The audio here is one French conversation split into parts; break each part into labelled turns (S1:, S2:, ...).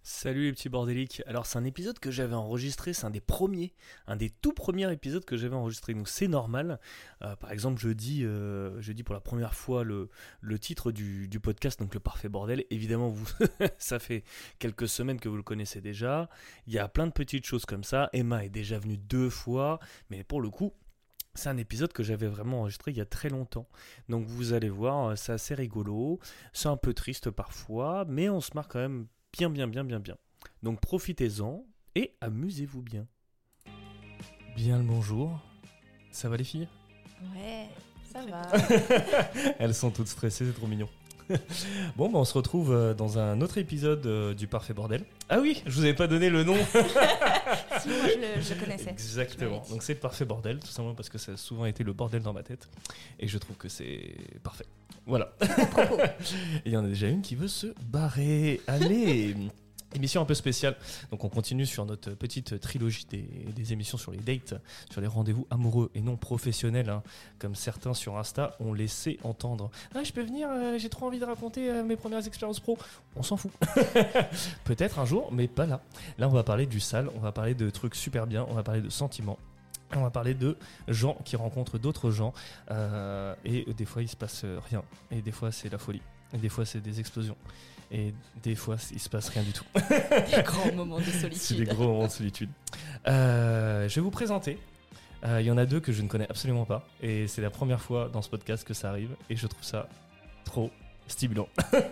S1: Salut les petits bordéliques. Alors c'est un épisode que j'avais enregistré, c'est un des tout premiers épisodes que j'avais enregistré, donc c'est normal. Par exemple, je dis pour la première fois le titre du podcast, donc le parfait bordel. Évidemment, ça fait quelques semaines que vous le connaissez déjà. Il y a plein de petites choses comme ça. Emma est déjà venue 2 fois, mais pour le coup, c'est un épisode que j'avais vraiment enregistré il y a très longtemps. Donc vous allez voir, c'est assez rigolo, c'est un peu triste parfois, mais on se marre quand même bien. Donc profitez-en et amusez-vous bien. Bien le bonjour. Ça va les filles ?
S2: Ouais, ça va.
S1: Elles sont toutes stressées, c'est trop mignon. Bon, on se retrouve dans un autre épisode du Parfait Bordel. Ah oui, je vous avais pas donné le nom.
S2: Si, moi je le connaissais.
S1: Exactement. Donc c'est le Parfait Bordel, tout simplement parce que ça a souvent été le bordel dans ma tête. Et je trouve que c'est parfait. Voilà.
S2: À propos.
S1: Et il y en a déjà une qui veut se barrer. Allez. Émission un peu spéciale, donc on continue sur notre petite trilogie des émissions sur les dates, sur les rendez-vous amoureux et non professionnels, hein, comme certains sur Insta ont laissé entendre. Ah, je peux venir, j'ai trop envie de raconter mes premières expériences pro. On s'en fout. Peut-être un jour, mais pas là. Là, on va parler du sale, on va parler de trucs super bien, on va parler de sentiments. On va parler de gens qui rencontrent d'autres gens et des fois il se passe rien, et des fois c'est la folie, et des fois c'est des explosions. Et des fois, il se passe rien du tout.
S2: Des grands moments de solitude.
S1: C'est des gros moments de solitude. Je vais vous présenter. Il y en a 2 que je ne connais absolument pas. Et c'est la première fois dans ce podcast que ça arrive. Et je trouve ça trop stimulant.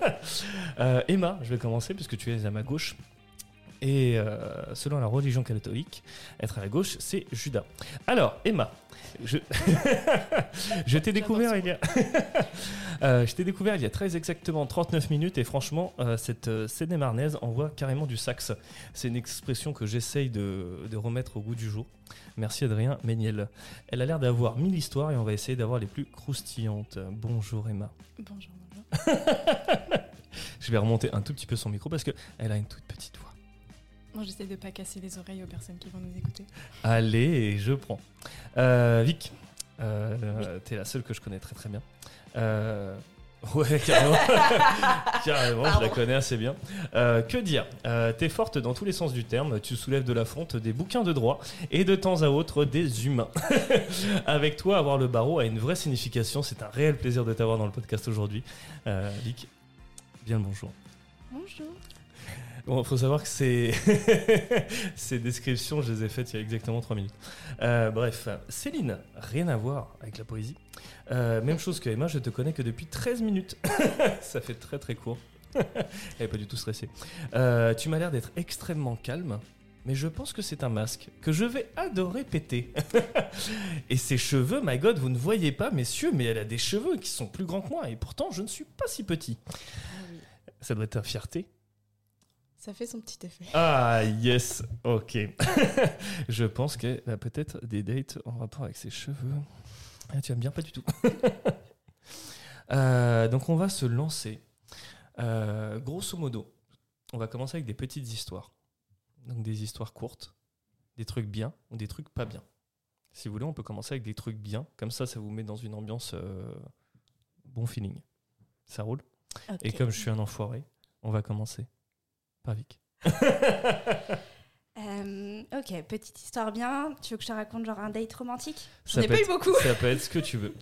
S1: Emma, je vais commencer puisque tu es à ma gauche. Et selon la religion catholique, être à la gauche, c'est Judas. Alors, Emma, je t'ai découvert il y a très exactement 39 minutes et franchement, cette Seine-et-Marnaise envoie carrément du saxe. C'est une expression que j'essaye de remettre au goût du jour. Merci Adrien Méniel. Elle a l'air d'avoir 1000 histoires et on va essayer d'avoir les plus croustillantes. Bonjour Emma.
S2: Bonjour.
S1: Je vais remonter un tout petit peu son micro parce qu'elle a une toute petite voix.
S2: Moi, j'essaie de pas casser les oreilles aux personnes qui vont nous écouter.
S1: Allez, je prends. Vic, t'es la seule que je connais très très bien. Ouais, carrément. Carrément, je la connais assez bien. Que dire ? T'es forte dans tous les sens du terme. Tu soulèves de la fonte des bouquins de droit et de temps à autre des humains. Avec toi, avoir le barreau a une vraie signification. C'est un réel plaisir de t'avoir dans le podcast aujourd'hui. Vic, bien le bonjour.
S2: Bonjour.
S1: Bon, faut savoir que ces descriptions, je les ai faites il y a exactement 3 minutes. Bref, Céline, rien à voir avec la poésie. Même chose que Emma, je te connais que depuis 13 minutes. Ça fait très très court. Elle n'est pas du tout stressée. Tu m'as l'air d'être extrêmement calme, mais je pense que c'est un masque que je vais adorer péter. Et ses cheveux, my God, vous ne voyez pas, messieurs, mais elle a des cheveux qui sont plus grands que moi, et pourtant je ne suis pas si petit. Ça doit être ta fierté.
S2: Ça fait son petit effet.
S1: Ah, yes, ok. Je pense qu'elle a peut-être des dates en rapport avec ses cheveux. Ah, tu aimes bien, pas du tout. Donc, on va se lancer. Grosso modo, on va commencer avec des petites histoires. Donc, des histoires courtes, des trucs bien ou des trucs pas bien. Si vous voulez, on peut commencer avec des trucs bien. Comme ça vous met dans une ambiance bon feeling. Ça roule ?
S2: Okay.
S1: Et comme je suis un enfoiré, on va commencer. Pas Vic.
S2: Ok, petite histoire bien. Tu veux que je te raconte genre un date romantique ?
S1: J'en ai
S2: pas eu beaucoup.
S1: Ça peut être ce que tu veux.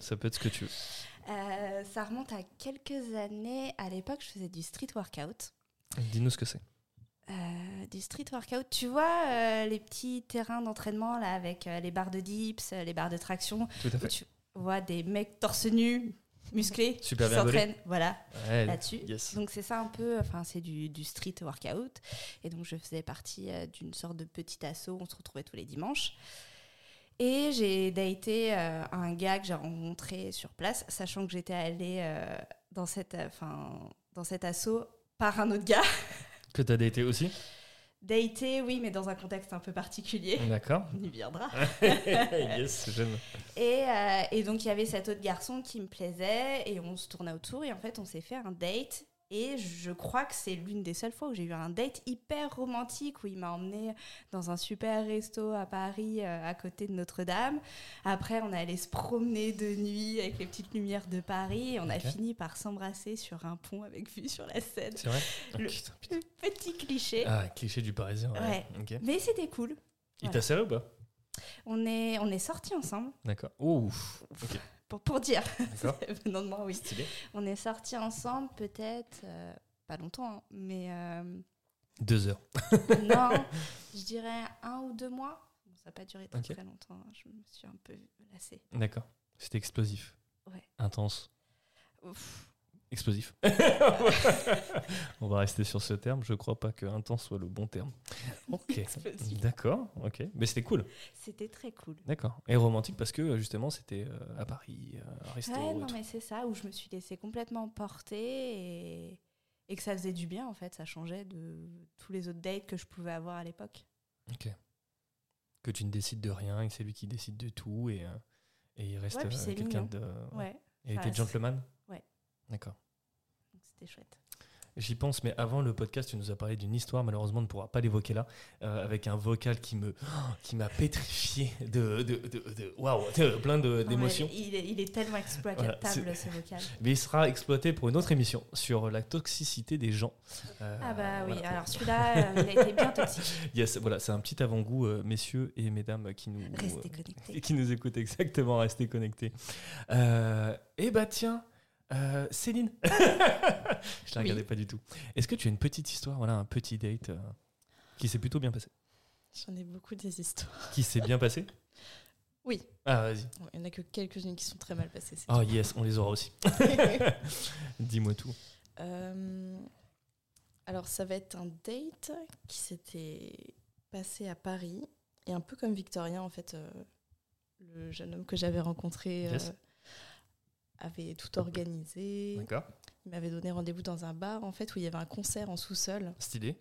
S2: Ça remonte à quelques années. À l'époque, je faisais du street workout.
S1: Dis-nous ce que c'est.
S2: Du street workout, tu vois les petits terrains d'entraînement là avec les barres de dips, les barres de traction.
S1: Tout à fait.
S2: Où tu vois des mecs torse nu, musclés,
S1: super
S2: qui
S1: bien
S2: s'entraînent, voilà,
S1: ouais,
S2: là-dessus.
S1: Yes.
S2: Donc c'est ça un peu, c'est du street workout. Et donc je faisais partie d'une sorte de petit asso, on se retrouvait tous les dimanches. Et j'ai daté un gars que j'ai rencontré sur place, sachant que j'étais allée dans cet asso par un autre gars.
S1: Que t'as daté aussi ?
S2: Daté, oui, mais dans un contexte un peu particulier.
S1: D'accord.
S2: On y viendra.
S1: Yes, j'aime.
S2: Et donc, il y avait cet autre garçon qui me plaisait et on se tournait autour et en fait, on s'est fait un date Et je crois que c'est l'une des seules fois où j'ai eu un date hyper romantique, où il m'a emmenée dans un super resto à Paris, à côté de Notre-Dame. Après, on est allé se promener de nuit avec les petites lumières de Paris. Et on a fini par s'embrasser sur un pont avec vue sur la Seine.
S1: C'est vrai?
S2: Le petit cliché.
S1: Ah, cliché du Parisien.
S2: Ouais.
S1: Okay.
S2: Mais c'était cool.
S1: Il t'a serré ou pas?
S2: On est sortis ensemble.
S1: D'accord. Ouf. Ok.
S2: Pour dire.
S1: D'accord.
S2: Venant de moi, oui.
S1: Stylé.
S2: On est sortis ensemble peut-être, pas longtemps, hein, mais...
S1: 2 heures.
S2: Non, je dirais 1 ou 2 mois. Bon, ça n'a pas duré très longtemps, hein. Je me suis un peu lassée.
S1: D'accord. C'était explosif.
S2: Ouais.
S1: Intense.
S2: Ouf.
S1: Explosif. On va rester sur ce terme. Je crois pas que intense soit le bon terme. Ok.
S2: Explosif.
S1: D'accord. Ok. Mais c'était cool.
S2: C'était très cool.
S1: D'accord. Et romantique parce que justement c'était à Paris, un resto.
S2: Ouais, non, mais c'est ça, où je me suis laissée complètement porter et que ça faisait du bien en fait. Ça changeait de tous les autres dates que je pouvais avoir à l'époque.
S1: Ok. Que tu ne décides de rien et que c'est lui qui décide de tout et il reste quelqu'un de.
S2: Ouais.
S1: Et t'es gentleman.
S2: Ouais.
S1: D'accord.
S2: Donc c'était chouette.
S1: J'y pense, mais avant le podcast, tu nous as parlé d'une histoire, malheureusement, on ne pourra pas l'évoquer là, avec un vocal qui m'a pétrifié de plein d'émotions.
S2: Ouais, il est tellement exploitable, voilà, ce vocal.
S1: Mais il sera exploité pour une autre émission sur la toxicité des gens.
S2: Oui, voilà. Alors celui-là, il a été bien toxique.
S1: Yes, voilà, c'est un petit avant-goût, messieurs et mesdames qui nous,
S2: restez connectés.
S1: Qui nous écoutent exactement, restez connectés. Et bah tiens, Céline, je la regardais pas du tout. Est-ce que tu as une petite histoire, voilà, un petit date qui s'est plutôt bien passé?
S3: J'en ai beaucoup des histoires.
S1: Qui s'est bien passé?
S3: Oui.
S1: Ah, vas-y.
S3: Il n'y en a que quelques-unes qui sont très mal passées.
S1: Oh yes, on les aura aussi. Dis-moi tout.
S3: Alors, ça va être un date qui s'était passé à Paris. Et un peu comme Victorien, en fait, le jeune homme que j'avais rencontré avait tout organisé.
S1: D'accord.
S3: Il m'avait donné rendez-vous dans un bar, en fait, où il y avait un concert en sous-sol.
S1: Stylé.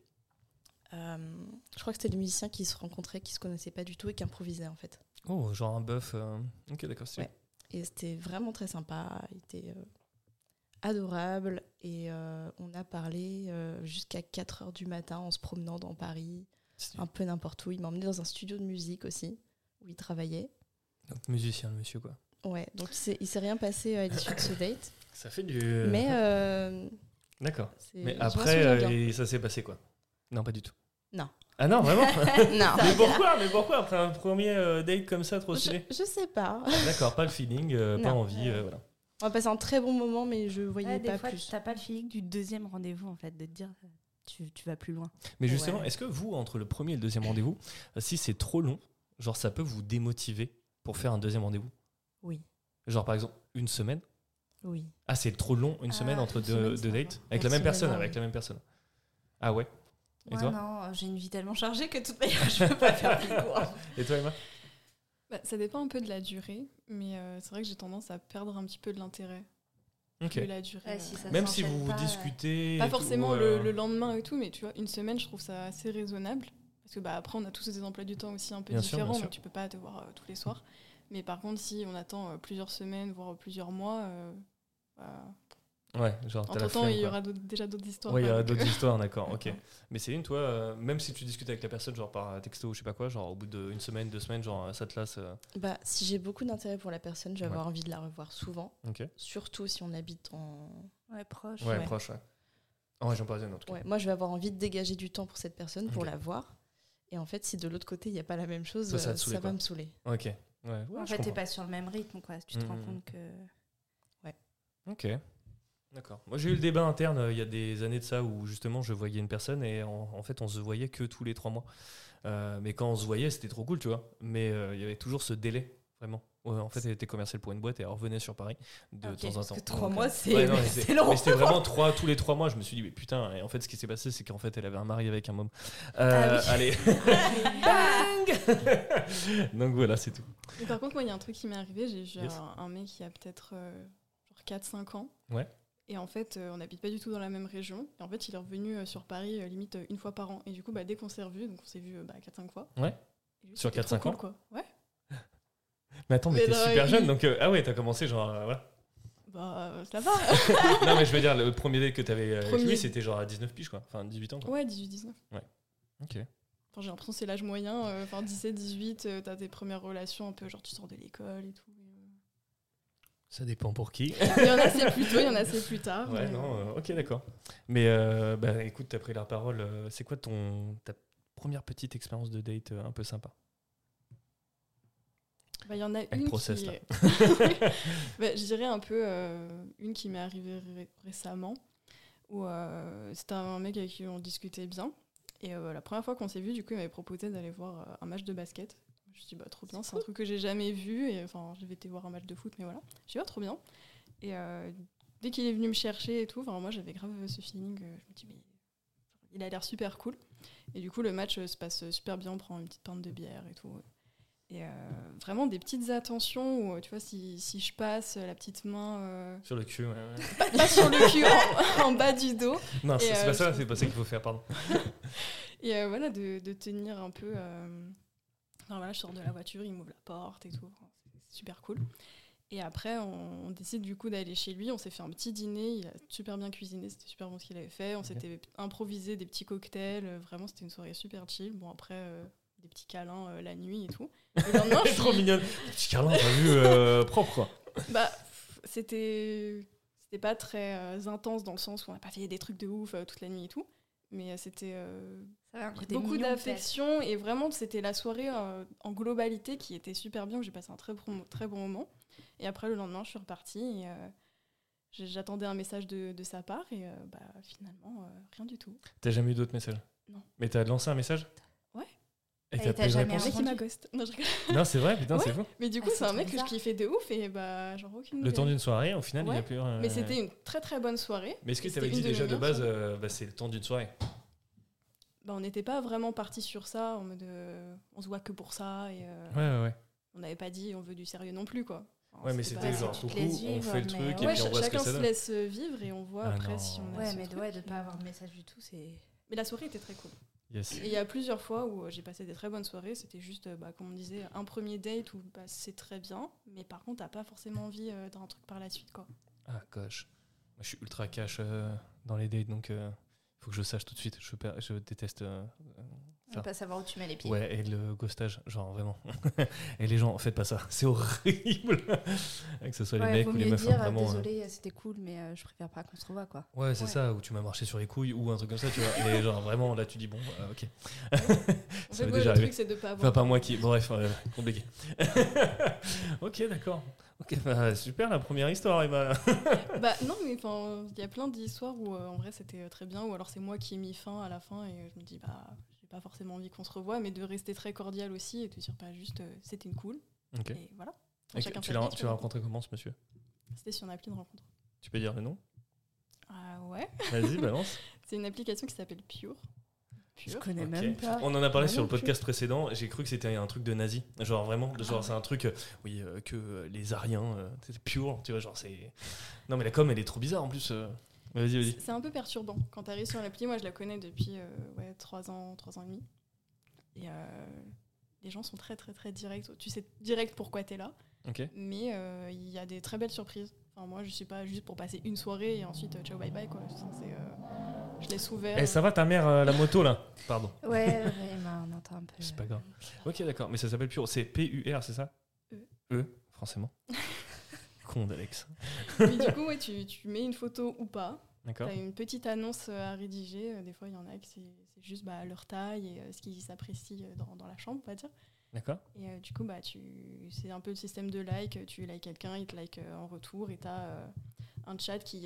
S3: Je crois que c'était des musiciens qui se rencontraient, qui se connaissaient pas du tout et qui improvisaient, en fait.
S1: Oh, genre un bœuf. Ok, d'accord.
S3: Ouais. Et c'était vraiment très sympa. Il était adorable. Et on a parlé jusqu'à 4h du matin en se promenant dans Paris, un peu n'importe où. Il m'a emmené dans un studio de musique aussi, où il travaillait.
S1: Donc musicien, le monsieur, quoi.
S3: Ouais, donc il s'est rien passé à l'issue de ce date.
S1: Ça fait du...
S3: Mais...
S1: D'accord. Mais après, ça s'est passé quoi? Non, pas du tout.
S3: Non.
S1: Ah non, vraiment?
S3: Non.
S1: Mais pourquoi après un premier date comme ça, trop stylé?
S3: Je sais pas.
S1: D'accord, pas le feeling, pas envie, voilà.
S3: On va passer un très bon moment, mais je voyais
S2: des
S3: pas
S2: fois,
S3: plus.
S2: T'as pas le feeling du deuxième rendez-vous, en fait, de te dire tu vas plus loin.
S1: Mais justement, est-ce que vous, entre le premier et le deuxième rendez-vous, si c'est trop long, genre ça peut vous démotiver pour faire un deuxième rendez-vous?
S3: Oui.
S1: Genre par exemple, une semaine?
S3: Oui.
S1: Ah, c'est trop long, une semaine entre deux dates? Avec la même personne, avec la même personne. Ah ouais? Et toi?
S2: Non, j'ai une vie tellement chargée que de toute manière, je peux pas faire plus court.
S1: Et toi, Emma?
S4: Ça dépend un peu de la durée, mais c'est vrai que j'ai tendance à perdre un petit peu de l'intérêt.
S1: Ok.
S4: De la durée.
S1: Même si vous discutez.
S4: Pas forcément le lendemain et tout, mais tu vois, une semaine, je trouve ça assez raisonnable. Parce que après, on a tous des emplois du temps aussi un peu différents, donc tu peux pas te voir tous les soirs. Mais par contre, si on attend plusieurs semaines, voire plusieurs mois,
S1: ouais, genre t'as la
S4: entre-temps,
S1: flemme,
S4: il y aura déjà d'autres histoires.
S1: Ouais, il y aura d'autres histoires, d'accord, ok. Mais Céline, toi, même si tu discutes avec la personne, genre par texto ou je sais pas quoi, genre au bout d'une semaine, 2 semaines, genre ça te lasse.
S3: Si j'ai beaucoup d'intérêt pour la personne, je vais avoir envie de la revoir souvent.
S1: Ok.
S3: Surtout si on habite en...
S2: proche.
S1: Ouais, proche, ouais. En région parisienne, en tout cas.
S3: Ouais, moi, je vais avoir envie de dégager du temps pour cette personne, pour la voir. Et en fait, si de l'autre côté, il n'y a pas la même chose, ça va me saouler.
S1: Ok. Ouais,
S2: en fait, t'es pas sur le même rythme, quoi. Tu te rends compte que...
S3: Ouais.
S1: Ok. D'accord. Moi, j'ai eu le débat interne il y a des années de ça où justement je voyais une personne et en fait on se voyait que tous les 3 mois. Mais quand on se voyait, c'était trop cool, tu vois. Mais il y avait toujours ce délai, vraiment. Ouais, en fait, elle était commerciale pour une boîte et elle revenait sur Paris de temps en temps.
S2: Parce que 3 mois, c'est
S1: long. Mais c'était vraiment tous les 3 mois. Je me suis dit, mais putain. Et en fait, ce qui s'est passé, c'est qu'en fait, elle avait un mari avec un môme. Allez. Bang. Donc voilà, c'est tout.
S4: Et par contre, moi, il y a un truc qui m'est arrivé. J'ai eu un mec qui a peut-être 4-5 ans.
S1: Ouais.
S4: Et en fait, on n'habite pas du tout dans la même région. Et en fait, il est revenu sur Paris limite une fois par an. Et du coup, dès qu'on s'est revus, donc on s'est vu 4-5 fois.
S1: Ouais. Sur 4-5
S4: cool,
S1: ans
S4: quoi. Ouais.
S1: Mais attends, mais t'es super jeune, donc... ah ouais, t'as commencé genre... voilà.
S4: Bah, ça va.
S1: Non, mais je veux dire, le premier date que t'avais avec lui, c'était genre à 19 piges, quoi. Enfin, 18 ans, quoi.
S4: Ouais, 18-19.
S1: Ouais. Ok.
S4: Enfin, j'ai l'impression que c'est l'âge moyen. 17-18, t'as tes premières relations un peu, genre tu sors de l'école et tout.
S1: Ça dépend pour qui.
S4: Il y en a c'est plus tôt, il y en a c'est plus tard.
S1: Ouais, non, ok, d'accord. Mais écoute, t'as pris la parole. C'est quoi ta première petite expérience de date un peu sympa?
S4: Il y en a
S1: avec
S4: une
S1: process,
S4: qui...
S1: là.
S4: Je dirais un peu une qui m'est arrivée récemment, où c'était un mec avec qui on discutait bien. Et la première fois qu'on s'est vu, du coup, il m'avait proposé d'aller voir un match de basket. Je me suis dit, bah, trop bien, c'est un truc que j'ai jamais vu. Et enfin, j'avais été voir un match de foot, mais voilà. Je me suis dit, bah, trop bien. Et dès qu'il est venu me chercher et tout, moi, j'avais grave ce feeling. Je me dis, mais il a l'air super cool. Et du coup, le match se passe super bien. On prend une petite pinte de bière et tout. Et vraiment des petites attentions où, tu vois, si je passe la petite main...
S1: Sur le cul, ouais.
S4: Pas sur le cul, en bas du dos.
S1: Non, c'est pas ça, c'est pas ça qu'il faut faire, pardon.
S4: Et voilà, de tenir un peu... Enfin, voilà, je sors de la voiture, il m'ouvre la porte et tout. C'est super cool. Et après, on décide du coup d'aller chez lui. On s'est fait un petit dîner. Il a super bien cuisiné. C'était super bon ce qu'il avait fait. On s'était improvisé des petits cocktails. Vraiment, c'était une soirée super chill. Bon, après, des petits câlins la nuit et tout. Le lendemain,
S1: c'est trop mignonne. Des petits câlins, t'as vu, propre, quoi.
S4: Bah, c'était pas très intense dans le sens où on n'a pas fait des trucs de ouf toute la nuit et tout. Mais c'était beaucoup d'affection. Et vraiment, c'était la soirée en globalité qui était super bien. J'ai passé un très bon moment. Et après, le lendemain, je suis repartie et j'attendais un message de sa part et finalement, rien du tout.
S1: T'as jamais eu d'autres messages?
S4: Non.
S1: Mais t'as lancé un message?
S4: Ouais.
S1: Et t'as pas eu de réponse?
S4: Un mec qui m'a ghost. Non, je rigole.
S1: Non, c'est vrai, putain,
S4: ouais.
S1: c'est fou.
S4: Mais du coup, c'est un mec que je kiffais de ouf et genre aucune nouvelle.
S1: Le temps d'une soirée, au final, il y a plus...
S4: Mais c'était une très très bonne soirée.
S1: Mais est-ce que t'avais dit déjà de base, c'est le temps d'une soirée?
S4: On n'était pas vraiment parti sur ça, en mode on se voit que pour ça. Et,
S1: ouais.
S4: On n'avait pas dit on veut du sérieux non plus, quoi.
S1: Enfin, ouais, mais c'était genre, coucou, on fait le truc et puis on voit ce que ça donne.
S4: Chacun se laisse vivre et on voit après si on a.
S2: Ouais, mais de pas avoir de message du tout, c'est.
S4: Mais la soirée était très cool.
S1: Yes.
S4: Et il y a plusieurs fois où j'ai passé des très bonnes soirées. C'était juste, comme on disait, un premier date où c'est très bien, mais par contre, t'as pas forcément envie d'un truc par la suite, quoi.
S1: Ah, gosh. Moi, je suis ultra cash dans les dates, donc faut que je sache tout de suite. Je déteste.
S2: Ne pas savoir où tu mets les pieds.
S1: Ouais, et le ghostage, genre vraiment. Et les gens, faites pas ça, c'est horrible. Que ce soit les mecs ou les meufs. Vraiment,
S2: désolé, c'était cool, mais je préfère pas qu'on se revoie, quoi.
S1: Ouais, c'est ça, ou tu m'as marché sur les couilles ou un truc comme ça, tu vois. Et genre vraiment, là, tu dis bon, ok.
S4: En fait, le truc, c'est de pas avoir.
S1: Enfin, pas moi qui. Bref, compliqué. Ok, d'accord. Ok, super la première histoire, Emma.
S4: Non, mais enfin, il y a plein d'histoires où en vrai c'était très bien, ou alors c'est moi qui ai mis fin à la fin et je me dis j'ai pas forcément envie qu'on se revoie, mais de rester très cordial aussi et de dire pas juste c'était une cool.
S1: Ok.
S4: Et voilà.
S1: Tu l'as rencontré comment, ce monsieur?
S4: C'était sur une appli de rencontre.
S1: Tu peux dire le nom?
S4: Ah ouais.
S1: Vas-y, balance.
S4: C'est une application qui s'appelle Pure.
S2: Je connais même pas.
S1: On en a parlé sur le podcast précédent. J'ai cru que c'était un truc de nazi. Genre vraiment, c'est un truc, que les Ariens, c'est Pure, tu vois, genre c'est. Non mais la com, elle est trop bizarre en plus. Vas-y.
S4: C'est un peu perturbant. Quand t'arrives sur l'appli, moi je la connais depuis 3 ans et demi. Et les gens sont très très très directs. Tu sais direct pourquoi t'es là.
S1: Okay.
S4: Mais il y a des très belles surprises. Enfin, moi je suis pas juste pour passer une soirée et ensuite ciao bye bye, quoi. Je laisse ouvert.
S1: Eh, ça va ta mère, la moto là? Pardon.
S2: Ouais, on entend un peu.
S1: C'est pas grave. Ok, d'accord. Mais ça s'appelle Pure. C'est P-U-R, c'est ça? Forcément. Con d'Alex.
S4: Mais du coup, tu mets une photo ou pas.
S1: D'accord.
S4: T'as une petite annonce à rédiger. Des fois, il y en a que c'est juste leur taille et ce qu'ils s'apprécient dans la chambre, on va dire.
S1: D'accord.
S4: Et du coup, c'est un peu le système de like. Tu likes quelqu'un, il te like en retour et t'as un chat qui...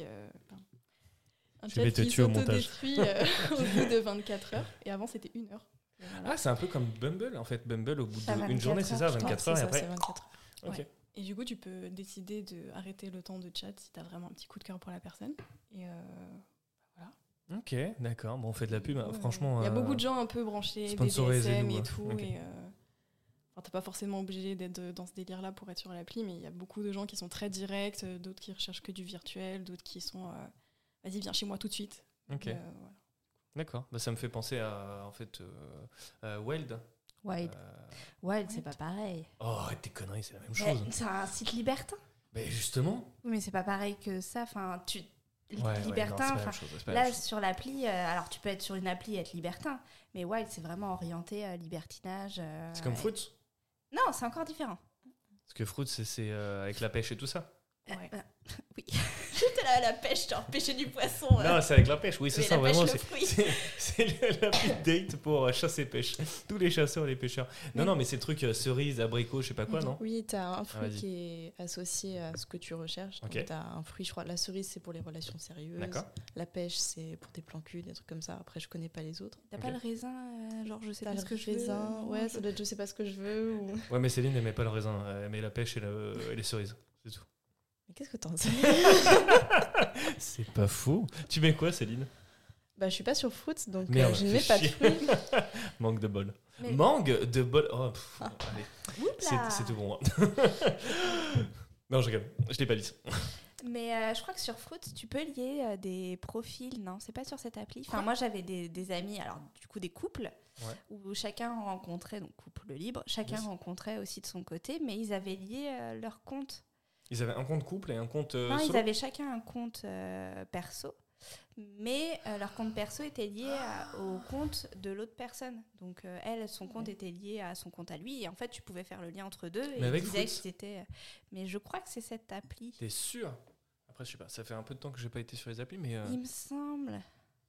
S1: Je vais te tuer au montage.
S4: S'autodétruit au bout de 24 heures. Et avant, c'était 1 heure.
S1: Voilà. Ah, c'est un peu comme Bumble, en fait. Bumble, au bout d'une journée, c'est ça, 24 heures et après.
S3: C'est 24 heures.
S1: Ok.
S4: Ouais. Et du coup, tu peux décider d'arrêter le temps de chat si tu as vraiment un petit coup de cœur pour la personne. Et voilà.
S1: Ok, d'accord. Bon, on fait de la pub, franchement.
S4: Il y a beaucoup de gens un peu branchés, des DSM et tout. Okay. Et t'es pas forcément obligé d'être dans ce délire-là pour être sur l'appli, mais il y a beaucoup de gens qui sont très directs, d'autres qui recherchent que du virtuel, d'autres qui sont vas-y, viens chez moi tout de suite.
S1: Ok.
S4: Voilà.
S1: D'accord. Ça me fait penser à, en fait, Wild.
S2: Wild, c'est pas pareil.
S1: Oh, arrête tes conneries, c'est la même chose.
S2: C'est un site libertin.
S1: Mais justement.
S2: Oui, mais c'est pas pareil que ça. Enfin,
S1: Ouais,
S2: libertin.
S1: non,
S2: Là, sur l'appli, alors tu peux être sur une appli et être libertin, mais Wild, c'est vraiment orienté libertinage.
S1: C'est comme Fruits.
S2: Non, c'est encore différent.
S1: Parce que Fruits, c'est avec la pêche et tout ça.
S2: Ouais. Oui. J'étais là à la pêche, genre pêcher du poisson.
S1: Non, c'est avec la pêche, oui, c'est ça,
S2: pêche,
S1: vraiment.
S2: le fruit.
S1: C'est la petite date pour chasser pêche. Tous les chasseurs et les pêcheurs. Non, mais c'est le truc cerise, abricot, je sais pas quoi, non?
S3: Oui, t'as un fruit qui est associé à ce que tu recherches. Donc t'as un fruit, je crois. La cerise, c'est pour les relations sérieuses.
S1: D'accord.
S3: La pêche, c'est pour des plans cul, des trucs comme ça. Après, je connais pas les autres.
S2: T'as pas le raisin, genre je sais
S3: pas
S2: ce que je veux.
S3: Ouais, ça doit être je sais pas ce que je veux. Ou...
S1: Ouais, mais Céline n'aimait pas le raisin, elle aimait la pêche et les cerises, c'est tout.
S3: Mais qu'est-ce que t'en sais?
S1: C'est pas faux. Tu mets quoi, Céline?
S3: Bah, je suis pas sur Fruits, donc
S1: Merde,
S3: je ne mets pas de fruits.
S1: Manque de bol.
S2: Mais...
S1: Manque de bol. Oh, allez. C'est tout bon. Non, je rigole. Je l'ai pas dit.
S2: Mais je crois que sur Fruits, tu peux lier des profils, non? C'est pas sur cette appli. Enfin, moi, j'avais des amis, alors du coup des couples, où chacun rencontrait, donc couple libre, chacun rencontrait aussi de son côté, mais ils avaient lié leur compte.
S1: Ils avaient un compte couple et un compte
S2: non,
S1: solo.
S2: ils avaient chacun un compte perso, mais leur compte perso était lié au compte de l'autre personne. Donc elle, son compte était lié à son compte à lui, et en fait, tu pouvais faire le lien entre deux.
S1: Mais avec
S2: disait que
S1: Fruits.
S2: c'était. Mais je crois que c'est cette appli.
S1: T'es sûr? Après, je sais pas, ça fait un peu de temps que j'ai pas été sur les applis, mais...
S2: Il me semble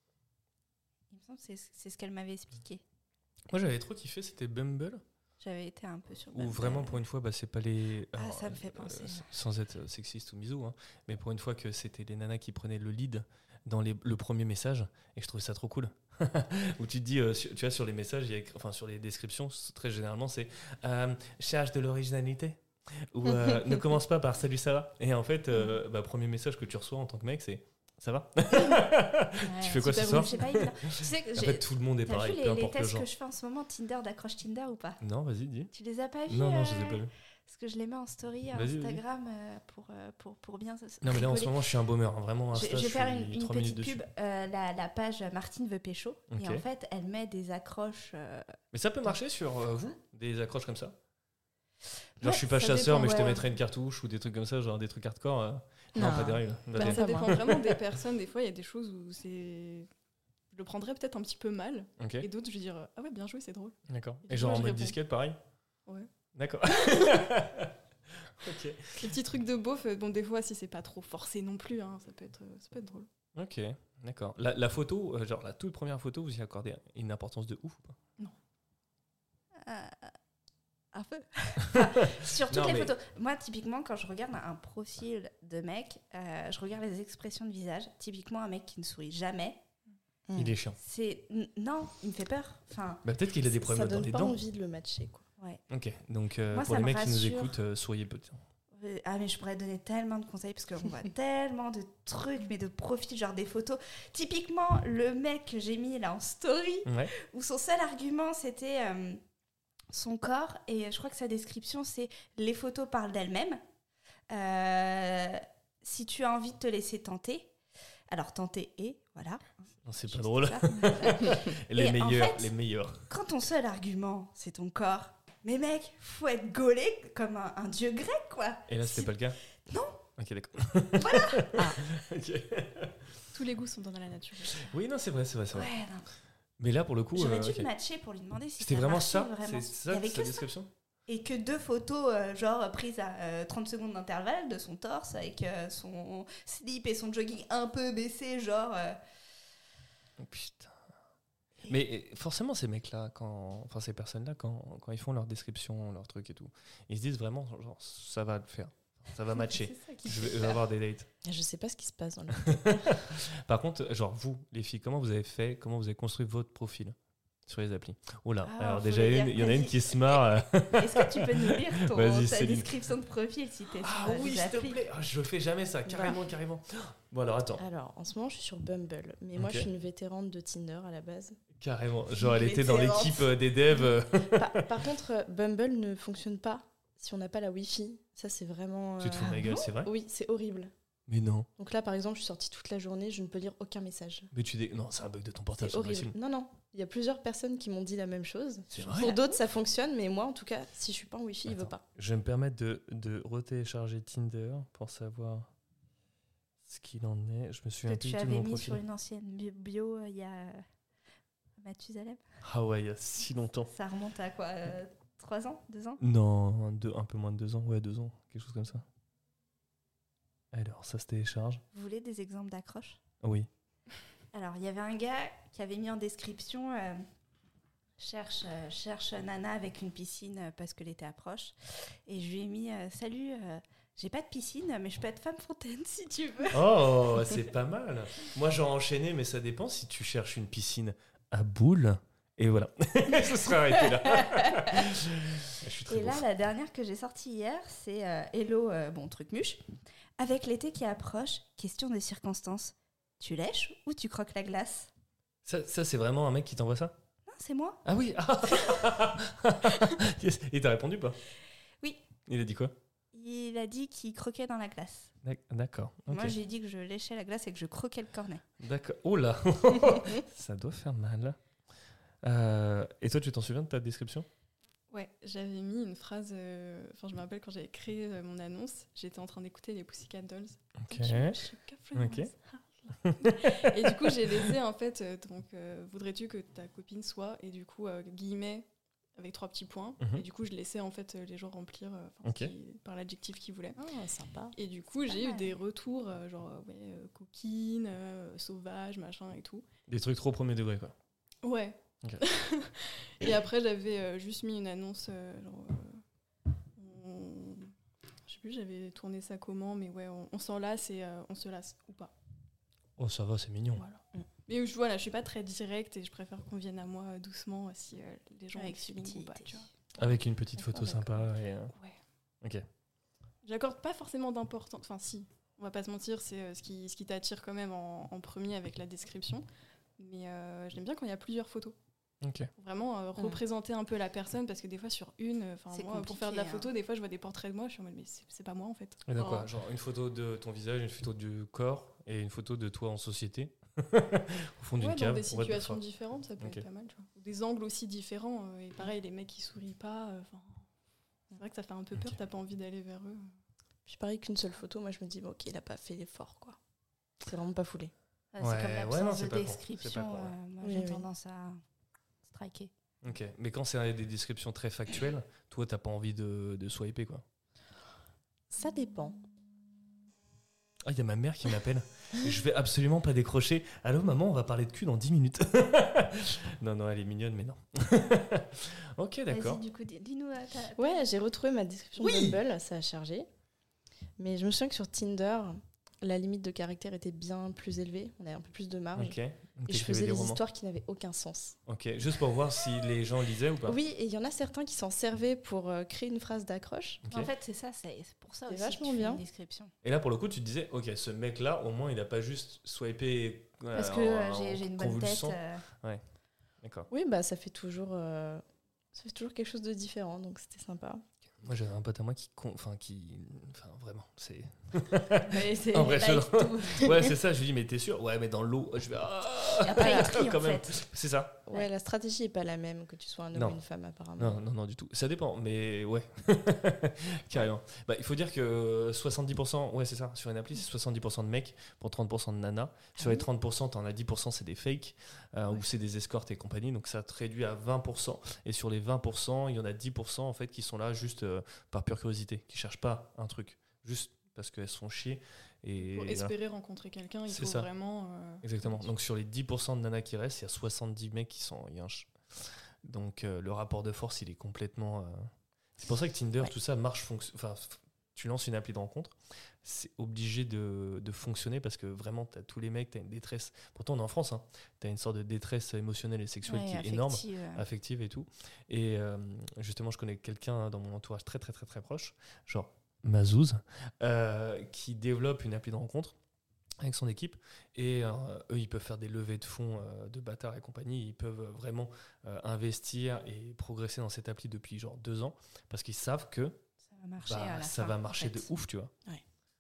S2: que c'est ce qu'elle m'avait expliqué.
S1: Moi, j'avais trop kiffé, c'était Bumble.
S2: J'avais été un peu sur
S1: Ou vraiment, pour une fois, c'est pas les...
S2: Alors, ça me fait penser.
S1: Sans être sexiste ou miso, hein, mais pour une fois que c'était les nanas qui prenaient le lead dans le premier message, et je trouvais ça trop cool. Où tu te dis, tu vois, sur les messages, sur les descriptions, très généralement, c'est cherche de l'originalité. Ou ne commence pas par salut, ça va. Et en fait, premier message que tu reçois en tant que mec, c'est ça va. Tu fais quoi ce soir?
S2: Je sais pas, tu sais que
S1: en fait, tout le monde est pareil, peu
S2: les
S1: importe le
S2: tests
S1: genre.
S2: que je fais en ce moment, Tinder, d'accroche Tinder ou pas?
S1: Non, vas-y, dis.
S2: Tu les as pas vus?
S1: Non, je les ai pas vus.
S2: Parce que je les mets en story Instagram pour bien.
S1: Non, mais là en ce moment, je suis un boomer, hein, vraiment.
S2: Je vais faire une petite pub. La page Martine veut pécho. Okay. Et en fait, elle met des accroches.
S1: Mais ça peut marcher sur vous, des accroches comme ça? Genre, je suis pas chasseur, mais je te mettrais une cartouche ou des trucs comme ça, genre des trucs hardcore. Non, pas des règles.
S4: Ça dépend vraiment des personnes. Des fois, il y a des choses où je le prendrais peut-être un petit peu mal.
S1: Okay.
S4: Et d'autres, je vais dire ah ouais, bien joué, c'est drôle.
S1: D'accord. Et genre en mode disquette, pareil?
S4: Ouais.
S1: D'accord.
S4: Okay. Les petits trucs de beauf, bon, des fois, si c'est pas trop forcé non plus, hein, ça peut être drôle.
S1: Ok, d'accord. La photo, genre la toute première photo, vous y accordez une importance de ouf ou pas?
S4: Non.
S2: Un peu. Sur toutes les photos. Moi, typiquement, quand je regarde un profil de mec, je regarde les expressions de visage. Typiquement, un mec qui ne sourit jamais.
S1: Il est chiant.
S2: Non, il me fait peur. Enfin,
S1: peut-être qu'il a des problèmes dans les dents.
S3: Ça donne pas envie de le matcher, quoi.
S2: Ouais.
S1: Ok, donc
S2: moi,
S1: pour les mecs qui nous écoutent, souriez peut-être.
S2: Ah, mais je pourrais donner tellement de conseils parce qu'on voit tellement de trucs, mais de profils, genre des photos. Typiquement, le mec que j'ai mis là en story, où son seul argument c'était son corps, et je crois que sa description c'est les photos parlent d'elles-mêmes. Si tu as envie de te laisser tenter, alors tenter voilà.
S1: Non, c'est pas drôle. Les meilleurs.
S2: Quand ton seul argument c'est ton corps, mais mec, faut être gaulé comme un dieu grec, quoi.
S1: Et là, c'était pas le cas?
S2: Non.
S1: Ok, d'accord.
S2: Voilà.
S1: Okay.
S4: Tous les goûts sont dans la nature.
S1: Oui, non, c'est vrai.
S2: Ouais, non.
S1: Mais là, pour le coup...
S2: J'aurais dû le matcher pour lui demander si
S1: c'était
S2: ça
S1: vraiment
S2: marchait,
S1: ça?
S2: Vraiment.
S1: C'est ça, sa description?
S2: Et que 2 photos, genre prises à 30 secondes d'intervalle de son torse, avec son slip et son jogging un peu baissé, genre...
S1: Oh, putain. Mais forcément, ces mecs-là, ces personnes-là, quand ils font leur description, leur truc et tout, ils se disent vraiment, genre, ça va le faire, ça va matcher, je vais avoir des dates.
S3: Je sais pas ce qui se passe dans le
S1: Par contre, genre vous, les filles, comment vous avez construit votre profil sur les applis? Oh là, alors déjà, il y en a une qui se marre.
S2: Est-ce que tu peux nous lire ta description de profil si t'es sur
S1: oui,
S2: les applis?
S1: s'il te plaît. Je fais jamais ça, carrément. Bon, alors attends.
S3: Alors, en ce moment, je suis sur Bumble, mais moi, je suis une vétérante de Tinder à la base.
S1: Carrément, genre elle était dans l'équipe des devs.
S3: Par contre, Bumble ne fonctionne pas si on n'a pas la Wi-Fi. Ça, c'est vraiment...
S1: Tu te fous de ma gueule, c'est vrai?
S3: Oui, c'est horrible.
S1: Mais non.
S3: Donc là, par exemple, je suis sortie toute la journée, je ne peux lire aucun message.
S1: Mais non, c'est un bug de ton portable.
S3: C'est horrible. Non. Il y a plusieurs personnes qui m'ont dit la même chose.
S1: C'est vrai.
S3: Pour d'autres, ça fonctionne, mais moi, en tout cas, si je suis pas en Wi-Fi, il veut pas.
S1: Je vais me permettre de retélécharger Tinder pour savoir ce qu'il en est. Je me souviens plus
S2: que
S1: de
S2: tu
S1: mon
S2: avais mis
S1: profil.
S2: sur une ancienne bio il y a Mathusalem.
S1: Ah ouais, il y a si longtemps.
S2: Ça remonte à quoi 3 ans 2 ans
S1: Non, un peu moins de 2 ans. Ouais, 2 ans, quelque chose comme ça. Alors, ça se télécharge.
S2: Vous voulez des exemples d'accroches?
S1: Oui.
S2: Alors, il y avait un gars qui avait mis en description cherche nana avec une piscine parce que l'été approche. Et je lui ai mis salut, j'ai pas de piscine, mais je peux être femme fontaine si tu veux.
S1: Oh, c'est pas mal. Moi, j'aurais enchaîné, mais ça dépend si tu cherches une piscine à boules. Et voilà. Ce sera arrêté là. Je suis très
S2: Et là,
S1: beau.
S2: la dernière que j'ai sortie hier, c'est Hello, truc muche. Avec l'été qui approche, question de circonstances. Tu lèches ou tu croques la glace?
S1: Ça, c'est vraiment un mec qui t'envoie ça?
S2: Non, c'est moi.
S1: Ah oui. Yes. Et t'as répondu pas?
S2: Oui.
S1: Il a dit quoi?
S2: Il a dit qu'il croquait dans la glace.
S1: D'accord. Ok.
S2: Moi, j'ai dit que je léchais la glace et que je croquais le cornet.
S1: D'accord. Oh là. Ça doit faire mal. Et toi, tu t'en souviens de ta description?
S4: Ouais, j'avais mis une phrase. Enfin, je me rappelle quand j'avais créé mon annonce, j'étais en train d'écouter les Pussycat Dolls.
S1: Ok.
S4: Ok. Et du coup, j'ai laissé en fait. Voudrais-tu que ta copine soit? Et du coup, guillemets avec 3 petits points.
S1: Mhm.
S4: Et du coup, je laissais en fait les gens remplir
S1: Ok.
S4: par l'adjectif qu'ils voulaient.
S3: Ah, sympa.
S4: Et du coup, j'ai eu des retours coquine, sauvage, machin et tout.
S1: Des trucs trop premier degré, quoi.
S4: Ouais.
S1: Ok.
S4: Et après, j'avais juste mis une annonce. Je sais plus, j'avais tourné ça comment, mais ouais, on s'en lasse et on se lasse ou pas.
S1: Oh, ça va, c'est mignon.
S4: Voilà. Mais je suis pas très directe et je préfère qu'on vienne à moi doucement si les gens
S2: Avec
S4: ont feeling ou
S2: subtilité.
S4: pas, tu vois.
S1: Avec une petite photo
S3: D'accord.
S1: sympa. Et,
S4: Ouais.
S1: Ok.
S4: J'accorde pas forcément d'importance. Enfin, si, on va pas se mentir, c'est ce qui t'attire quand même en premier avec la description. Mais j'aime bien quand il y a plusieurs photos.
S1: Ok.
S4: Pour vraiment représenter un peu la personne, parce que des fois sur
S2: C'est
S4: moi, pour faire de la
S2: compliqué,
S4: photo, des fois je vois des portraits de moi, je suis en mode mais c'est pas moi en fait.
S1: Et donc
S4: Enfin,
S1: quoi, genre une photo de ton visage, une photo du corps et une photo de toi en société au fond d'une
S4: ouais,
S1: cave.
S4: dans des
S1: what the
S4: situations
S1: fuck.
S4: différentes, ça peut
S1: Ok.
S4: être pas mal, tu vois. Ou des angles aussi différents. Et pareil, les mecs qui sourient pas. C'est vrai que ça fait un peu peur,
S1: Ok.
S4: t'as pas envie d'aller vers eux.
S3: Puis pareil qu'une seule photo, moi je me dis, bon, ok, il a pas fait l'effort, quoi. C'est vraiment pas foulé.
S2: C'est
S1: Ouais,
S2: comme
S1: ouais,
S2: l'absence
S1: non, c'est
S2: de
S1: pas con.
S2: description.
S1: C'est pas con, ouais.
S2: Moi,
S3: Oui,
S2: j'ai
S3: oui.
S2: tendance à striker.
S1: Ok. Mais quand c'est des descriptions très factuelles, toi, t'as pas envie de swiper, quoi.
S3: Ça dépend.
S1: Ah, il y a ma mère qui m'appelle. Et je vais absolument pas décrocher. Allô, maman, on va parler de cul dans 10 minutes. Non, elle est mignonne, mais non. Ok, d'accord.
S2: Vas-y, du coup, dis-nous.
S3: Ouais, j'ai retrouvé ma description
S1: Oui.
S3: de Bumble, ça a chargé. Mais je me souviens que sur Tinder, la limite de caractère était bien plus élevée. On avait un peu plus de marge.
S1: Ok.
S3: Et je faisais des histoires qui n'avaient aucun sens.
S1: Ok, juste pour voir si les gens lisaient ou pas.
S3: Oui, et il y en a certains qui s'en servaient pour créer une phrase d'accroche.
S1: Ok.
S2: En fait, c'est ça, c'est pour ça
S3: C'est
S2: aussi
S3: vachement
S2: que tu fais
S3: bien.
S2: une description.
S1: Et là, pour le coup, tu te disais, ok, ce mec-là, au moins, il a pas juste swipé.
S2: Parce que j'ai une bonne tête.
S1: convulsant. D'accord.
S3: Oui, bah ça fait toujours quelque chose de différent, donc c'était sympa.
S1: Moi, j'avais un pote à moi enfin, vraiment, c'est.
S2: Mais c'est
S1: Impressionnant.
S2: like tout.
S1: Ouais, c'est ça. Je lui dis, mais t'es sûr? Ouais, mais dans l'eau, je vais.
S2: Et après, il trie,
S1: quand
S2: en
S1: même.
S2: fait.
S1: C'est ça.
S3: Ouais,
S2: Ouais.
S3: la stratégie est pas la même que tu sois un homme
S1: Non.
S3: ou une femme apparemment.
S1: Non, du tout. Ça dépend, mais ouais. Carrément. Bah, il faut dire que 70%, ouais, c'est ça. Sur une appli, c'est 70% de mecs pour 30% de nanas. Sur les 30%, t'en as 10%, c'est des fakes, ou c'est des escortes et compagnie. Donc ça te réduit à 20%. Et sur les 20%, il y en a 10% en fait qui sont là juste par pure curiosité, qui cherchent pas un truc, juste parce qu'elles se font chier. Et
S4: Pour
S1: voilà.
S4: espérer rencontrer quelqu'un, il
S1: C'est
S4: faut
S1: ça.
S4: vraiment.
S1: Exactement. Donc sur les 10% de nanas qui restent, il y a 70 mecs qui sont yinches. Donc le rapport de force, il est complètement. C'est pour ça que Tinder,
S3: Ouais.
S1: tout ça marche. Enfin, tu lances une appli de rencontre, c'est obligé de fonctionner parce que vraiment, tu as tous les mecs, tu as une détresse. Pourtant, on est en France, hein, tu as une sorte de détresse émotionnelle et sexuelle qui est énorme, affective et tout. Et justement, je connais quelqu'un dans mon entourage très, très, très, très proche, genre Mazouz, qui développe une appli de rencontre avec son équipe, et eux ils peuvent faire des levées de fonds de bâtards et compagnie, ils peuvent vraiment investir et progresser dans cette appli depuis genre 2 ans parce qu'ils savent que
S2: Ça va marcher à la
S1: ça
S2: fin,
S1: va
S2: en
S1: marcher
S2: fait.
S1: de ouf, tu vois.
S3: Ouais.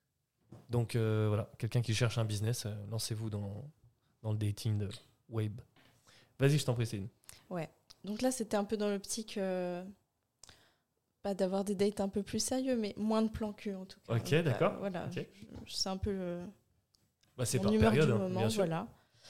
S1: Donc voilà, quelqu'un qui cherche un business, lancez-vous dans le dating de web. Vas-y, je t'en prie, Céline.
S3: Ouais. Donc là, c'était un peu dans l'optique, pas d'avoir des dates un peu plus sérieux, mais moins de plan cul en tout cas.
S1: Ok,
S3: donc,
S1: d'accord.
S3: Voilà,
S1: Okay.
S3: C'est un peu
S1: c'est
S3: mon
S1: par
S3: humeur
S1: période,
S3: du
S1: hein,
S3: moment,
S1: bien sûr.
S3: voilà.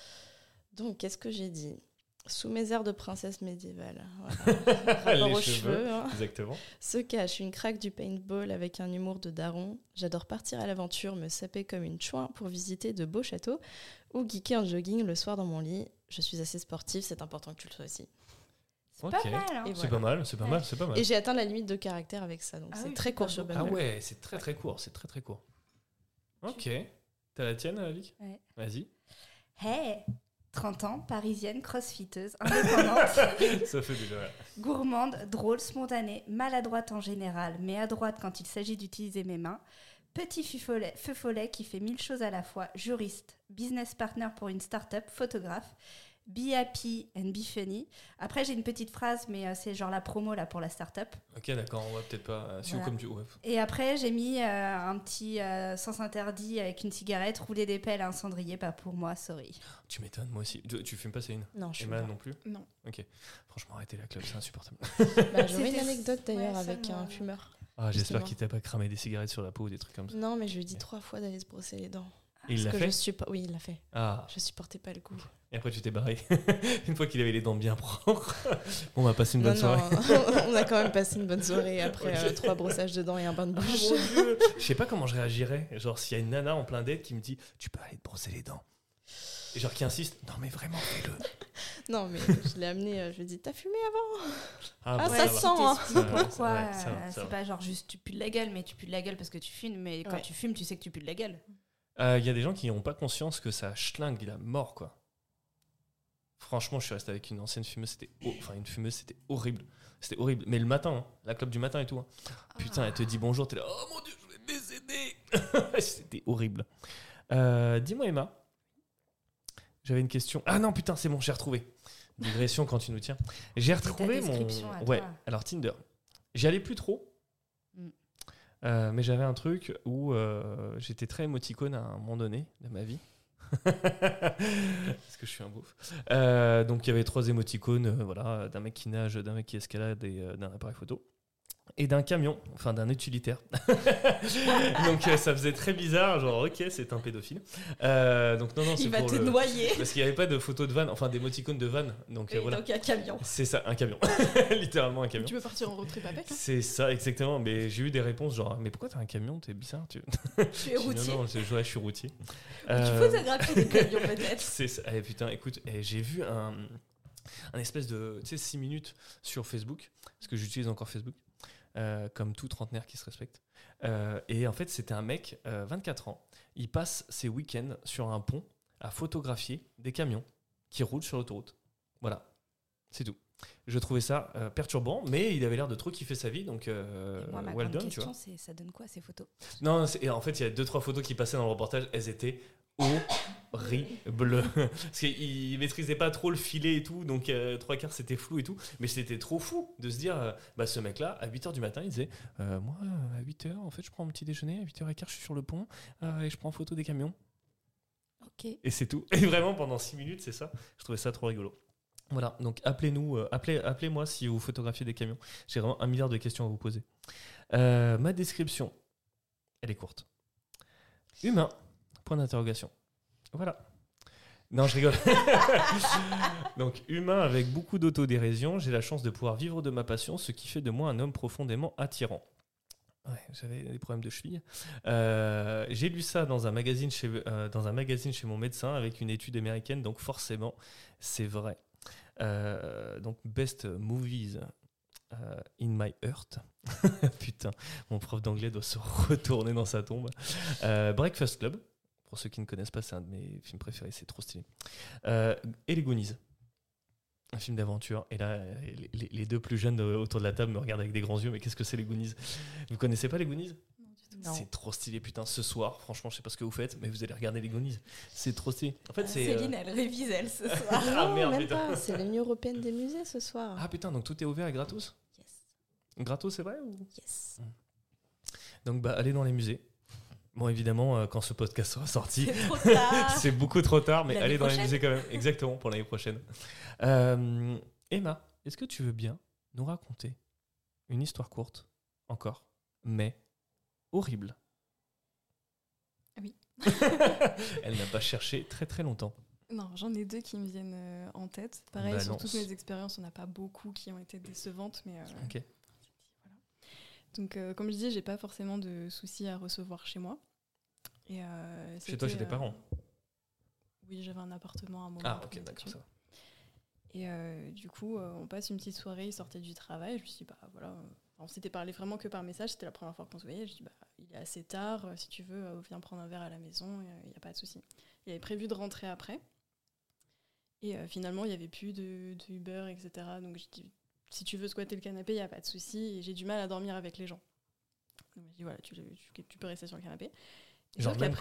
S3: Donc, qu'est-ce que j'ai dit ? Sous mes airs de princesse médiévale. Voilà. Rapport aux cheveux. Hein.
S1: Exactement.
S3: Se cache une craque du paintball avec un humour de daron. J'adore partir à l'aventure, me saper comme une chouin pour visiter de beaux châteaux ou geeker en jogging le soir dans mon lit. Je suis assez sportive, c'est important que tu le sois aussi.
S2: C'est pas mal, hein.
S1: C'est pas mal, c'est pas mal, c'est pas mal.
S3: Et j'ai atteint la limite de caractère avec ça, donc c'est très court sur Bumble.
S1: Ah ouais, c'est très très court, c'est très très court. Ok. T'as la tienne, Vic ?
S2: Ouais.
S1: Vas-y.
S2: Hey, 30 ans, parisienne, crossfiteuse, indépendante,
S1: Ça fait déjà. Ouais.
S2: gourmande, drôle, spontanée, maladroite en général, mais adroite quand il s'agit d'utiliser mes mains. Petit feu follet qui fait 1000 choses à la fois, juriste, business partner pour une start-up, photographe, be happy and be funny. Après, j'ai une petite phrase, mais c'est genre la promo là, pour la start-up.
S1: Ok, d'accord, on va peut-être pas.
S2: Voilà.
S1: Comme tu. Ouais.
S2: Et après, j'ai mis un petit sens interdit avec une cigarette, rouler des pelles à un cendrier, pas pour moi, sorry.
S1: Tu m'étonnes, moi aussi. Tu fumes pas, Céline ?
S3: Non, je suis
S1: Emma
S3: pas.
S1: non plus ?
S4: Non.
S1: Ok. Franchement, arrêtez la clope, c'est insupportable.
S3: J'aurais une anecdote d'ailleurs
S2: Ouais,
S3: avec
S2: ça,
S3: un fumeur.
S1: Ah, j'espère
S3: Justement.
S1: qu'il t'a pas cramé des cigarettes sur la peau ou des trucs comme ça.
S3: Non, mais je lui ai dit 3 fois d'aller se brosser les dents.
S1: Et il l'a
S3: Parce que
S1: fait ?
S3: Oui, il l'a fait.
S1: Ah.
S3: Je supportais pas le goût.
S1: Et après, tu t'es barré. Une fois qu'il avait les dents bien propres. Bon, on va passer une bonne soirée.
S3: On a quand même passé une bonne soirée après 3 brossages de dents et un bain de
S1: Oh
S3: bouche.
S1: mon Dieu. Je sais pas comment je réagirais. Genre, s'il y a une nana en plein date qui me dit tu peux aller te brosser les dents. Et genre, qui insiste non, mais vraiment, fais-le.
S3: Non, mais je l'ai amené, je lui ai dit t'as fumé avant ?
S1: Ah,
S3: bon, ça sent, hein.
S2: Pourquoi
S1: Ouais, ça va.
S2: c'est pas genre juste tu pues de la gueule, mais tu pues de la gueule parce que tu fumes, mais quand tu fumes, tu sais que tu pues de la gueule.
S1: Il y a des gens qui n'ont pas conscience que ça schlingue la mort, quoi. Franchement, je suis resté avec une ancienne fumeuse, c'était horrible. C'était horrible. Mais le matin, hein, la clope du matin et tout. Hein. Putain, elle te dit bonjour, t'es là, oh mon Dieu, je vais décéder. C'était horrible. Dis-moi, Emma, j'avais une question. Ah non, putain, c'est bon, j'ai retrouvé. Digression quand tu nous tiens. J'ai retrouvé mon. Ouais, alors Tinder. J'y allais plus trop. Mais j'avais un truc où j'étais très émoticône à un moment donné de ma vie. Parce que je suis un beauf. Donc il y avait 3 émoticônes, voilà, d'un mec qui nage, d'un mec qui escalade et d'un appareil photo. Et d'un camion, enfin d'un utilitaire. Donc ça faisait très bizarre, genre ok, c'est un pédophile. Donc non, c'est
S3: il va
S1: pour
S3: te noyer.
S1: Parce qu'il n'y avait pas de photo de van, enfin d'émoticônes de van. Donc voilà.
S3: Donc un camion.
S1: C'est ça, un camion. Littéralement un camion.
S4: Tu veux partir en road trip avec, hein ?
S1: C'est ça, exactement. Mais j'ai eu des réponses genre mais pourquoi t'as un camion ? T'es bizarre. Tu
S2: es routier.
S1: Non, je suis routier.
S2: Tu photographies des camions peut-être.
S1: C'est ça. Putain, écoute, j'ai vu un espèce de 6 minutes sur Facebook, parce que j'utilise encore Facebook. Comme tout trentenaire qui se respecte. Et en fait, c'était un mec, 24 ans. Il passe ses week-ends sur un pont à photographier des camions qui roulent sur l'autoroute. Voilà, c'est tout. Je trouvais ça perturbant, mais il avait l'air de trop kiffer sa vie, donc
S2: moi, ma
S1: well
S2: grande
S1: done, tu vois.
S2: question, c'est ça donne quoi ces photos ?
S1: Non, et en fait, il y a 2-3 photos qui passaient dans le reportage, elles étaient horrible parce qu'il maîtrisait pas trop le filet et tout, donc 3/4 c'était flou et tout, mais c'était trop fou de se dire ce mec là à 8h du matin il disait moi à 8h en fait je prends mon petit déjeuner, à 8h15 je suis sur le pont et je prends photo des camions.
S2: Ok.
S1: Et c'est tout, et vraiment pendant 6 minutes c'est ça, je trouvais ça trop rigolo. Voilà, donc appelez-moi si vous photographiez des camions, j'ai vraiment 1 milliard de questions à vous poser. Ma description elle est courte. Humain. Point d'interrogation. Voilà. Non, je rigole. Donc, humain avec beaucoup d'autodérision, j'ai la chance de pouvoir vivre de ma passion, ce qui fait de moi un homme profondément attirant. Ouais, j'avais des problèmes de cheville. J'ai lu ça dans un magazine chez mon médecin avec une étude américaine, donc forcément, c'est vrai. Donc, best movies in my heart. Putain, mon prof d'anglais doit se retourner dans sa tombe. Breakfast Club. Pour ceux qui ne connaissent pas, c'est un de mes films préférés, c'est trop stylé. Et les Goonies, un film d'aventure. Et là, les 2 plus jeunes autour de la table me regardent avec des grands yeux. Mais qu'est-ce que c'est les Goonies ? Vous connaissez pas les Goonies ?
S4: Non, du tout.
S3: Non.
S1: C'est trop stylé, putain. Ce soir, franchement, je sais pas ce que vous faites, mais vous allez regarder les Goonies. C'est trop stylé. En fait, c'est.
S2: Céline, elle révise elle ce soir.
S1: Ah
S3: Non,
S1: merde,
S3: même
S1: putain.
S3: pas. C'est l'Union européenne des musées ce soir.
S1: Ah putain, donc tout est ouvert et gratos ?
S3: Yes.
S1: Gratos, c'est vrai ou...
S3: Yes.
S1: Donc allez dans les musées. Bon, évidemment, quand ce podcast sera sorti,
S2: C'est trop tard.
S1: c'est beaucoup trop tard, mais
S2: L'année
S1: allez dans les
S2: prochaine.
S1: musées quand même. Exactement, pour l'année prochaine. Emma, est-ce que tu veux bien nous raconter une histoire courte, encore, mais horrible?
S4: Oui.
S1: Elle n'a pas cherché très très longtemps.
S4: Non, j'en ai 2 qui me viennent en tête. Pareil,
S1: Balance.
S4: sur toutes mes expériences, on n'a pas beaucoup qui ont été décevantes, mais
S1: Ok.
S4: voilà. Donc, comme je dis, j'ai pas forcément de soucis à recevoir chez moi. Et,
S1: Chez toi, chez tes parents?
S4: Oui, j'avais un appartement à un moment.
S1: Ah, ok, d'accord, ça va.
S4: Et du coup, on passe une petite soirée, il sortait du travail. Je me suis dit, bah voilà, on s'était parlé vraiment que par message, c'était la première fois qu'on se voyait. Je dis, bah il est assez tard, si tu veux, viens prendre un verre à la maison, il n'y a pas de souci. Il avait prévu de rentrer après. Et finalement, il n'y avait plus de Uber, etc. Donc je dis, si tu veux squatter le canapé, il n'y a pas de souci. Et j'ai du mal à dormir avec les gens. Donc je dis, voilà, tu peux rester sur le canapé. Et
S1: Genre
S4: sauf
S1: même
S4: qu'après-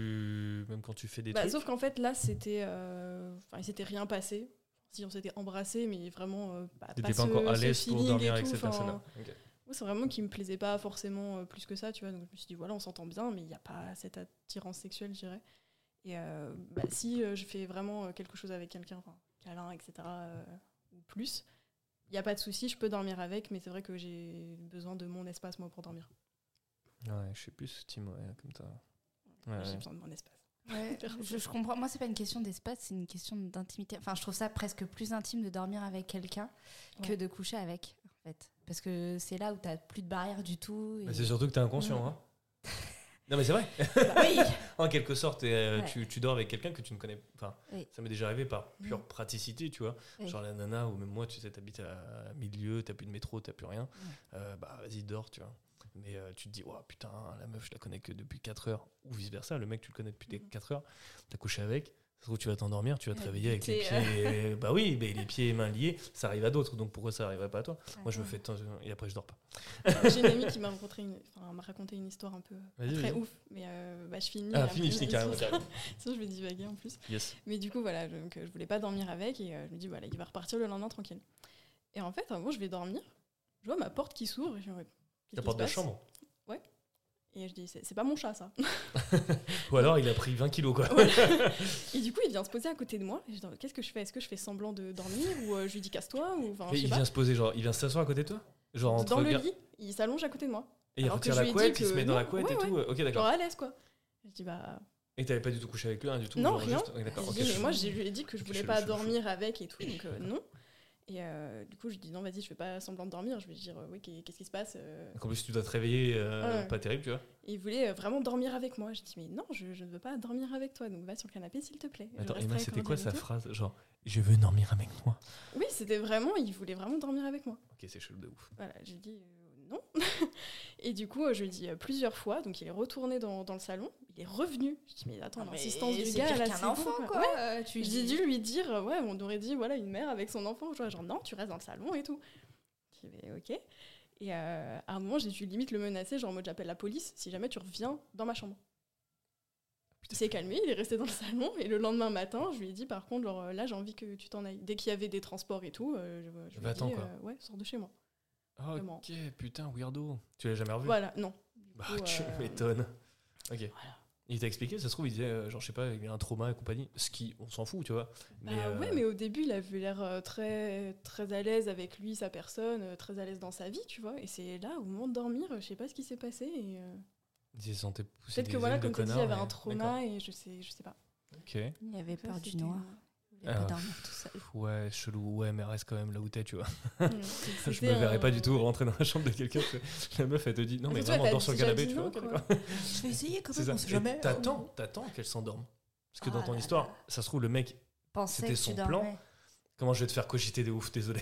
S1: quand tu fais des
S4: bah,
S1: trucs.
S4: sauf qu'en fait, là, c'était, il s'était rien passé. Si on s'était embrassé, mais vraiment
S1: T'étais pas encore à l'aise pour dormir avec cette
S4: personne.
S1: personne-là. Ok.
S4: Moi, c'est vraiment qu'il me plaisait pas forcément plus que ça, tu vois. Donc je me suis dit, voilà, on s'entend bien, mais il n'y a pas cette attirance sexuelle, je dirais. Et si je fais vraiment quelque chose avec quelqu'un, enfin, câlin, etc., ou plus, il n'y a pas de souci, je peux dormir avec, mais c'est vrai que j'ai besoin de mon espace, moi, pour dormir.
S1: Ouais, je sais plus, Tim, ouais, comme ça. Ouais,
S4: J'ai
S1: ouais.
S4: besoin de mon espace.
S2: Ouais, je comprends. Moi, c'est pas une question d'espace, c'est une question d'intimité. Enfin, je trouve ça presque plus intime de dormir avec quelqu'un que
S4: Ouais.
S2: de coucher avec, en fait. Parce que c'est là où t'as plus de barrière du tout. Et...
S1: Bah, c'est surtout que t'es inconscient, hein. Non, mais c'est vrai.
S2: Bah oui.
S1: En quelque sorte,
S2: Ouais.
S1: tu dors avec quelqu'un que tu ne connais. Enfin,
S2: Oui.
S1: ça m'est déjà arrivé par pure praticité, tu vois.
S2: Oui.
S1: Genre la nana ou même moi, tu sais, t'habites à milieu, t'as plus de métro, t'as plus rien. Bah vas-y, dors, tu vois. Mais tu te dis, oh putain, la meuf, je la connais que depuis 4 heures. Ou vice versa, le mec, tu le connais depuis 4 heures. T'as couché avec. Ça se trouve, tu vas t'endormir, tu vas te réveiller avec les pieds. Bah oui, mais les pieds et mains liés, ça arrive à d'autres. Donc pourquoi ça arriverait pas à toi? Moi, je me fais. Et après, je dors pas.
S4: J'ai une amie qui m'a raconté une histoire un peu
S1: Vas-y,
S4: très
S1: vas-y.
S4: ouf, mais je finis.
S1: Ah,
S4: après,
S1: finis carrément.
S4: Sinon, je vais divaguer en plus.
S1: Yes.
S4: Mais du coup, voilà, donc, je voulais pas dormir avec et je me dis, voilà, il va repartir le lendemain tranquille. Et en fait, un jour, je vais dormir, je vois ma porte qui s'ouvre et je me dis, qu'est-ce
S1: Ta
S4: qui
S1: porte
S4: se
S1: de
S4: passe
S1: chambre.
S4: Et je dis, c'est pas mon chat, ça.
S1: Ou alors, il a pris 20 kilos, quoi.
S4: Et du coup, il vient se poser à côté de moi. Et je dis, qu'est-ce que je fais? Est-ce que je fais semblant de dormir ou je lui dis, casse-toi ou, enfin,
S1: Mais
S4: je sais
S1: il
S4: pas.
S1: vient se poser, genre, il vient s'asseoir à côté de toi? Genre, entre
S4: Dans le lit, il s'allonge à côté de moi.
S1: Et il
S4: Alors
S1: retire
S4: que
S1: la
S4: je lui ai
S1: couette,
S4: dit
S1: il se
S4: que
S1: met dans la
S4: non,
S1: couette et
S4: ouais,
S1: tout. Ok,
S4: Genre
S1: d'accord.
S4: à l'aise, quoi. Je dis, bah.
S1: Et t'avais pas du tout couché avec lui, rien du tout?
S4: Non,
S1: genre
S4: rien.
S1: juste- Ok, d'accord.
S4: Je
S1: ok,
S4: dis, mais
S1: chelou.
S4: moi, je lui ai dit que je voulais
S1: Chelou,
S4: pas
S1: chelou,
S4: dormir avec et tout, donc non. Et du coup, je dis non, vas-y, je fais pas semblant de dormir. Je vais dire, oui, qu'est-ce qui se passe
S1: Donc en plus, tu dois te réveiller,
S4: Ouais.
S1: pas terrible, tu vois.
S4: Et il voulait vraiment dormir avec moi. Je dis, mais non, je ne veux pas dormir avec toi, donc va sur le canapé, s'il te plaît. Je
S1: Attends,
S4: resterai
S1: Emma, c'était quoi
S4: cordiale
S1: sa
S4: et tout.
S1: phrase? Genre, je veux dormir avec moi.
S4: Oui, c'était vraiment, il voulait vraiment dormir avec moi.
S1: Ok, c'est chelou de ouf.
S4: Voilà, j'ai dit non. Et du coup, je lui ai dit plusieurs fois, donc il est retourné dans le salon, il est revenu. Je dis, mais attends, l'insistance du gars, là,
S2: qu'un
S4: c'est
S2: enfant,
S4: bon,
S2: quoi.
S4: Ouais.
S2: Tu
S4: J'ai dû lui dire, ouais, on aurait dit, voilà, une mère avec son enfant. Genre, non, tu restes dans le salon et tout. Je dis, mais ok. Et à un moment, j'ai dû limite le menacer, genre en mode, j'appelle la police si jamais tu reviens dans ma chambre. Il s'est calmé, il est resté dans le salon. Et le lendemain matin, je lui ai dit, par contre, genre, là, j'ai envie que tu t'en ailles. Dès qu'il y avait des transports et tout, je lui ai dit,
S1: Va-t'en, quoi.
S4: ouais, sors de chez moi. Vraiment.
S1: Ok, putain, weirdo. Tu l'as jamais revu?
S4: Voilà, non.
S1: Bah,
S4: coup,
S1: tu m'étonnes. Ok.
S4: Voilà.
S1: Il t'a expliqué, ça se trouve, il disait, genre, je sais pas, il y a un trauma et compagnie. Ce qui, on s'en fout, tu vois. Mais,
S4: Ouais, mais au début, il avait l'air très, très à l'aise avec lui, sa personne, très à l'aise dans sa vie, tu vois. Et c'est là, au moment de dormir, je sais pas ce qui s'est passé. Et,
S1: il se sentait pousser
S4: peut-être
S1: des
S4: que voilà,
S1: ailes de
S4: comme tu dis, il y
S1: connard,
S4: avait un
S1: et-
S4: trauma et je sais pas.
S1: d'accord. Ok.
S2: Il avait
S4: Ça,
S2: peur du
S4: c'était-
S2: noir. Il voulait pas
S1: Ah.
S2: dormir tout seul.
S1: Ouais, chelou. Ouais, mais reste quand même là où t'es, tu vois. Je
S4: C'était
S1: me verrais
S4: un-
S1: pas du tout rentrer dans la chambre de quelqu'un. La meuf, elle te dit, non, mais
S4: Surtout, elle
S1: vraiment,
S4: t'a
S1: dors sur le
S4: déjà
S1: canapé,
S4: dit
S1: tu vois.
S4: non,
S1: Ok,
S4: quoi.
S1: d'accord.
S2: Je vais essayer quand
S1: C'est
S2: même,
S1: ça.
S2: on sait
S1: Et
S2: jamais.
S1: T'attends qu'elle s'endorme. Parce que dans
S2: Ah
S1: ton
S2: là
S1: histoire,
S2: là.
S1: ça se trouve, le mec,
S2: Pensais
S1: C'était
S2: que
S1: son
S2: tu
S1: plan.
S2: dormais.
S1: comment je vais te faire cogiter de ouf, désolé.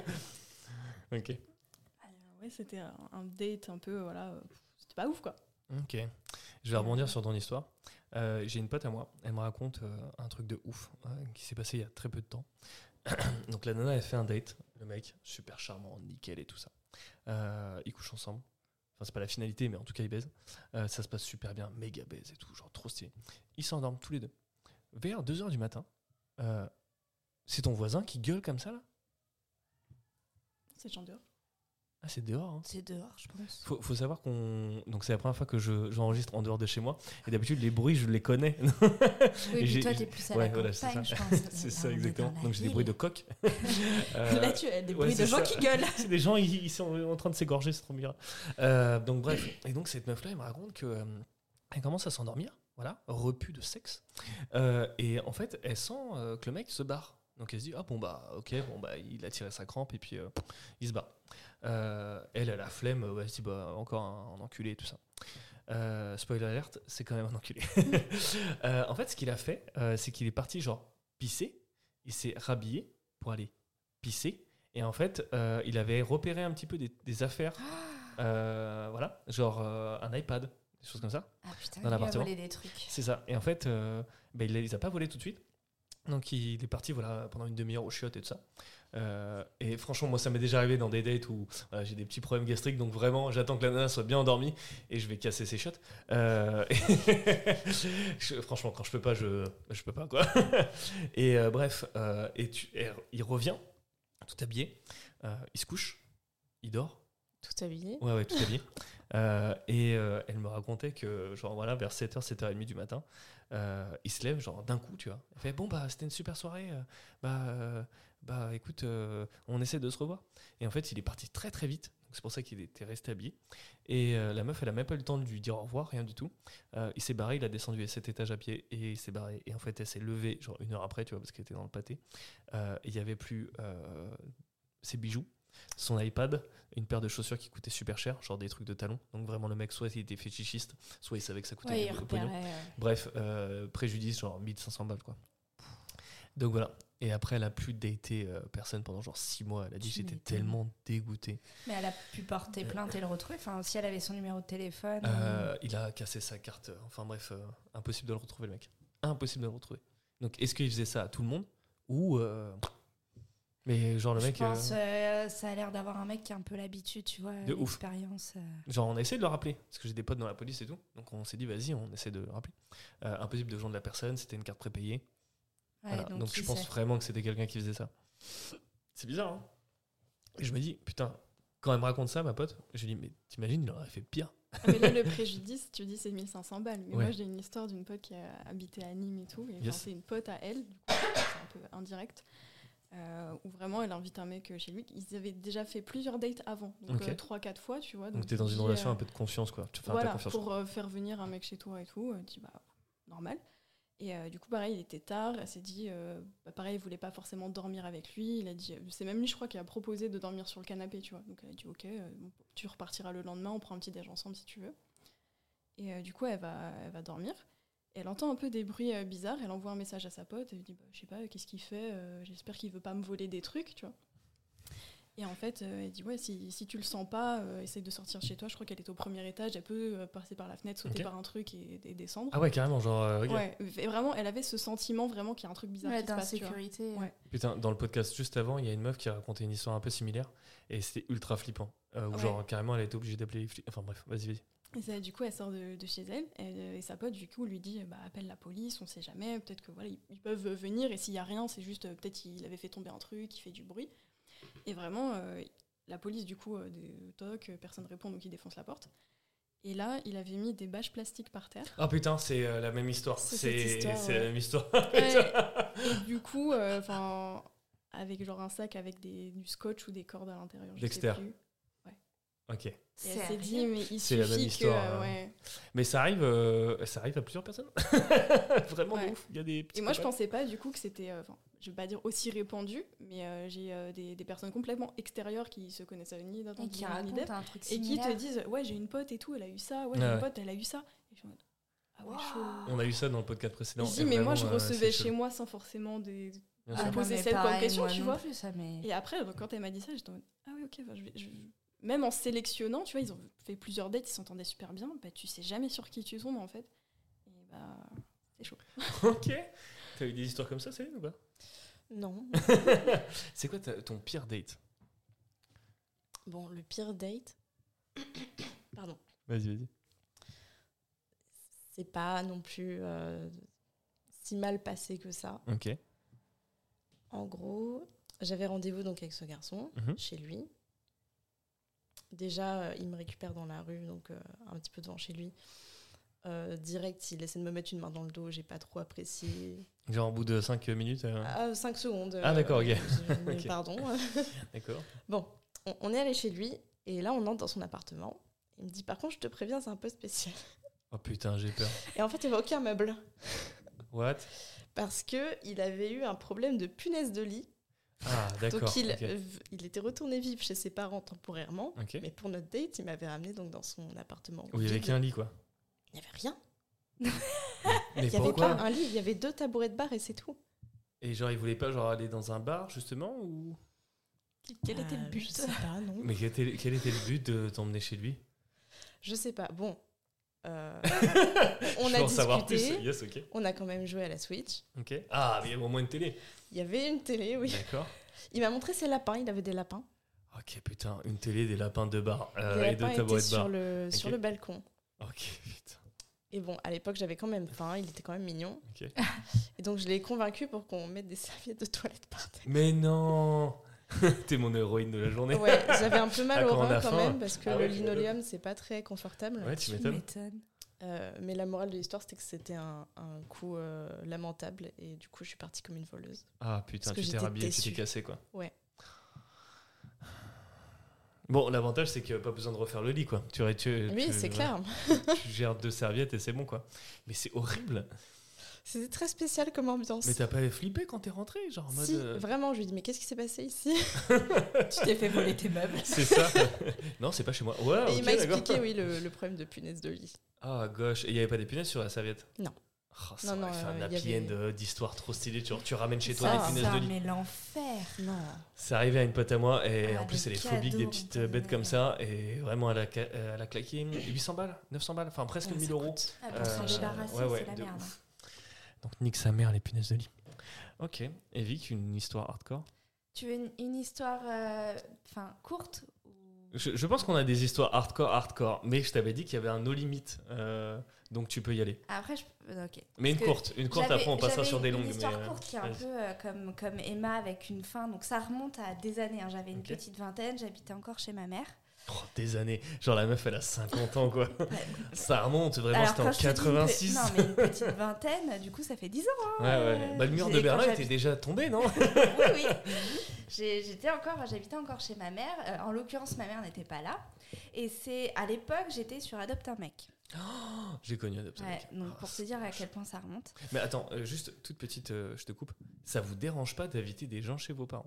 S1: Ok.
S4: Ouais, c'était un date un peu, voilà, c'était pas ouf, quoi.
S1: Ok. Je vais rebondir sur ton histoire. J'ai une pote à moi, elle me raconte un truc de ouf qui s'est passé il y a très peu de temps. Donc la nana, elle fait un date, le mec, super charmant, nickel et tout ça. Ils couchent ensemble. Enfin, c'est pas la finalité, mais en tout cas, ils baisent. Ça se passe super bien, méga baise et tout, genre trop stylé. Ils s'endorment tous les deux. Vers 2h du matin, c'est ton voisin qui gueule comme ça, là?
S4: C'est le genre dehors.
S1: Ah, c'est dehors, hein.
S2: C'est dehors, je pense.
S1: Faut savoir donc c'est la première fois que j'enregistre en dehors de chez moi. Et d'habitude, les bruits, je les connais.
S2: Oui, puis toi, t'es plus à la campagne,
S1: c'est ça.
S2: je pense.
S1: C'est ça, exactement. Donc j'ai des bruits de coqs.
S2: Là, tu as des bruits de gens qui gueulent.
S1: C'est des gens, ils sont en train de s'égorger, c'est trop bien. Donc bref. Et donc cette meuf-là, elle me raconte que elle commence à s'endormir, voilà, repu de sexe. Et en fait, elle sent que le mec se barre. Donc elle se dit, ah bon bah ok, bon bah il a tiré sa crampe et puis il se barre. Elle a la flemme, elle se dit bah encore un enculé et tout ça. Spoiler alert, c'est quand même un enculé. En fait, ce qu'il a fait, c'est qu'il est parti genre pisser, il s'est rhabillé pour aller pisser, et en fait, il avait repéré un petit peu des affaires, voilà, genre un iPad, des choses comme ça.
S2: Ah putain,
S1: dans
S2: il a
S1: l'appartement.
S2: volé des trucs.
S1: C'est ça. Et en fait, il les a pas volés tout de suite. Donc il est parti voilà, pendant une demi-heure au chiottes et tout ça. Et franchement, moi ça m'est déjà arrivé dans des dates où j'ai des petits problèmes gastriques, donc vraiment j'attends que la nana soit bien endormie et je vais casser ses chiottes. Franchement, quand je peux pas, je peux pas quoi. Et bref, il revient tout habillé, il se couche, il dort.
S3: Tout habillé.
S1: Ouais, tout habillé. Et elle me racontait que genre voilà vers 7h, 7h30 du matin, il se lève genre d'un coup, tu vois. Il fait bon bah c'était une super soirée, écoute, on essaie de se revoir. Et en fait il est parti très très vite, donc c'est pour ça qu'il était resté habillé. Et la meuf elle a même pas eu le temps de lui dire au revoir, rien du tout. Il s'est barré, il a descendu les 7 étages à pied et il s'est barré. Et en fait elle s'est levée genre 1 heure après, tu vois, parce qu'elle était dans le pâté. Il y avait plus ses bijoux, son iPad, une paire de chaussures qui coûtait super cher, genre des trucs de talons. Donc vraiment le mec, soit il était fétichiste, soit il savait que ça coûtait du pognon. Bref, préjudice genre 1500 balles quoi. Donc voilà. Et après elle a plus daté personne pendant genre 6 mois. Elle a dit j'étais tellement dégoûté.
S2: Mais elle a pu porter plainte et le retrouver. Enfin, si elle avait son numéro de téléphone.
S1: Il a cassé sa carte. Enfin bref, impossible de le retrouver le mec. Impossible de le retrouver. Donc est-ce qu'il faisait ça à tout le monde ou mais genre le mec.
S2: Je pense ça a l'air d'avoir un mec qui a un peu l'habitude, tu vois, l'expérience.
S1: Genre on a essayé de le rappeler parce que j'ai des potes dans la police et tout, donc on s'est dit vas-y on essaie de le rappeler. Impossible de joindre la personne, c'était une carte prépayée.
S2: Ouais,
S1: voilà. Donc je pense vraiment que c'était quelqu'un qui faisait ça. C'est bizarre, hein. Et je me dis putain, quand elle me raconte ça, ma pote, je lui dis mais t'imagines il aurait fait pire.
S4: Mais là le préjudice, tu dis c'est 1500 balles. Mais moi j'ai une histoire d'une pote qui a habité à Nîmes et tout, et c'est une pote à elle, du coup c'est un peu indirect. Où vraiment elle invite un mec chez lui. Ils avaient déjà fait plusieurs dates avant, donc 3-4 fois, tu vois.
S1: Donc t'es dans une relation un peu de confiance, quoi.
S4: Voilà, pour faire venir un mec chez toi et tout, tu dis bah normal. Et du coup pareil, il était tard, elle s'est dit, pareil, il voulait pas forcément dormir avec lui. Il a dit, c'est même lui, je crois, qui a proposé de dormir sur le canapé, tu vois. Donc elle a dit ok, tu repartiras le lendemain, on prend un petit déj ensemble si tu veux. Et du coup elle va dormir. Elle entend un peu des bruits bizarres, elle envoie un message à sa pote, elle lui dit je sais pas, qu'est-ce qu'il fait, j'espère qu'il veut pas me voler des trucs, tu vois. Et en fait, elle dit ouais, si tu le sens pas, essaye de sortir chez toi, je crois qu'elle est au premier étage, elle peut passer par la fenêtre, sauter par un truc et descendre.
S1: Ah ouais, carrément, genre...
S4: Ouais, et vraiment, elle avait ce sentiment vraiment qu'il y a un truc bizarre qui se passe,
S2: d'insécurité.
S4: tu vois. Ouais.
S1: Putain, dans le podcast juste avant, il y a une meuf qui a raconté une histoire un peu similaire, et c'était ultra flippant, où genre carrément elle a été obligée d'appeler les flics. Enfin bref, vas-y.
S4: Et ça, du coup, elle sort de chez elle et sa pote, du coup, lui dit appelle la police, on sait jamais, peut-être que voilà, ils peuvent venir et s'il y a rien, c'est juste peut-être qu'il avait fait tomber un truc, il fait du bruit. Et vraiment, la police, du coup, toc, personne répond, donc il défonce la porte. Et là, il avait mis des bâches plastiques par terre.
S1: Oh putain, c'est la même histoire. C'est la même histoire.
S4: Et du coup, avec genre un sac avec du scotch ou des cordes à l'intérieur.
S1: Dexter. Ok.
S4: Et elle s'est dit, mais il
S1: c'est la même histoire,
S4: ouais.
S1: Mais ça arrive à plusieurs personnes. Vraiment de ouf. Il y a des
S4: et moi, je pensais pas du coup que c'était, je vais pas dire aussi répandu, mais j'ai des personnes complètement extérieures qui se connaissaient ni d'un temps
S2: qui racontent un truc
S4: et
S2: similaire.
S4: qui te disent ouais, j'ai une pote et tout, elle a eu ça, ouais, j'ai une pote, elle a eu ça. Et je suis en mode, ah ouais, chaud.
S1: On a eu ça dans le podcast précédent.
S4: Je dis, mais moi, je recevais chez moi sans forcément poser cette bonne question, tu vois.
S2: Plus, ça, mais...
S4: Et après, quand elle m'a dit ça, j'étais en mode, ah oui, ok, même en sélectionnant, tu vois, ils ont fait plusieurs dates, ils s'entendaient super bien, bah tu sais jamais sur qui tu tombes en fait. Et bah, c'est chaud.
S1: Ok. T'as eu des histoires comme ça, Céline, ou pas?
S3: Non.
S1: C'est quoi ton pire date?
S3: Bon, le pire date... Pardon.
S1: Vas-y.
S3: C'est pas non plus si mal passé que ça.
S1: Ok.
S3: En gros, j'avais rendez-vous donc avec ce garçon, chez lui. Déjà, il me récupère dans la rue, donc un petit peu devant chez lui. Direct, il essaie de me mettre une main dans le dos, j'ai pas trop apprécié.
S1: Genre au bout de 5 minutes
S3: 5 secondes.
S1: Ah d'accord, ok.
S3: Okay. Pardon.
S1: D'accord.
S3: Bon, on est allé chez lui, et là, on entre dans son appartement. Il me dit, par contre, je te préviens, c'est un peu spécial.
S1: Oh putain, j'ai peur.
S3: Et en fait, il n'y avait aucun meuble.
S1: What?
S3: Parce qu'il avait eu un problème de punaise de lit.
S1: Ah, d'accord.
S3: Donc, il était retourné vivre chez ses parents temporairement.
S1: Okay.
S3: Mais pour notre date, il m'avait ramené donc, dans son appartement.
S1: Où il n'y avait qu'un lit, quoi.
S3: Il n'y avait rien.
S1: Mais
S3: il n'y avait pas un lit, il y avait 2 tabourets de bar et c'est tout.
S1: Et genre, il voulait pas genre aller dans un bar, justement, ou...
S2: Quel était le but?
S3: Je sais pas, non.
S1: Mais quel était le but de t'emmener chez lui?
S3: Je sais pas. Bon, on
S1: je
S3: a
S1: veux en savoir plus.
S3: discuté.
S1: Yes, ok.
S3: On a quand même joué à la Switch.
S1: Ok. Ah, mais il y avait au moins une télé.
S3: Il y avait une télé, oui.
S1: D'accord.
S3: Il m'a montré ses lapins, il avait des lapins.
S1: Ok, putain, une télé, des lapins de bar
S3: Les
S1: et
S3: lapins
S1: deux tabourets
S3: étaient
S1: de bar.
S3: sur le balcon.
S1: Ok, putain.
S3: Et bon, à l'époque, j'avais quand même faim, il était quand même mignon.
S1: Ok.
S3: Et donc, je l'ai convaincu pour qu'on mette des serviettes de toilette par terre.
S1: Mais non. T'es mon héroïne de la journée.
S3: Ouais, j'avais un peu mal
S1: Ah,
S3: au
S1: quand on
S3: rein
S1: a
S3: quand
S1: faim.
S3: même, parce que
S1: Ah ouais,
S3: le linoléum, c'est pas très confortable.
S1: Ouais, tu m'étonnes.
S3: Mais la morale de l'histoire, c'était que c'était un coup lamentable. Et du coup, je suis partie comme une voleuse.
S1: Ah putain,
S3: Parce que
S1: tu t'es
S3: j'étais
S1: rhabillé, tu
S3: déçue.
S1: t'es cassé, quoi.
S3: Ouais.
S1: Bon, l'avantage, c'est qu'il n'y a pas besoin de refaire le lit, quoi.
S3: Oui, c'est clair.
S1: Tu gères 2 serviettes et c'est bon, quoi. Mais c'est horrible.
S3: C'était très spécial comme ambiance.
S1: Mais t'as pas flippé quand t'es rentré, genre en mode...
S3: Si, vraiment, je lui ai dit, mais qu'est-ce qui s'est passé ici?
S2: Tu t'es fait voler tes meubles.
S1: C'est ça. Non, c'est pas chez moi. Ouais,
S3: Et
S1: ok,
S3: il m'a
S1: d'accord.
S3: expliqué, oui, le problème de punaise de lit.
S1: Ah, gauche. Et il n'y avait pas des punaises sur la serviette?
S3: Non.
S1: Oh, ça
S3: Non,
S1: aurait fait un
S3: il y
S1: happy
S3: avait-
S1: end d'histoire trop stylée. Tu ramènes chez toi
S3: Ça,
S1: des punaises de lit.
S2: Mais l'enfer.
S3: Non.
S1: C'est arrivé à une pote à moi et
S2: Ah,
S1: en plus
S2: des
S1: elle est phobique des
S2: cadeaux,
S1: petites
S2: on
S1: bêtes
S2: peut
S1: comme
S2: donner.
S1: ça et vraiment elle a claqué 800 balles, 900 balles, enfin presque
S3: Ouais,
S1: 1000
S3: ça
S1: euros.
S3: coûte.
S2: Ah, pour s'en débarrasser,
S1: ouais,
S2: c'est la
S1: de
S2: merde.
S1: ouf. Donc nique sa mère les punaises de lit. Ok, et Vic, une histoire hardcore?
S2: Tu veux une histoire courte ou...
S1: Je pense qu'on a des histoires hardcore, mais je t'avais dit qu'il y avait un no limit, donc tu peux y aller.
S2: Après, ok.
S1: Mais
S2: Parce
S1: une courte après on passera sur des longues.
S2: Une histoire
S1: mais,
S2: courte qui est un peu comme Emma avec une fin, donc ça remonte à des années. Hein. J'avais une
S1: Ok.
S2: petite vingtaine, j'habitais encore chez ma mère.
S1: Oh, des années, genre la meuf elle a 50 ans quoi. Ça remonte, vraiment
S2: Alors,
S1: c'était
S2: quand
S1: en
S2: je te dis
S1: 86.
S2: non, mais une petite vingtaine, du coup ça fait 10 ans. Hein.
S1: Ouais. Bah, le mur de Berlin était déjà tombé, non?
S2: Oui. J'habitais encore chez ma mère. En l'occurrence, ma mère n'était pas là. Et c'est à l'époque, j'étais sur Adopte un mec.
S1: J'ai connu Adopte un
S2: Ouais,
S1: mec.
S2: donc pour te dire à quel point ça remonte.
S1: Mais attends, juste toute petite, je te coupe. Ça vous dérange pas d'inviter des gens chez vos parents?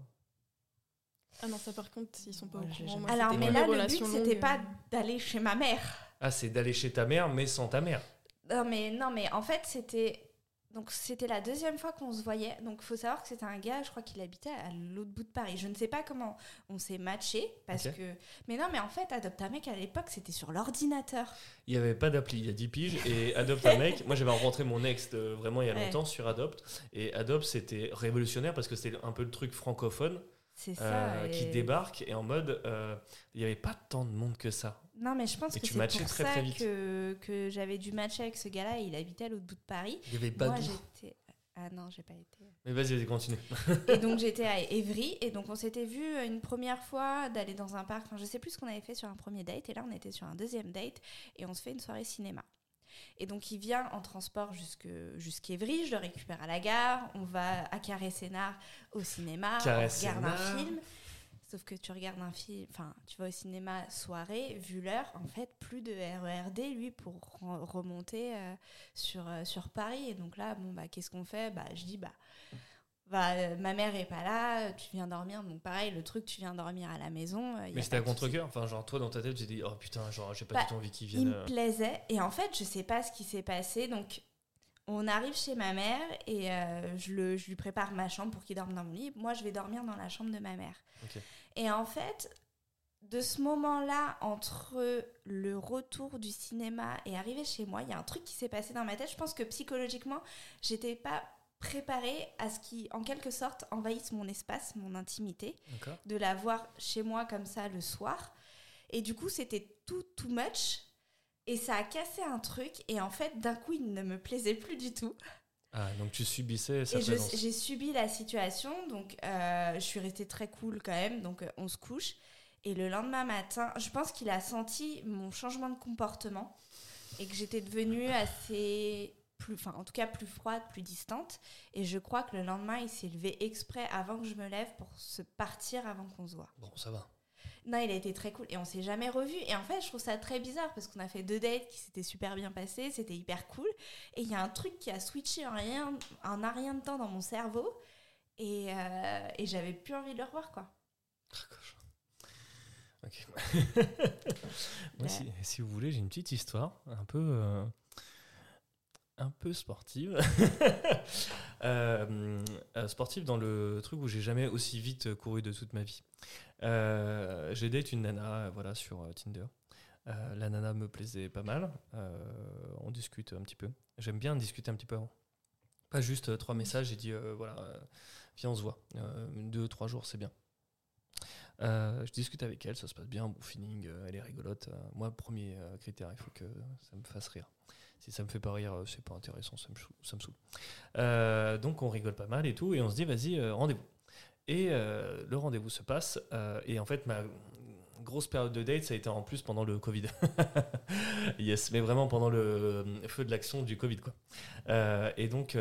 S4: Ah non, ça par contre, ils sont pas au
S3: Ouais, j'ai
S4: courant.
S3: jamais
S4: Moi,
S2: Alors,
S4: c'était
S2: mais
S4: une
S2: là, le but,
S4: relation
S2: c'était
S4: longue.
S2: pas d'aller chez ma mère.
S1: Ah, c'est d'aller chez ta mère, mais sans ta mère.
S2: Non, mais en fait, c'était la deuxième fois qu'on se voyait. Donc, il faut savoir que c'était un gars, je crois qu'il habitait à l'autre bout de Paris. Je ne sais pas comment on s'est matchés. Parce
S1: Ok.
S2: que... Mais non, mais en fait, Adopte un mec, à l'époque, c'était sur l'ordinateur.
S1: Il n'y avait pas d'appli, il y a 10 piges. Et Adopte un mec, moi j'avais rencontré mon ex vraiment il y a
S2: Ouais.
S1: longtemps sur Adopte. Et Adopte, c'était révolutionnaire parce que c'était un peu le truc francophone
S2: C'est ça.
S1: qui
S2: et-
S1: débarque. Et en mode, il n'y avait pas tant de monde que ça.
S2: Non, mais je pense
S1: Et
S2: que
S1: tu
S2: c'est
S1: matchais
S2: pour
S1: très,
S2: ça
S1: très vite.
S2: que j'avais dû matcher avec ce gars-là. Il habitait à l'autre bout de Paris.
S1: Il y avait
S2: Moi,
S1: Badou.
S2: j'étais... Ah non, j'ai pas été...
S1: Mais vas-y, continue.
S2: Et donc j'étais à Évry et donc on s'était vu une première fois d'aller dans un parc. Enfin, je sais plus ce qu'on avait fait sur un premier date et là on était sur un deuxième date et on se fait une soirée cinéma. Et donc il vient en transport jusqu'Évry, je le récupère à la gare, on va à Carré-Sénard au cinéma, on regarde
S1: Carré-Sénard.
S2: un film. Sauf que tu regardes un film, enfin tu vas au cinéma soirée, vu l'heure, en fait plus de RERD lui pour remonter sur Paris. Et donc là, bon bah qu'est-ce qu'on fait? Bah je dis ma mère est pas là, tu viens dormir. Donc pareil, le truc, tu viens dormir à la maison. Y
S1: Mais
S2: a
S1: c'était
S2: pas
S1: à
S2: de souci.
S1: contre-cœur. Enfin, genre, toi dans ta tête, tu t'es dit, oh putain, genre, j'ai pas
S2: Bah,
S1: du tout envie qu'ils
S2: Il
S1: viennent.
S2: me plaisait et en fait, je sais pas ce qui s'est passé. Donc on arrive chez ma mère et je lui prépare ma chambre pour qu'il dorme dans mon lit. Moi, je vais dormir dans la chambre de ma mère.
S1: Ok.
S2: Et en fait, de ce moment-là, entre le retour du cinéma et arriver chez moi, il y a un truc qui s'est passé dans ma tête. Je pense que psychologiquement, j'étais pas préparée à ce qui, en quelque sorte, envahisse mon espace, mon intimité,
S1: D'accord.
S2: de la voir chez moi comme ça le soir. Et du coup, c'était too much. Et ça a cassé un truc. Et en fait, d'un coup, il ne me plaisait plus du tout.
S1: Ah, donc tu subissais sa
S2: Et
S1: présence.
S2: j'ai subi la situation. Donc, je suis restée très cool quand même. Donc, on se couche. Et le lendemain matin, je pense qu'il a senti mon changement de comportement et que j'étais devenue en tout cas plus froide, plus distante. Et je crois que le lendemain, il s'est levé exprès avant que je me lève pour se partir avant qu'on se voit.
S1: Bon, ça va.
S2: Non, il a été très cool et on s'est jamais revus. Et en fait, je trouve ça très bizarre parce qu'on a fait 2 dates qui s'étaient super bien passées, c'était hyper cool. Et il y a un truc qui a switché en un rien de temps dans mon cerveau et j'avais plus envie de le revoir, quoi.
S1: Ok. Moi, si vous voulez, j'ai une petite histoire un peu sportive. Sportive dans le truc où j'ai jamais aussi vite couru de toute ma vie. J'ai date une nana sur Tinder. La nana me plaisait pas mal. On discute un petit peu. J'aime bien discuter un petit peu avant. Pas juste 3 messages et dit viens on se voit. 2-3 jours c'est bien. Je discute avec elle, ça se passe bien, bon feeling, elle est rigolote. Moi, premier critère, il faut que ça me fasse rire. Si ça me fait pas rire, c'est pas intéressant, ça me saoule. Donc on rigole pas mal et tout, et on se dit vas-y, rendez-vous. Et le rendez-vous se passe, et en fait ma grosse période de date, ça a été en plus pendant le Covid. Yes, mais vraiment pendant le feu de l'action du Covid, quoi. Et donc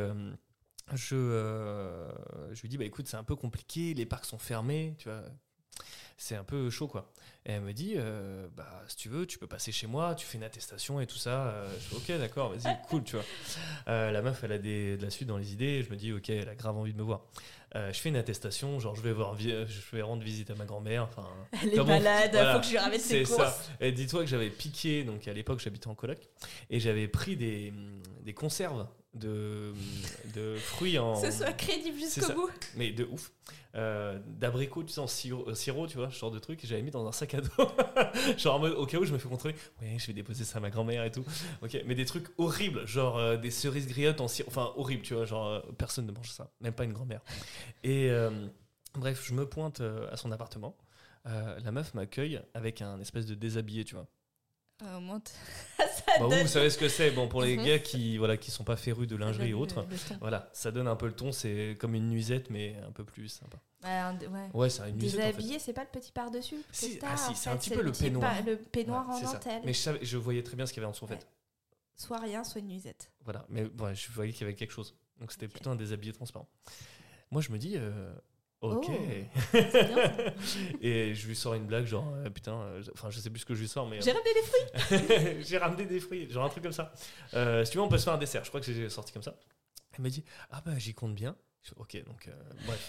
S1: je lui dis écoute, c'est un peu compliqué, les parcs sont fermés, tu vois. C'est un peu chaud, quoi. Et elle me dit si tu veux, tu peux passer chez moi, tu fais une attestation et tout ça. Je fais ok, d'accord, vas-y, cool, tu vois. La meuf, elle a de la suite dans les idées. Je me dis ok, elle a grave envie de me voir. Je fais une attestation, genre je vais rendre visite à ma grand-mère.
S2: Elle est malade, faut que je lui ramène ses courses. Ça.
S1: Et dis-toi que j'avais piqué, donc à l'époque j'habitais en coloc, et j'avais pris des conserves de fruits en...
S2: Ce soit crédible jusqu'au bout.
S1: Mais de ouf. D'abricots, tu sais, en sirop, tu vois, ce genre de truc, j'avais mis dans un sac à dos. Genre en mode, au cas où je me fais contrôler, ouais, je vais déposer ça à ma grand-mère et tout. Ok, mais des trucs horribles, genre des cerises griottes en sirop, enfin horrible, tu vois, genre personne ne mange ça, même pas une grand-mère. Et bref, je me pointe à son appartement. La meuf m'accueille avec un espèce de déshabillé, tu vois.
S2: Au moins,
S1: vous savez ce que c'est. Bon, pour les gars qui sont pas férus de lingerie et autres, voilà, ça donne un peu le ton. C'est comme une nuisette, mais un peu plus sympa. Ouais, c'est une nuisette.
S2: Déshabillé, en fait. C'est pas le petit par-dessus.
S1: Si, c'est un petit peu le peignoir.
S2: Le peignoir en dentelle.
S1: Mais je voyais très bien ce qu'il y avait en dessous, en fait.
S2: Soit rien, soit une nuisette.
S1: Voilà, mais je voyais qu'il y avait quelque chose. Donc c'était plutôt un déshabillé transparent. Moi, je me dis. Ok.
S2: C'est bien,
S1: et je lui sors une blague genre je sais plus ce que je lui sors, mais
S2: j'ai ramené des fruits.
S1: j'ai ramené des fruits, genre un truc comme ça. Si tu veux on peut se faire un dessert. Je crois que j'ai sorti comme ça. Elle m'a dit j'y compte bien. Je fais, ok, donc bref,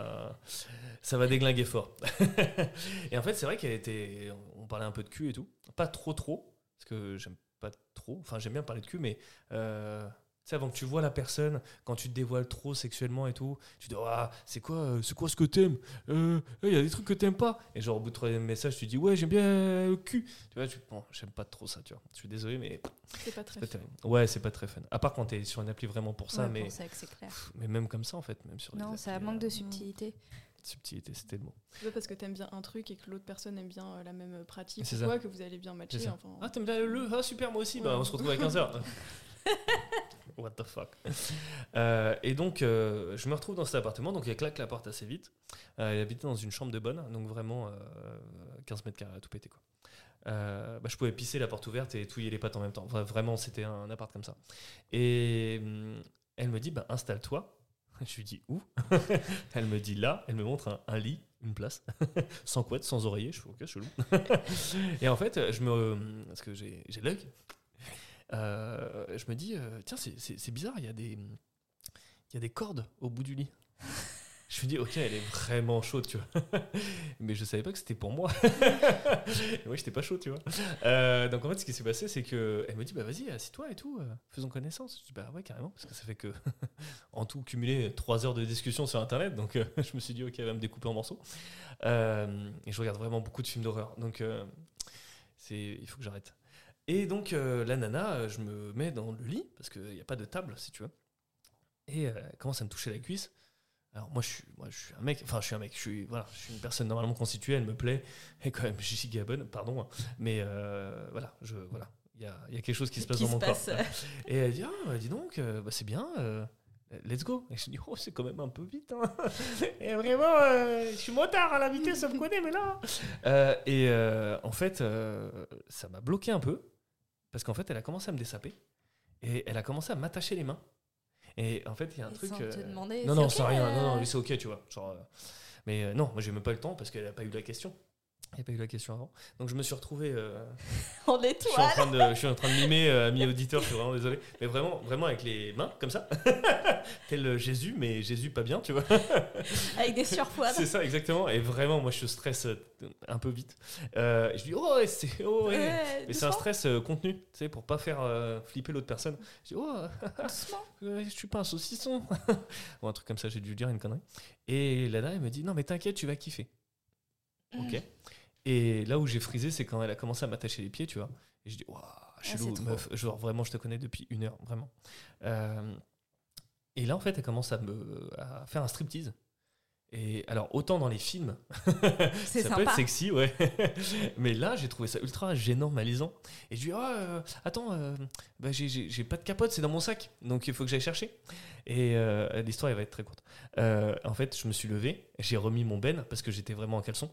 S1: ça va déglinguer fort. Et en fait c'est vrai on parlait un peu de cul et tout, pas trop parce que j'aime pas trop. Enfin j'aime bien parler de cul, mais avant que tu vois la personne, quand tu te dévoiles trop sexuellement et tout, tu te dis c'est quoi ce que t'aimes, y a des trucs que t'aimes pas, et genre au bout de 3e message tu dis ouais j'aime bien le cul, tu vois, j'aime pas trop ça, tu vois, je suis désolé mais
S4: c'est pas très fun.
S1: Ouais, c'est pas très fun, à part quand t'es sur une appli vraiment pour ça, mais
S2: c'est clair.
S1: Mais même comme ça en fait, même sur
S2: non, ça manque de subtilité.
S1: Subtilité, c'était le mot.
S4: C'est pas parce que t'aimes bien un truc et que l'autre personne aime bien la même pratique
S1: c'est
S4: ou quoi que vous allez bien matcher.
S1: T'aimes bien super, moi aussi, on se retrouve à 15h. What the fuck. Et donc je me retrouve dans cet appartement, donc il claque la porte assez vite. Il habitait dans une chambre de bonne, donc vraiment 15 mètres carrés à tout péter, quoi. Je pouvais pisser la porte ouverte et touiller les pattes en même temps. Enfin, vraiment c'était un appart comme ça. Et elle me dit installe-toi. Je lui dis où? Elle me dit là. Elle me montre un lit, une place, sans couette, sans oreiller. Je fais ok, chelou. Et en fait parce que j'ai l'œil, je me dis tiens c'est bizarre, il y a des cordes au bout du lit. Je me dis ok, elle est vraiment chaude, tu vois. Mais je savais pas que c'était pour moi. Et moi j'étais pas chaud, tu vois. Donc en fait ce qui s'est passé c'est que elle me dit vas-y assis-toi et tout, faisons connaissance. Je dis ouais carrément, parce que ça fait que en tout cumulé 3 heures de discussion sur internet, donc je me suis dit ok, elle va me découper en morceaux. Et je regarde vraiment beaucoup de films d'horreur, donc il faut que j'arrête. Et donc la nana, je me mets dans le lit parce qu'il n'y a pas de table, si tu veux, et elle commence à me toucher la cuisse. Alors moi je suis un mec, je suis une personne normalement constituée, elle me plaît, et quand même giga bonne, pardon, mais il y a quelque chose qui se passe dans mon corps. Et elle dit dis donc, c'est bien, let's go. Et je dis, oh, c'est quand même un peu vite. Hein. Et vraiment, je suis motard à la vitesse, ça me connaît, mais là. En fait, ça m'a bloqué un peu. Parce qu'en fait, elle a commencé à me dessaper. Et elle a commencé à m'attacher les mains. Et en fait, il y a un truc.
S2: Sans te demander.
S1: Non, c'est rien. Non, c'est ok, tu vois. Genre, mais non, moi, j'ai même pas eu le temps parce qu'elle n'a pas eu la question. Il n'y a pas eu la question avant. Donc je me suis retrouvé...
S2: en étoile.
S1: Je suis en train de mimer, amis auditeurs, je suis vraiment désolé. Mais vraiment avec les mains, comme ça. Tel Jésus, mais Jésus pas bien, tu vois.
S2: Avec des surpoids.
S1: C'est ça, exactement. Et vraiment, moi, je stresse un peu vite. Je dis, mais c'est un stress contenu, tu sais, pour pas faire flipper l'autre personne. Je dis, doucement. Je suis pas un saucisson. Ou un truc comme ça, j'ai dû dire une connerie. Et Lana, elle me dit, non, mais t'inquiète, tu vas kiffer. Ok. Et là où j'ai frisé, c'est quand elle a commencé à m'attacher les pieds, tu vois. Et je dis, waouh, chelou, meuf. Genre, vraiment, je te connais depuis 1 heure, vraiment. Et là, en fait, elle commence à faire un striptease. Et alors, autant dans les films,
S2: c'est
S1: ça
S2: sympa.
S1: peut être sexy, ouais. Mais là, j'ai trouvé ça ultra gênant, malaisant. Et je lui dis, attends, j'ai pas de capote, c'est dans mon sac. Donc, il faut que j'aille chercher. Et l'histoire, elle va être très courte. En fait, je me suis levé, j'ai remis mon ben, parce que j'étais vraiment en caleçon.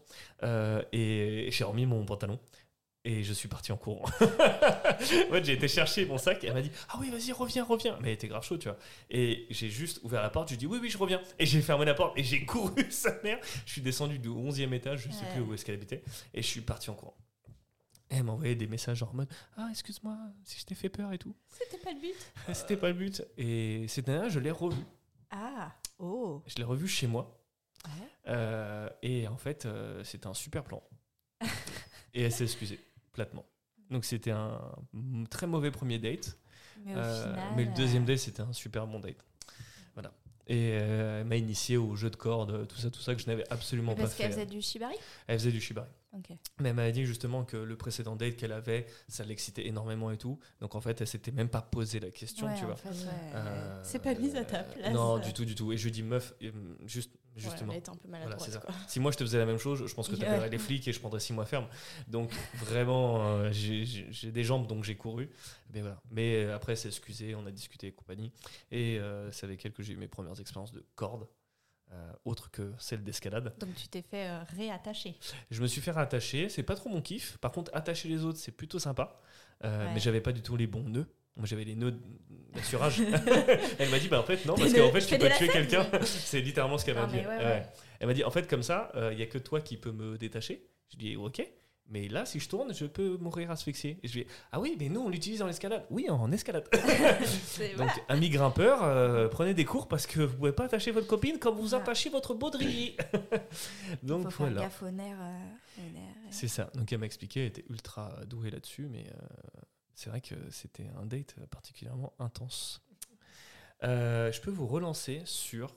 S1: Et j'ai remis mon pantalon. Et je suis parti en courant. En fait, j'ai été chercher mon sac et elle m'a dit, ah oui, vas-y, reviens. Mais elle était grave chaud, tu vois. Et j'ai juste ouvert la porte, je lui ai dit, oui, je reviens. Et j'ai fermé la porte et j'ai couru sa mère. Je suis descendu du 11e étage, je sais plus où est-ce qu'elle habitait. Et je suis parti en courant. Et elle m'a envoyé des messages en mode, ah, excuse-moi si je t'ai fait peur et tout.
S2: C'était pas le but.
S1: C'était pas le but. Et cette année-là, je l'ai revu.
S2: Ah, oh.
S1: Je l'ai revu chez moi.
S2: Ouais.
S1: Et en fait, c'était un super plan. Et elle s'est excusée. Platement. Donc c'était un très mauvais premier date.
S2: Mais au final,
S1: mais le deuxième date, c'était un super bon date. Voilà. Et elle m'a initié au jeu de cordes, tout ça que je n'avais absolument pas fait.
S2: Parce qu'elle faisait du shibari ?
S1: Elle faisait du shibari.
S2: Okay.
S1: Mais elle m'a dit justement que le précédent date qu'elle avait, ça l'excitait énormément et tout. Donc en fait, elle s'était même pas posé la question, tu vois.
S2: En fait, c'est pas mise à ta place.
S1: Non, du tout. Et je lui dis, meuf, justement.
S3: Ouais, elle était un peu maladroite,
S1: voilà, c'est ça.
S3: Quoi.
S1: Si moi je te faisais la même chose, je pense que tu appellerais les flics et je prendrais 6 mois ferme. Donc vraiment, j'ai des jambes, donc j'ai couru. Mais voilà. Mais après, elle s'est excusée, on a discuté et compagnie. Et c'est avec elle que j'ai eu mes premières expériences de cordes. Autre que celle d'escalade.
S2: Donc tu t'es fait réattacher.
S1: Je me suis fait réattacher, c'est pas trop mon kiff. Par contre, attacher les autres, c'est plutôt sympa. Mais j'avais pas du tout tout les bons nœuds. Moi, j'avais les nœuds d'assurage. Elle m'a dit, en fait, non, parce qu'en fait, tu peux tuer quelqu'un. C'est littéralement ce qu'elle m'a dit.
S2: Ouais.
S1: Elle m'a dit, en fait, comme ça, il n'y a que toi qui peux me détacher. Je dis, ok. Mais là, si je tourne, je peux mourir asphyxié. Et je dis, ah oui, mais nous, on l'utilise en escalade. Oui, en escalade. Donc, amis grimpeurs, prenez des cours parce que vous ne pouvez pas attacher votre copine comme vous attachez votre baudrier. Donc,
S2: il faut faire gaffe au nerf.
S1: C'est ça. Donc, elle m'a expliqué, elle était ultra douée là-dessus, mais c'est vrai que c'était un date particulièrement intense. Je peux vous relancer sur...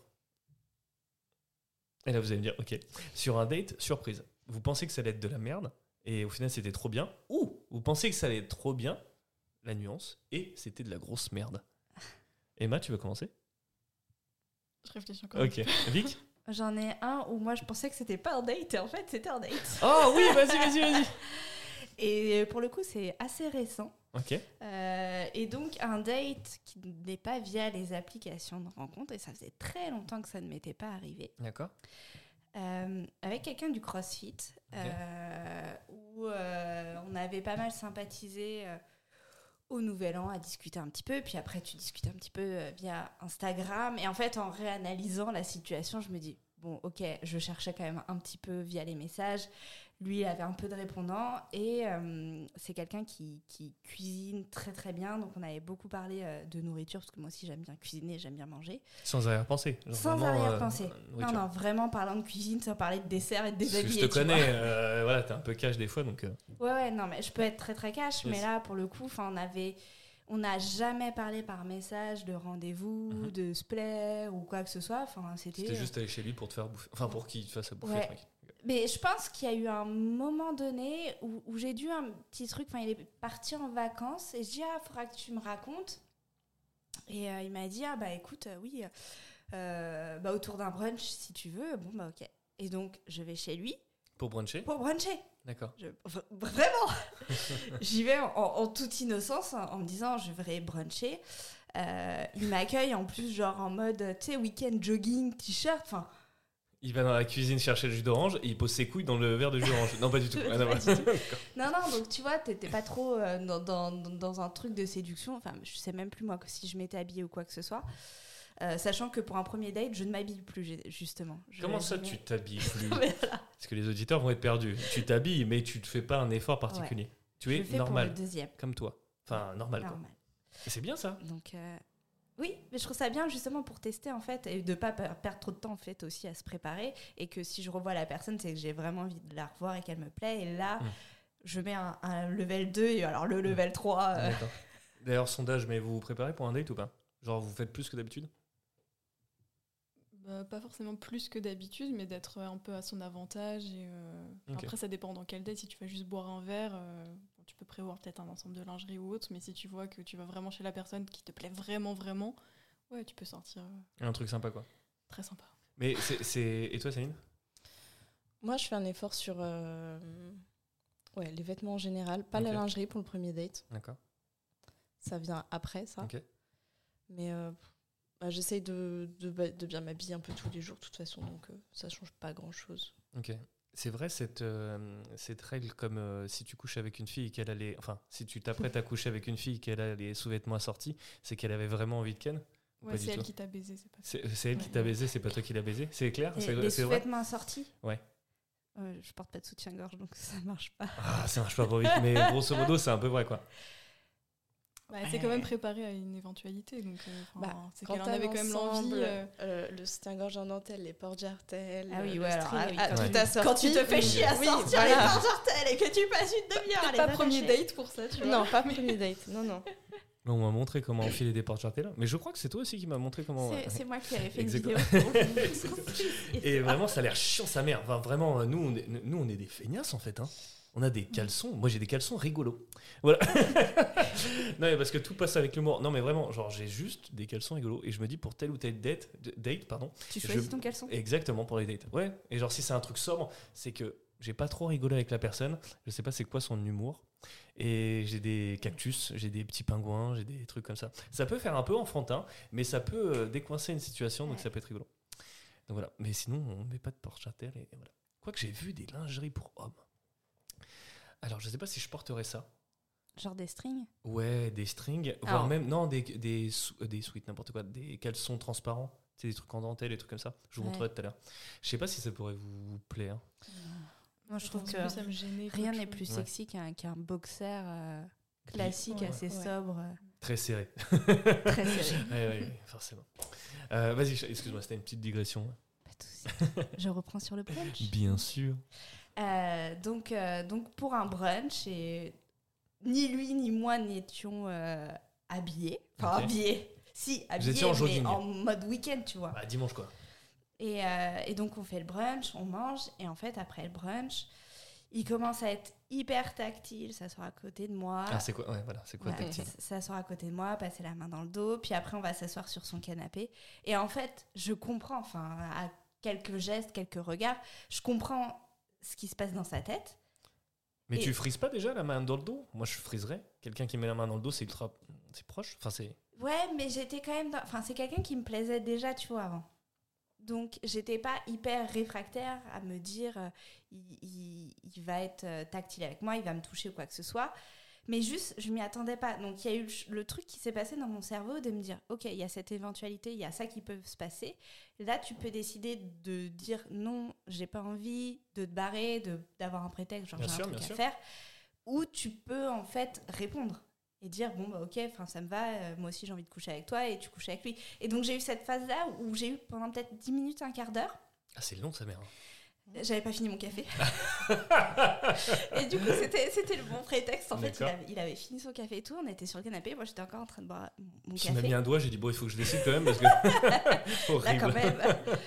S1: Et là, vous allez me dire, ok, sur un date surprise. Vous pensez que ça allait être de la merde et au final, c'était trop bien. Ou vous pensez que ça allait être trop bien, la nuance, et c'était de la grosse merde. Emma, tu veux commencer ?
S4: Je réfléchis encore.
S1: Ok. Vic ?
S2: J'en ai un où moi, je pensais que c'était pas un date et en fait, c'était un date.
S1: Oh oui, vas-y.
S2: Et pour le coup, c'est assez récent.
S1: Ok.
S2: Et donc, un date qui n'est pas via les applications de rencontre, et ça faisait très longtemps que ça ne m'était pas arrivé.
S1: D'accord.
S2: Avec quelqu'un du CrossFit, où on avait pas mal sympathisé au Nouvel An à discuter un petit peu, puis après tu discutes un petit peu via Instagram, et en fait en réanalysant la situation, je me dis, bon ok, je cherchais quand même un petit peu via les messages, lui il avait un peu de répondants, et c'est quelqu'un qui cuisine très très bien, donc on avait beaucoup parlé de nourriture, parce que moi aussi j'aime bien cuisiner, j'aime bien manger.
S1: Sans arrière-pensée.
S2: Sans arrière-pensée. Non, vraiment parlant de cuisine, sans parler de dessert et de déshabiller.
S1: Je te connais, voilà, t'es un peu cash des fois, donc...
S2: Ouais, non, mais je peux être très très cash, mais là, pour le coup, on n'a jamais parlé par message de rendez-vous, de se plaire ou quoi que ce soit.
S1: C'était juste aller chez lui pour te faire bouffer, enfin pour qu'il te fasse bouffer le truc.
S2: Mais je pense qu'il y a eu un moment donné où j'ai dû un petit truc, il est parti en vacances et je dis, faudra que tu me racontes. Et il m'a dit, écoute, oui, autour d'un brunch si tu veux, ok. Et donc, je vais chez lui.
S1: Pour bruncher ?
S2: Pour bruncher.
S1: D'accord.
S2: Vraiment. J'y vais en toute innocence, en me disant, je vais bruncher. il m'accueille en plus genre en mode, tu sais, week-end jogging, t-shirt, enfin...
S1: Il va dans la cuisine chercher le jus d'orange et il pose ses couilles dans le verre de jus d'orange. Non, pas du tout.
S2: Non, donc tu vois, t'étais pas trop dans un truc de séduction. Enfin, je sais même plus moi si je m'étais habillée ou quoi que ce soit. Sachant que pour un premier date, je ne m'habille plus, justement.
S1: Comment ça, tu t'habilles plus? Parce que les auditeurs vont être perdus. Tu t'habilles, mais tu ne fais pas un effort particulier. Ouais. Tu es normal.
S2: Pour le deuxième.
S1: Comme toi. Enfin, normal. Quoi. Et c'est bien ça.
S2: Donc... Oui, mais je trouve ça bien justement pour tester en fait et de pas perdre trop de temps en fait aussi à se préparer et que si je revois la personne, c'est que j'ai vraiment envie de la revoir et qu'elle me plaît et là, je mets un level 2 et alors le level 3...
S1: D'accord. D'ailleurs, sondage, mais vous vous préparez pour un date ou pas? Genre, vous faites plus que d'habitude?
S4: Pas forcément plus que d'habitude, mais d'être un peu à son avantage. Et, Après, ça dépend dans quel date. Si tu vas juste boire un verre, tu peux prévoir peut-être un ensemble de lingerie ou autre, mais si tu vois que tu vas vraiment chez la personne qui te plaît vraiment, vraiment, ouais, tu peux sortir.
S1: Un truc sympa, quoi.
S4: Très sympa.
S1: Mais Et toi, Céline?
S3: Moi, je fais un effort sur les vêtements en général, pas la lingerie pour le premier date.
S1: D'accord.
S3: Ça vient après, ça.
S1: Ok.
S3: Mais j'essaye de bien m'habiller un peu tous les jours, de toute façon, donc ça change pas grand-chose.
S1: Ok. C'est vrai cette règle comme si tu couches avec une fille et qu'elle a les... Enfin, si tu t'apprêtes à coucher avec une fille et qu'elle a les sous-vêtements assortis, c'est qu'elle avait vraiment envie de ken?
S4: Ouais, c'est elle qui t'a baisé, c'est pas toi.
S1: C'est elle qui t'a baisé, c'est pas toi qui l'as baisé? C'est clair?
S2: Les sous-vêtements assortis?
S1: Ouais.
S2: Je porte pas de soutien-gorge, donc ça marche pas.
S1: Ah, ça marche pas trop vite, mais grosso modo, c'est un peu vrai, quoi.
S4: C'est quand même préparé à une éventualité, donc c'est qu'elle en avait quand même l'envie.
S3: Le soutien-gorge en dentelle, les porte-jartelles,
S2: tout
S3: assorti.
S2: Quand tu te fais chier à sortir les porte-jartelles et que tu passes une demi-heure à les
S4: pas premier date pour ça, tu vois.
S3: Non, pas premier date, non.
S1: On m'a montré comment enfiler des porte-jartelles, mais je crois que c'est toi aussi qui m'as montré comment...
S2: C'est moi qui avais fait une
S1: vidéo. Et vraiment, ça a l'air chiant sa mère. Enfin, vraiment, nous, on est des feignasses, en fait, hein. On a des caleçons. Moi, j'ai des caleçons rigolos. Voilà. Non, mais parce que tout passe avec l'humour. Non, mais vraiment, genre, j'ai juste des caleçons rigolos. Et je me dis, pour tel ou tel date,
S2: tu choisis ton caleçon.
S1: Exactement, pour les dates. Ouais. Et genre, si c'est un truc sobre, c'est que j'ai pas trop rigolé avec la personne. Je sais pas c'est quoi son humour. Et j'ai des cactus, j'ai des petits pingouins, j'ai des trucs comme ça. Ça peut faire un peu enfantin, mais ça peut décoincer une situation, donc ça peut être rigolo. Donc voilà. Mais sinon, on met pas de porte-jartelles et voilà. Quoique j'ai vu des lingeries pour hommes. Alors, je sais pas si je porterais ça.
S2: Genre des strings?
S1: Ouais, des strings, voire même, non, des sweats, n'importe quoi, des caleçons transparents, c'est des trucs en dentelle, des trucs comme ça. Je vous montrerai tout à l'heure. Je sais pas si ça pourrait vous plaire.
S2: Moi, je trouve que
S4: ça me gênait.
S2: Rien n'est plus sexy qu'un boxer classique, assez sobre.
S1: Très serré.
S2: Très serré.
S1: Oui, forcément. Vas-y, excuse-moi, c'était une petite digression.
S2: Pas de souci. Je reprends sur le brunch.
S1: Bien sûr.
S2: Donc pour un brunch, et ni lui ni moi n'étions habillés. Enfin, habillés. Si, habillés,
S1: en
S2: mais en mode week-end, tu vois.
S1: Dimanche, quoi.
S2: Et donc, on fait le brunch, on mange. Et en fait, après le brunch, il commence à être hyper tactile, s'asseoir à côté de moi.
S1: Ah, c'est quoi? Ouais, voilà, c'est quoi tactile?
S2: S'asseoir à côté de moi, passer la main dans le dos. Puis après, on va s'asseoir sur son canapé. Et en fait, je comprends, enfin, à quelques gestes, quelques regards, je comprends ce qui se passe dans sa tête.
S1: Mais tu frises pas déjà la main dans le dos? Moi, je friserais. Quelqu'un qui met la main dans le dos, c'est proche. Enfin, c'est...
S2: Ouais, mais j'étais quand même... Enfin, c'est quelqu'un qui me plaisait déjà, tu vois, avant. Donc, j'étais pas hyper réfractaire à me dire il va être tactile avec moi, il va me toucher ou quoi que ce soit. Mais juste, je m'y attendais pas. Donc, il y a eu le truc qui s'est passé dans mon cerveau de me dire ok, il y a cette éventualité, il y a ça qui peut se passer. Là, tu peux décider de dire non, j'ai pas envie, de te barrer, d'avoir un prétexte, genre j'ai un truc à faire. Ou tu peux en fait répondre et dire bon bah ok, ça me va, moi aussi j'ai envie de coucher avec toi, et tu couches avec lui. Et donc j'ai eu cette phase là où j'ai eu pendant peut-être 10 minutes, un quart d'heure.
S1: Ah, c'est long, sa mère.
S2: J'avais pas fini mon café. Et du coup c'était le bon prétexte. En fait il avait fini son café et tout, on était sur le canapé, moi j'étais encore en train de boire mon café.
S1: Tu m'as mis un doigt, j'ai dit bon, il faut que je décide quand même parce que horrible.
S2: Là quand même.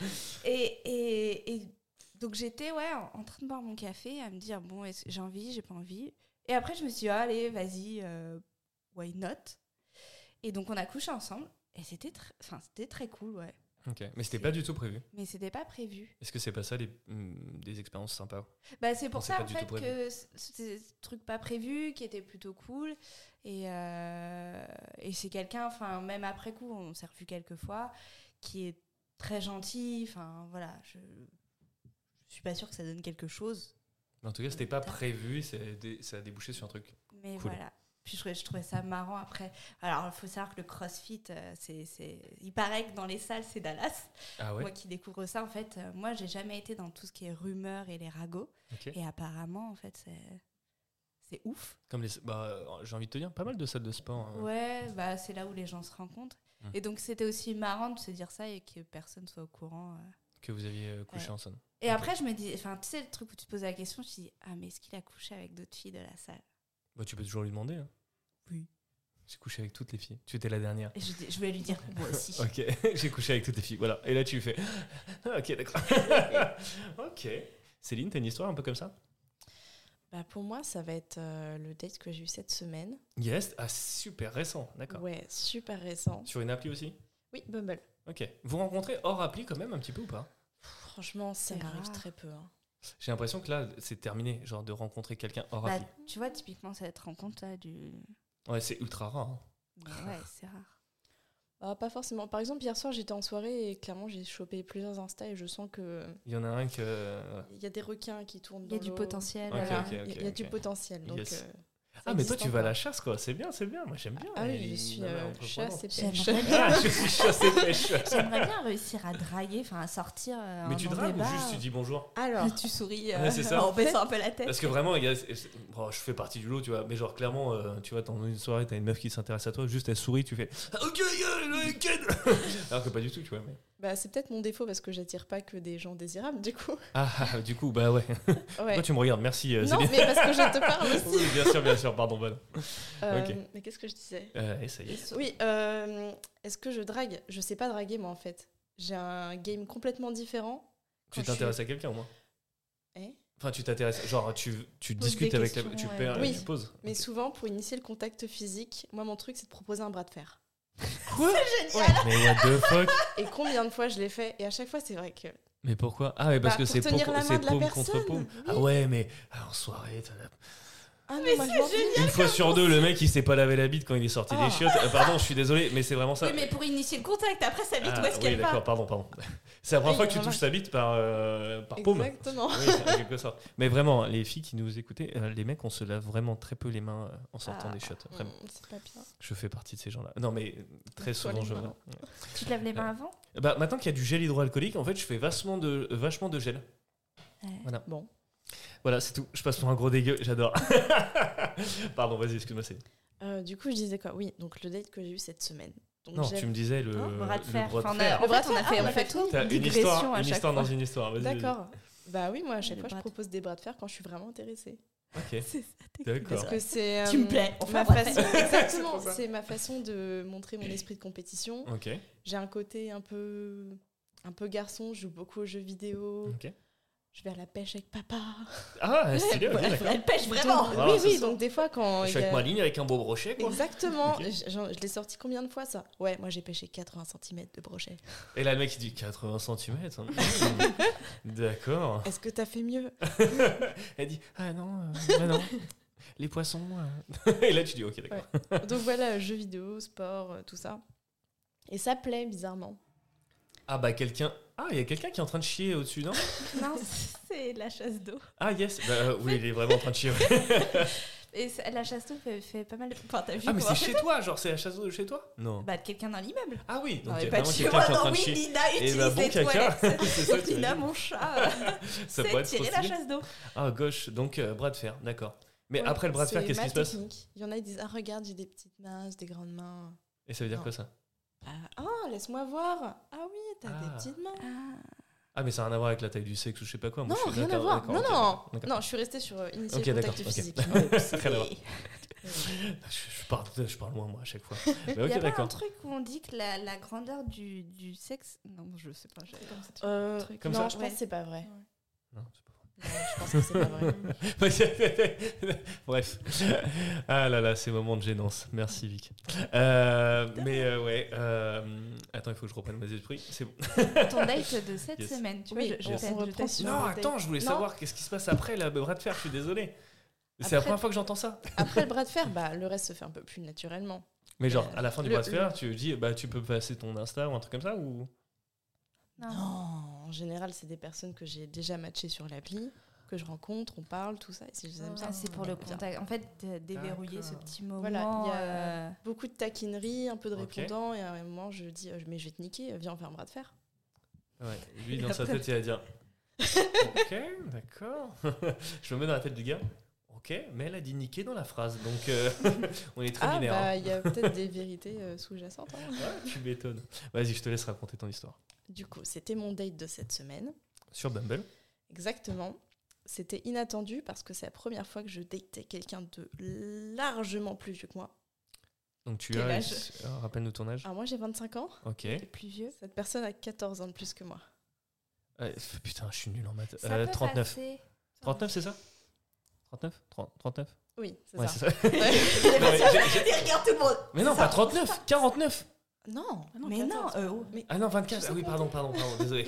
S2: Et donc j'étais en train de boire mon café, à me dire bon, j'ai envie, j'ai pas envie. Et après je me suis dit allez, vas-y, why not? Et donc on a couché ensemble et c'était très cool, ouais.
S1: Ok, mais c'était pas du tout prévu.
S2: Mais c'était pas prévu.
S1: Est-ce que c'est pas ça des expériences sympas?
S2: Bah, c'est pour
S1: C'est
S2: ça
S1: pas
S2: en
S1: du
S2: fait
S1: tout prévu.
S2: que c'est des trucs pas prévus qui étaient plutôt cool. Et c'est quelqu'un, enfin même après coup, on s'est revu quelques fois, qui est très gentil. Enfin voilà, je suis pas sûre que ça donne quelque chose.
S1: Mais en tout cas, c'était pas prévu, ça a débouché sur un truc.
S2: Mais
S1: Cool.
S2: voilà. Puis je trouvais ça marrant après. Alors, il faut savoir que le CrossFit, il paraît que dans les salles, c'est Dallas.
S1: Ah ouais?
S2: Moi qui découvre ça, en fait, moi, j'ai jamais été dans tout ce qui est rumeurs et les ragots.
S1: Ok.
S2: Et apparemment, en fait, c'est ouf.
S1: Comme j'ai envie de te dire, pas mal de salles de sport. Hein.
S2: Ouais, bah, c'est là où les gens se rencontrent. Et donc, c'était aussi marrant de se dire ça et que personne soit au courant.
S1: Que vous aviez couché ensemble.
S2: Et
S1: Ok.
S2: après, je me dis, enfin, tu sais, le truc où tu te poses la question, je me dis, ah, mais est-ce qu'il a couché avec d'autres filles de la salle?
S1: Bah, tu peux toujours lui demander. Hein.
S2: Oui.
S1: J'ai couché avec toutes les filles. Tu étais la dernière.
S2: Et je vais lui dire, moi aussi.
S1: Ok, j'ai couché avec toutes les filles. Voilà. Et là, tu fais. Ah, ok, d'accord. Ok. Céline, t'as une histoire un peu comme ça?
S3: Bah, pour moi, ça va être le date que j'ai eu cette semaine.
S1: Yes. Ah, super récent. D'accord.
S3: Ouais, super récent.
S1: Sur une appli aussi?
S3: Oui, Bumble.
S1: Ok. Vous rencontrez hors appli quand même un petit peu ou pas?
S3: Franchement, ça
S2: C'est
S3: m'arrive
S2: rare.
S3: très peu. Hein.
S1: J'ai l'impression que là, c'est terminé, genre de rencontrer quelqu'un hors
S2: Bah,
S1: appli.
S2: tu vois, typiquement, cette rencontre là
S1: Ouais, c'est ultra rare. Hein.
S2: Mais ouais, c'est rare.
S3: Pas forcément. Par exemple, hier soir, j'étais en soirée et clairement, j'ai chopé plusieurs Insta et je sens que
S1: Il y en a un que.
S3: il y a des requins qui tournent
S2: Il
S3: dans
S2: y a du
S3: l'eau.
S2: potentiel.
S1: Ok,
S2: voilà.
S1: ok.
S3: Il y a du potentiel. Donc,
S1: Yes.
S3: ça
S1: Ah, mais toi,
S3: existe
S1: tu vas à la
S3: encore.
S1: chasse, quoi. C'est bien. Moi, j'aime bien.
S3: Ah oui,
S1: les
S3: je suis
S1: nanas entreprenantes.
S3: chasse et pêche.
S2: J'aimerais bien,
S1: Ah, je suis chasse et pêche.
S2: j'aimerais bien réussir à draguer, enfin à sortir.
S1: Mais tu dragues ou juste tu dis bonjour?
S3: Alors,
S2: Tu souris
S1: Ouais, c'est ça.
S2: en baissant un peu la tête.
S1: Parce que vraiment, bon, je fais partie du lot, tu vois. Mais genre, clairement, tu vois, dans une soirée, t'as une meuf qui s'intéresse à toi, juste elle sourit, tu fais ok, le Ken. Alors que pas du tout, tu vois. Mais...
S3: bah, c'est peut-être mon défaut parce que j'attire pas que des gens désirables, du coup.
S1: Du coup, bah ouais.
S3: Ouais.
S1: Pourquoi tu me regardes? Merci.
S3: Non,
S1: Céline.
S3: mais parce que je te parle aussi.
S1: Oui, bien sûr, pardon, voilà. Ok.
S3: Mais qu'est-ce que je disais?
S1: Ça y est.
S3: Oui, est-ce que je drague? Je sais pas draguer, moi, en fait. J'ai un game complètement différent.
S1: Tu
S3: quand
S1: t'intéresses à quelqu'un au moins?
S3: Eh
S1: Enfin, tu t'intéresses, genre, tu
S2: Poses
S1: discutes
S2: des
S1: avec la.
S2: questions,
S1: Tu
S2: ouais.
S1: perds,
S3: Oui.
S1: tu poses.
S3: Mais
S1: Ok.
S3: souvent, pour initier le contact physique, moi, mon truc, c'est de proposer un bras de fer.
S1: Quoi? Mais what the fuck?
S3: Et combien de fois je l'ai fait? Et à chaque fois, c'est vrai que...
S1: Mais pourquoi? Ah, mais parce
S3: Bah,
S1: que
S3: pour
S1: c'est
S3: tenir la main
S1: c'est
S3: de la
S1: paume
S3: personne,
S1: contre paume.
S3: oui.
S1: Ah ouais, mais en soirée,
S3: Ah non, moi, je m'en fous.
S1: une fois sur deux, le mec il s'est pas lavé la bite quand il est sorti
S3: Ah.
S1: des chiottes. Pardon, je suis désolé, mais c'est vraiment ça.
S2: Oui, mais pour initier le contact, après sa bite,
S1: Ah,
S2: où est-ce
S1: oui,
S2: qu'elle va?
S1: d'accord, pardon. C'est la première
S3: Oui,
S1: fois que tu
S3: vraiment.
S1: touches sa bite par paume.
S3: Exactement.
S1: Oui, en quelque sorte. Mais vraiment, les filles qui nous écoutaient, les mecs, on se lave vraiment très peu les mains en sortant
S2: Ah.
S1: des shots. Vraiment.
S3: C'est pas bien.
S1: Je fais partie de ces gens-là. Non, mais très
S3: Toi,
S1: souvent,
S3: les
S1: je.
S3: mains.
S2: Tu te laves les mains avant?
S1: Bah, maintenant qu'il y a du gel hydroalcoolique, en fait, je fais vachement de gel.
S2: Ouais.
S1: Voilà.
S3: Bon.
S1: Voilà, c'est tout. Je passe pour un gros dégueu, j'adore. Pardon, vas-y, excuse-moi.
S3: Du coup, je disais quoi? Oui, donc le date que j'ai eu cette semaine. Donc,
S1: Non,
S3: j'ai-
S1: tu me disais le,
S2: Bras de
S1: le
S2: fer.
S1: bras de
S2: Enfin,
S1: fer.
S2: en
S3: Le bras
S2: fait,
S3: de fer,
S2: on a
S3: ah,
S2: fait
S3: bah,
S2: tout.
S1: T'as une
S2: digression
S1: histoire,
S2: à
S1: une
S2: chaque
S1: histoire
S2: fois.
S1: dans une histoire. Vas-y,
S3: D'accord. Bah oui, moi, à chaque
S2: Le
S3: fois, je
S2: bras de-
S3: propose des bras de fer quand je suis vraiment intéressée.
S1: vas-y. Ok,
S2: C'est ça,
S1: d'accord.
S3: Parce que c'est...
S2: Tu me plais. On fait
S3: ma
S2: un bras de
S3: façon...
S2: fer.
S3: Exactement.
S1: C'est pour ça.
S3: C'est ma façon de montrer mon esprit de compétition.
S1: Ok,
S3: J'ai un côté un peu garçon, je joue beaucoup aux jeux vidéo.
S1: ok.
S3: Je vais à la pêche avec papa.
S1: Ah, stylé, ok,
S2: Elle
S1: d'accord.
S2: elle pêche vraiment.
S3: Donc,
S1: Ah,
S3: oui,
S1: c'est
S3: oui,
S1: ça.
S3: donc des fois quand...
S1: Je suis
S3: il y
S1: avec
S3: a-
S1: ma ligne avec un beau brochet, quoi.
S3: Exactement.
S1: Ok.
S3: Je l'ai sorti combien de fois, ça? Ouais, moi j'ai pêché 80 cm de brochet.
S1: Et là, le mec, il dit 80 cm. D'accord.
S3: Est-ce que t'as fait mieux?
S1: Elle dit ah non, les poissons. Et là, tu dis ok, d'accord.
S3: Donc voilà, jeux vidéo, sport, tout ça. Et ça plaît bizarrement.
S1: Ah bah quelqu'un. Ah, il y a quelqu'un qui est en train de chier au-dessus, non?
S2: Non, c'est la chasse d'eau.
S1: Ah yes, bah, oui, il est vraiment en train de chier. Ouais.
S2: Et la chasse d'eau fait pas mal de. Enfin, t'as vu
S1: Ah mais
S2: quoi?
S1: c'est chez toi, genre c'est la chasse d'eau de chez toi? Non.
S2: Bah, de quelqu'un dans l'immeuble.
S1: Ah oui, donc
S2: Non,
S1: il y
S2: mais
S1: a
S2: pas de
S1: vraiment
S2: chez
S1: quelqu'un
S2: moi,
S1: qui est en train
S2: non,
S1: de
S2: oui,
S1: chier.
S2: Nina
S1: Et
S2: utilise
S1: bah bon
S2: les
S1: caca,
S2: toilettes.
S1: c'est ça que tu
S2: Nina,
S1: veux dire.
S2: mon chat,
S1: Ça
S2: c'est
S1: pourrait être trop
S2: tirer la
S1: stylé.
S2: chasse d'eau.
S1: Ah gauche, donc bras de fer, d'accord. Mais
S3: Ouais,
S1: après le bras de fer,
S3: c'est
S1: qu'est-ce
S3: ma
S1: qui se passe?
S3: technique. Il y en a qui disent ah regarde, j'ai des petites mains, j'ai des grandes mains.
S1: Et ça veut dire
S3: Non.
S1: quoi ça?
S3: Ah, laisse-moi voir. Ah oui, t'as
S1: Ah.
S3: des petites mains.
S1: Ah mais ça n'a rien à voir avec la taille du sexe ou je sais pas quoi. Moi,
S3: Non,
S1: je suis
S3: rien à
S1: d'accord,
S3: voir.
S1: d'accord,
S3: Non,
S1: ok,
S3: non.
S1: d'accord.
S3: Non, je suis restée sur initier
S1: Ok,
S3: le
S1: d'accord,
S3: contact
S1: ok.
S3: physique.
S1: Rien à voir. Je parle loin moi à chaque fois. Mais
S2: Il y
S1: ok,
S2: a pas un
S1: d'accord.
S2: truc où on dit que la grandeur du sexe. Non, je sais pas. J'avais comme ça.
S3: Euh,
S2: Truc.
S1: Comme
S3: non,
S1: ça
S3: je pense
S2: Ouais.
S3: que c'est pas vrai.
S1: Non, c'est pas vrai.
S3: Je pense que c'est pas vrai.
S1: Bref. Ah là là, ces moments de gênance. Merci Vic. Ouais. Attends, il faut que je reprenne mes esprits. C'est bon.
S2: Ton date de cette semaine, tu vois,
S3: Oui, on reprend sur
S1: Non,
S3: le
S1: attends, je voulais savoir qu'est-ce qui se passe après le bras de fer. Je suis désolé. C'est la première fois que j'entends ça.
S3: Après le bras de fer, le reste se fait un peu plus naturellement.
S1: Mais genre, à la fin du bras de fer, tu dis, tu peux passer ton Insta ou un truc comme ça ou...
S3: Non, en général, c'est des personnes que j'ai déjà matchées sur l'appli, que je rencontre, on parle, tout ça. Et si je les aime bien,
S2: c'est pour le contact. En fait, déverrouiller ce petit moment.
S3: Voilà, il y a beaucoup de taquinerie, un peu de répondant, et à un moment, je dis, mais je vais te niquer, viens, on fait un bras de fer.
S1: Ouais, lui, dans sa tête, il va dire, ok, d'accord. Je me mets dans la tête du gars. Ok, mais elle a dit niquer dans la phrase, donc on est très binaire.
S3: Il y a peut-être des vérités sous-jacentes. Hein.
S1: Ouais, tu m'étonnes. Vas-y, je te laisse raconter ton histoire.
S3: Du coup, c'était mon date de cette semaine.
S1: Sur Bumble.
S3: Exactement. C'était inattendu parce que c'est la première fois que je datais quelqu'un de largement plus vieux que moi.
S1: Donc tu
S3: Quel
S1: as...
S3: âge ?
S1: Rappelle-nous ton âge.
S3: Alors moi, j'ai 25 ans.
S1: Ok.
S2: Le plus vieux.
S3: Cette personne a 14 ans de plus que moi.
S1: Putain, je suis nul en maths.
S2: Ça peut
S1: 39.
S2: passer.
S1: 39, c'est ça 39
S3: Oui, c'est
S1: Ouais,
S3: ça.
S1: c'est ça.
S2: Regarde tout le monde.
S1: Mais non, pas 39, 49.
S3: Non,
S2: Mais
S3: 14.
S2: non,
S3: mais
S1: Ah non, 24. Ah oui, pardon, désolé.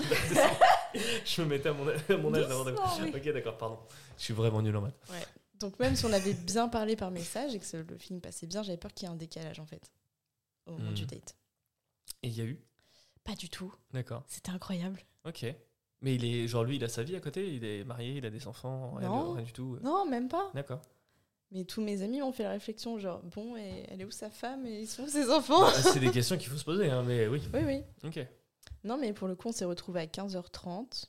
S1: Je me mettais à mon âge d'avant.
S2: Oui.
S1: Ok, d'accord, pardon. Je suis vraiment nul en maths.
S3: Ouais. Donc même si on avait bien parlé par message et que le feeling passait bien, j'avais peur qu'il y ait un décalage en fait au moment du date.
S1: Et il y a eu ?
S3: Pas du tout.
S1: D'accord.
S3: C'était incroyable.
S1: Ok. Mais il est, genre lui, il a sa vie à côté, il est marié, il a des enfants,
S3: Non.
S1: rien du tout.
S3: Non, même pas.
S1: D'accord.
S3: Mais tous mes amis m'ont fait la réflexion, genre, bon, et elle est où sa femme et ils sont où ses enfants ?
S1: C'est des questions qu'il faut se poser, hein, mais oui.
S3: Oui.
S1: Ok.
S3: Non, mais pour le coup, on s'est retrouvés à 15h30.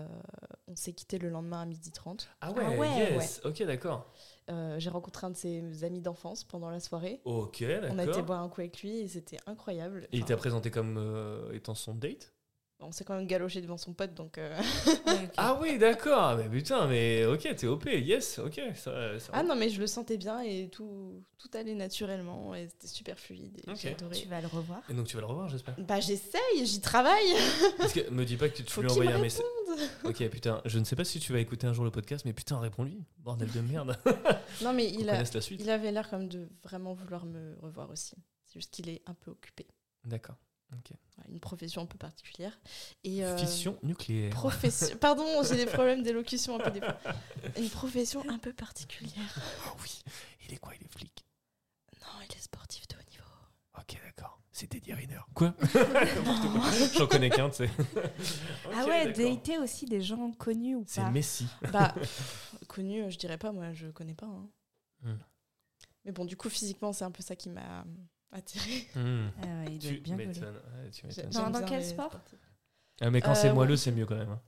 S3: On s'est quitté le lendemain à 12h30.
S1: Ah ouais, yes. Ouais. Ok, d'accord.
S3: J'ai rencontré un de ses amis d'enfance pendant la soirée.
S1: Ok, d'accord.
S3: On a été boire un coup avec lui et c'était incroyable.
S1: Et il t'a présenté comme étant son date ?
S3: On s'est quand même galoché devant son pote, donc...
S2: Okay.
S1: Ah oui, d'accord. Mais putain, mais ok, t'es OP, yes, ok. Ça
S3: non, mais je le sentais bien et tout allait naturellement et c'était super fluide et j'ai adoré.
S2: Tu vas le revoir.
S1: Et donc tu vas le revoir, j'espère.
S3: J'essaye, j'y travaille.
S1: Parce que me dis pas que tu lui as envoyé un message. Ok, putain, je ne sais pas si tu vas écouter un jour le podcast, mais putain, réponds-lui. Bordel de merde.
S3: Non, mais
S1: la suite.
S3: il avait l'air comme de vraiment vouloir me revoir aussi. C'est juste qu'il est un peu occupé.
S1: D'accord. Okay.
S3: Une profession un peu particulière. Et
S1: fission nucléaire.
S3: Pardon, j'ai des problèmes d'élocution un peu des fois. Une profession un peu particulière.
S1: Oh oui, il est quoi ? Il est flic ?
S3: Non, il est sportif de haut niveau.
S1: Ok, d'accord. C'était Teddy Riner. Quoi ? J'en connais qu'un, tu sais.
S2: Ah ouais, dater aussi des gens connus ou pas ?
S1: C'est Messi.
S3: Connu, je dirais pas, moi je connais pas. Hein. Mais bon, du coup, physiquement, c'est un peu ça qui m'a attiré.
S2: Ah ouais, il doit être bien
S1: m'étonnes. Tu m'étonnes.
S2: Dans quel sport ?
S1: Mais quand c'est moelleux, c'est mieux quand même. Hein.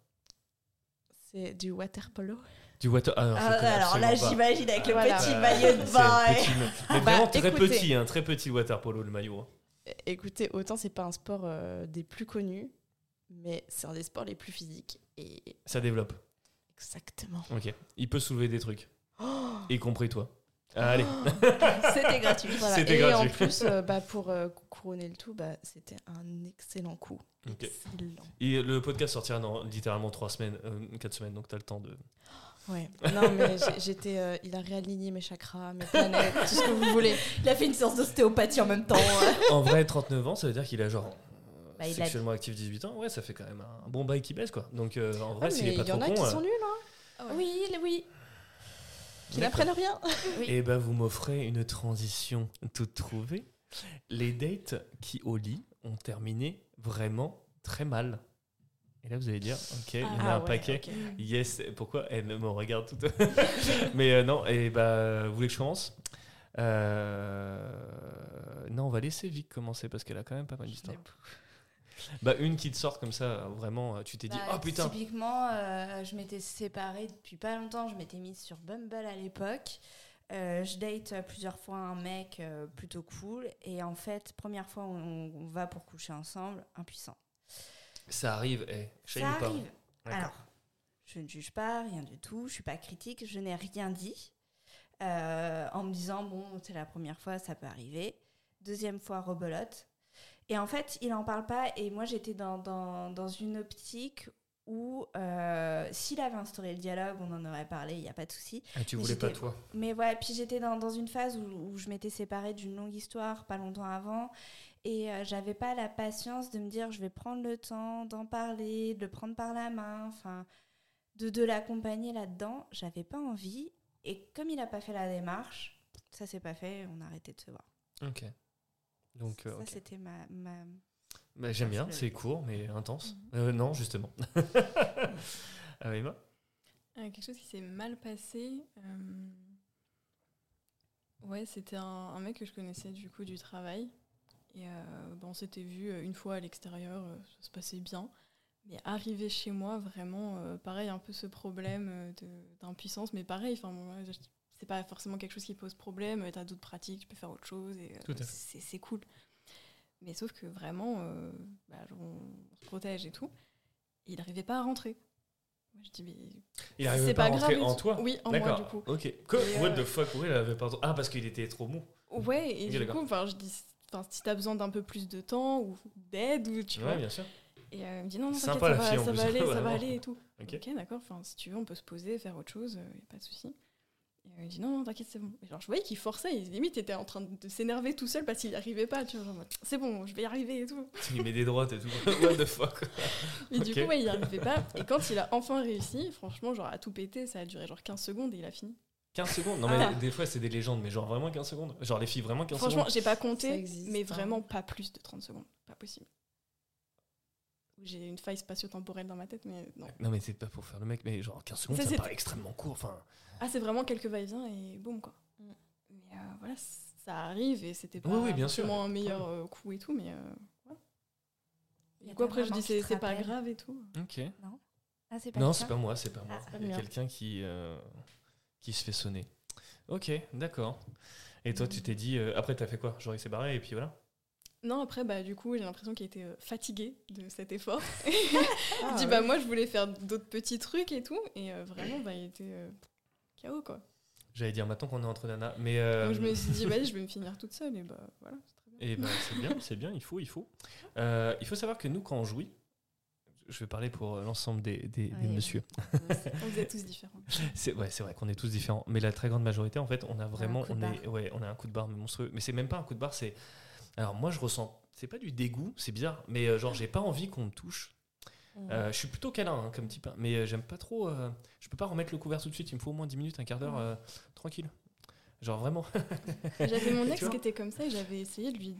S3: C'est du water polo.
S1: Du water.
S2: Alors là, j'imagine avec le petit maillot de bain.
S1: Mais vraiment très petit water polo, le maillot.
S3: Écoutez, autant c'est pas un sport des plus connus, mais c'est un des sports les plus physiques. Et...
S1: Ça développe.
S3: Exactement.
S1: Ok. Il peut soulever des trucs. Y compris toi. Allez.
S2: C'était gratuit.
S3: Voilà.
S1: C'était
S3: gratuit.
S1: En
S3: plus, pour couronner le tout, c'était un excellent coup.
S1: Okay.
S3: Excellent.
S1: Et le podcast sortira dans littéralement 4 semaines, donc t'as le temps de...
S3: Ouais. Non, mais il a réaligné mes chakras, mes planètes, tout ce que vous voulez.
S2: Il a fait une séance d'ostéopathie en même temps.
S1: En vrai, 39 ans, ça veut dire qu'il a genre... sexuellement
S2: il
S1: actif 18 ans, ouais, ça fait quand même un bon bail qui baisse, quoi. Donc en vrai, s'il est pas trop con...
S3: Il y en a qui sont nuls, hein.
S2: Oui.
S3: Qui n'apprennent rien.
S1: Et vous m'offrez une transition toute trouvée. Les dates qui, au lit, ont terminé vraiment très mal. Et là, vous allez dire, ok, il y en a un paquet. Okay. Yes, pourquoi elle me regarde toute... Mais non, vous voulez que je commence ? Non, on va laisser Vic commencer parce qu'elle a quand même pas mal d'histoires. Une qui te sort comme ça, vraiment, tu t'es dit, oh putain.
S2: Typiquement, je m'étais séparée depuis pas longtemps, je m'étais mise sur Bumble à l'époque. Je date plusieurs fois un mec plutôt cool. Et en fait, première fois, on va pour coucher ensemble, impuissant.
S1: Ça arrive,
S2: ça arrive. Alors, je ne juge pas, rien du tout, je suis pas critique, je n'ai rien dit. En me disant, bon, c'est la première fois, ça peut arriver. Deuxième fois, rebelote. Et en fait, il en parle pas. Et moi, j'étais dans une optique où s'il avait instauré le dialogue, on en aurait parlé, il n'y a pas de souci.
S1: Ah, tu voulais pas toi.
S2: Mais ouais, puis j'étais dans une phase où je m'étais séparée d'une longue histoire pas longtemps avant, et j'avais pas la patience de me dire je vais prendre le temps d'en parler, de le prendre par la main, enfin de l'accompagner là-dedans. J'avais pas envie, et comme il n'a pas fait la démarche, ça s'est pas fait, on a arrêté de se voir.
S1: Ok. Donc,
S2: ça c'était ma...
S1: Bah, j'aime bien, c'est court mais intense. Non, justement. Emma ?
S4: Quelque chose qui s'est mal passé. Ouais, c'était un mec que je connaissais du coup du travail. Et on s'était vu une fois à l'extérieur, ça se passait bien. Mais arrivé chez moi, vraiment, pareil, un peu ce problème d'impuissance. Mais pareil, c'est pas forcément quelque chose qui pose problème. T'as d'autres pratiques, tu peux faire autre chose. Et c'est cool. Mais sauf que vraiment, on se protège et tout. Et il n'arrivait pas à rentrer. Moi, je dis, mais
S1: il n'arrivait pas à rentrer en toi ?
S4: Oui, en moi, du coup.
S1: Ok. What the fuck ? Pourquoi il n'avait pas... Ah, parce qu'il était trop mou.
S4: Ouais, et du coup, je dis, si t'as besoin d'un peu plus de temps ou d'aide, ou tu vois.
S1: Ouais, bien sûr.
S4: Et il me dit, non,
S1: ça
S4: va aller et tout.
S1: Ok,
S4: d'accord, si tu veux, on peut se poser, faire autre chose, il n'y a pas de souci. Il me dit non, t'inquiète, c'est bon. Et je voyais qu'il forçait, limite était en train de s'énerver tout seul parce qu'il n'y arrivait pas, tu vois, genre, c'est bon, je vais y arriver et tout.
S1: Il met des droites et tout. What the fuck.
S4: Et du coup, il n'y arrivait pas. Et quand il a enfin réussi, franchement, genre à tout péter, ça a duré genre 15 secondes et il a fini.
S1: 15 secondes ? Non, mais des fois, c'est des légendes, mais genre vraiment 15 secondes. Genre les filles, vraiment 15 secondes.
S4: Franchement, j'ai pas compté, mais vraiment pas plus de 30 secondes. Pas possible. J'ai une faille spatio-temporelle dans ma tête, mais non.
S1: Non, mais c'est pas pour faire le mec, mais genre 15 secondes, ça me paraît extrêmement court.
S4: C'est vraiment quelques va-et-vient et boum, quoi. Mais voilà, ça arrive et c'était pas forcément un meilleur coup et tout, mais voilà. Et du coup, après, je dis c'est pas grave et tout.
S1: Ok.
S2: Non,
S1: c'est pas moi. Il y a quelqu'un qui se fait sonner. Ok, d'accord. Et toi, tu t'es dit... après, t'as fait quoi ? Genre, il s'est barré et puis voilà ?
S4: Non, après, du coup, j'ai l'impression qu'il était fatigué de cet effort. Il dit, moi, je voulais faire d'autres petits trucs et tout. Et vraiment, il était KO, quoi.
S1: J'allais dire, maintenant qu'on est entre nanas. Mais,
S4: donc, je me suis dit, je vais me finir toute seule. Et voilà, c'est très bien.
S1: Et c'est bien, il faut. Il faut savoir que nous, quand on jouit, je vais parler pour l'ensemble des messieurs.
S4: Vous êtes tous différents.
S1: C'est vrai qu'on est tous différents. Mais la très grande majorité, en fait, on a vraiment... On a un coup de barre monstrueux. Mais c'est même pas un coup de barre, c'est... Alors moi je ressens, c'est pas du dégoût, c'est bizarre, mais genre j'ai pas envie qu'on me touche. Je suis plutôt câlin comme type, mais j'aime pas trop, je peux pas remettre le couvert tout de suite, il me faut au moins 10 minutes, un quart d'heure, tranquille. Genre vraiment.
S4: J'avais mon ex qui était comme ça et j'avais essayé de lui...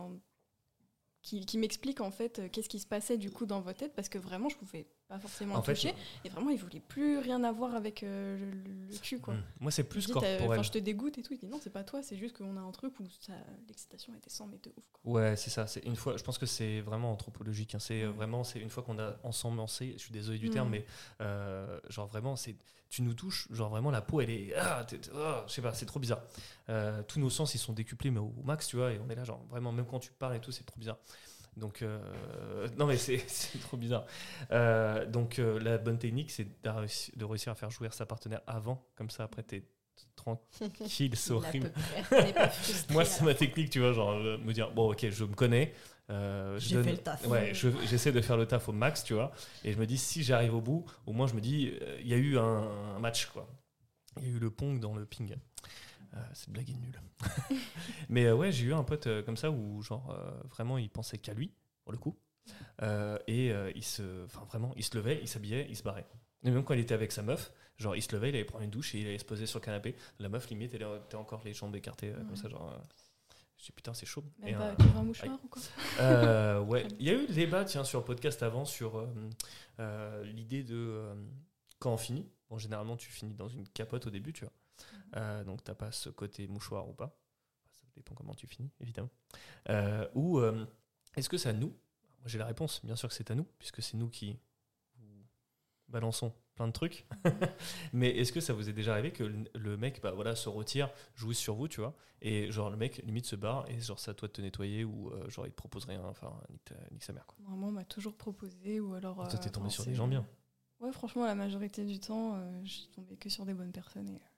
S4: Qui m'explique en fait qu'est-ce qui se passait du coup dans votre tête, parce que vraiment je pouvais pas forcément le toucher, et vraiment il voulait plus rien avoir avec le cul, quoi.
S1: Moi c'est plus corporel.
S4: Je te dégoûte et tout. Il dit non, c'est pas toi, c'est juste qu'on a un truc où l'excitation était sans mais de ouf, quoi.
S1: Ouais, c'est ça, c'est une fois, je pense que c'est vraiment anthropologique, hein. C'est vraiment, c'est une fois qu'on a ensemble-lancé, je suis désolé du terme, mais genre vraiment tu nous touches, genre vraiment la peau elle est je sais pas, c'est trop bizarre. Tous nos sens ils sont décuplés mais au max, tu vois, et on est là genre vraiment, même quand tu parles et tout, c'est trop bizarre. Donc non mais c'est trop bizarre. Donc la bonne technique c'est de réussir à faire jouir sa partenaire avant, comme ça après t'es tranquille, c'est horrible. Moi c'est ma technique, tu vois, genre me dire bon ok je me connais,
S2: fais le taf.
S1: Ouais, j'essaie de faire le taf au max, tu vois, et je me dis si j'arrive au bout, au moins je me dis il y a eu un match, quoi. Il y a eu le pong dans le ping. Cette blague est nulle. Mais ouais, j'ai eu un pote comme ça où genre vraiment il pensait qu'à lui pour le coup, et il se levait, il s'habillait, il se barrait. Et même quand il était avec sa meuf, genre il se levait, il allait prendre une douche et il allait se poser sur le canapé. La meuf limite elle était encore les jambes écartées comme ça, genre je dis putain c'est chaud.
S4: Tu veux un mouchoir ou quoi?
S1: Ouais, il y a eu le débat sur le podcast avant sur l'idée de quand on finit. Bon, généralement tu finis dans une capote au début, tu vois. Donc t'as pas ce côté mouchoir ou pas. Ça dépend comment tu finis, évidemment. Ou est-ce que c'est à nous? Moi j'ai la réponse, bien sûr que c'est à nous, puisque c'est nous qui balançons plein de trucs. Mais est-ce que ça vous est déjà arrivé que le mec se retire, jouisse sur vous, tu vois, et genre le mec limite se barre et genre c'est à toi de te nettoyer, ou genre il te propose rien, enfin nique sa mère, quoi.
S4: Moi on m'a toujours proposé, ou alors...
S1: Toi t'es tombé sur des gens bien.
S4: Ouais, franchement la majorité du temps je suis tombée que sur des bonnes personnes et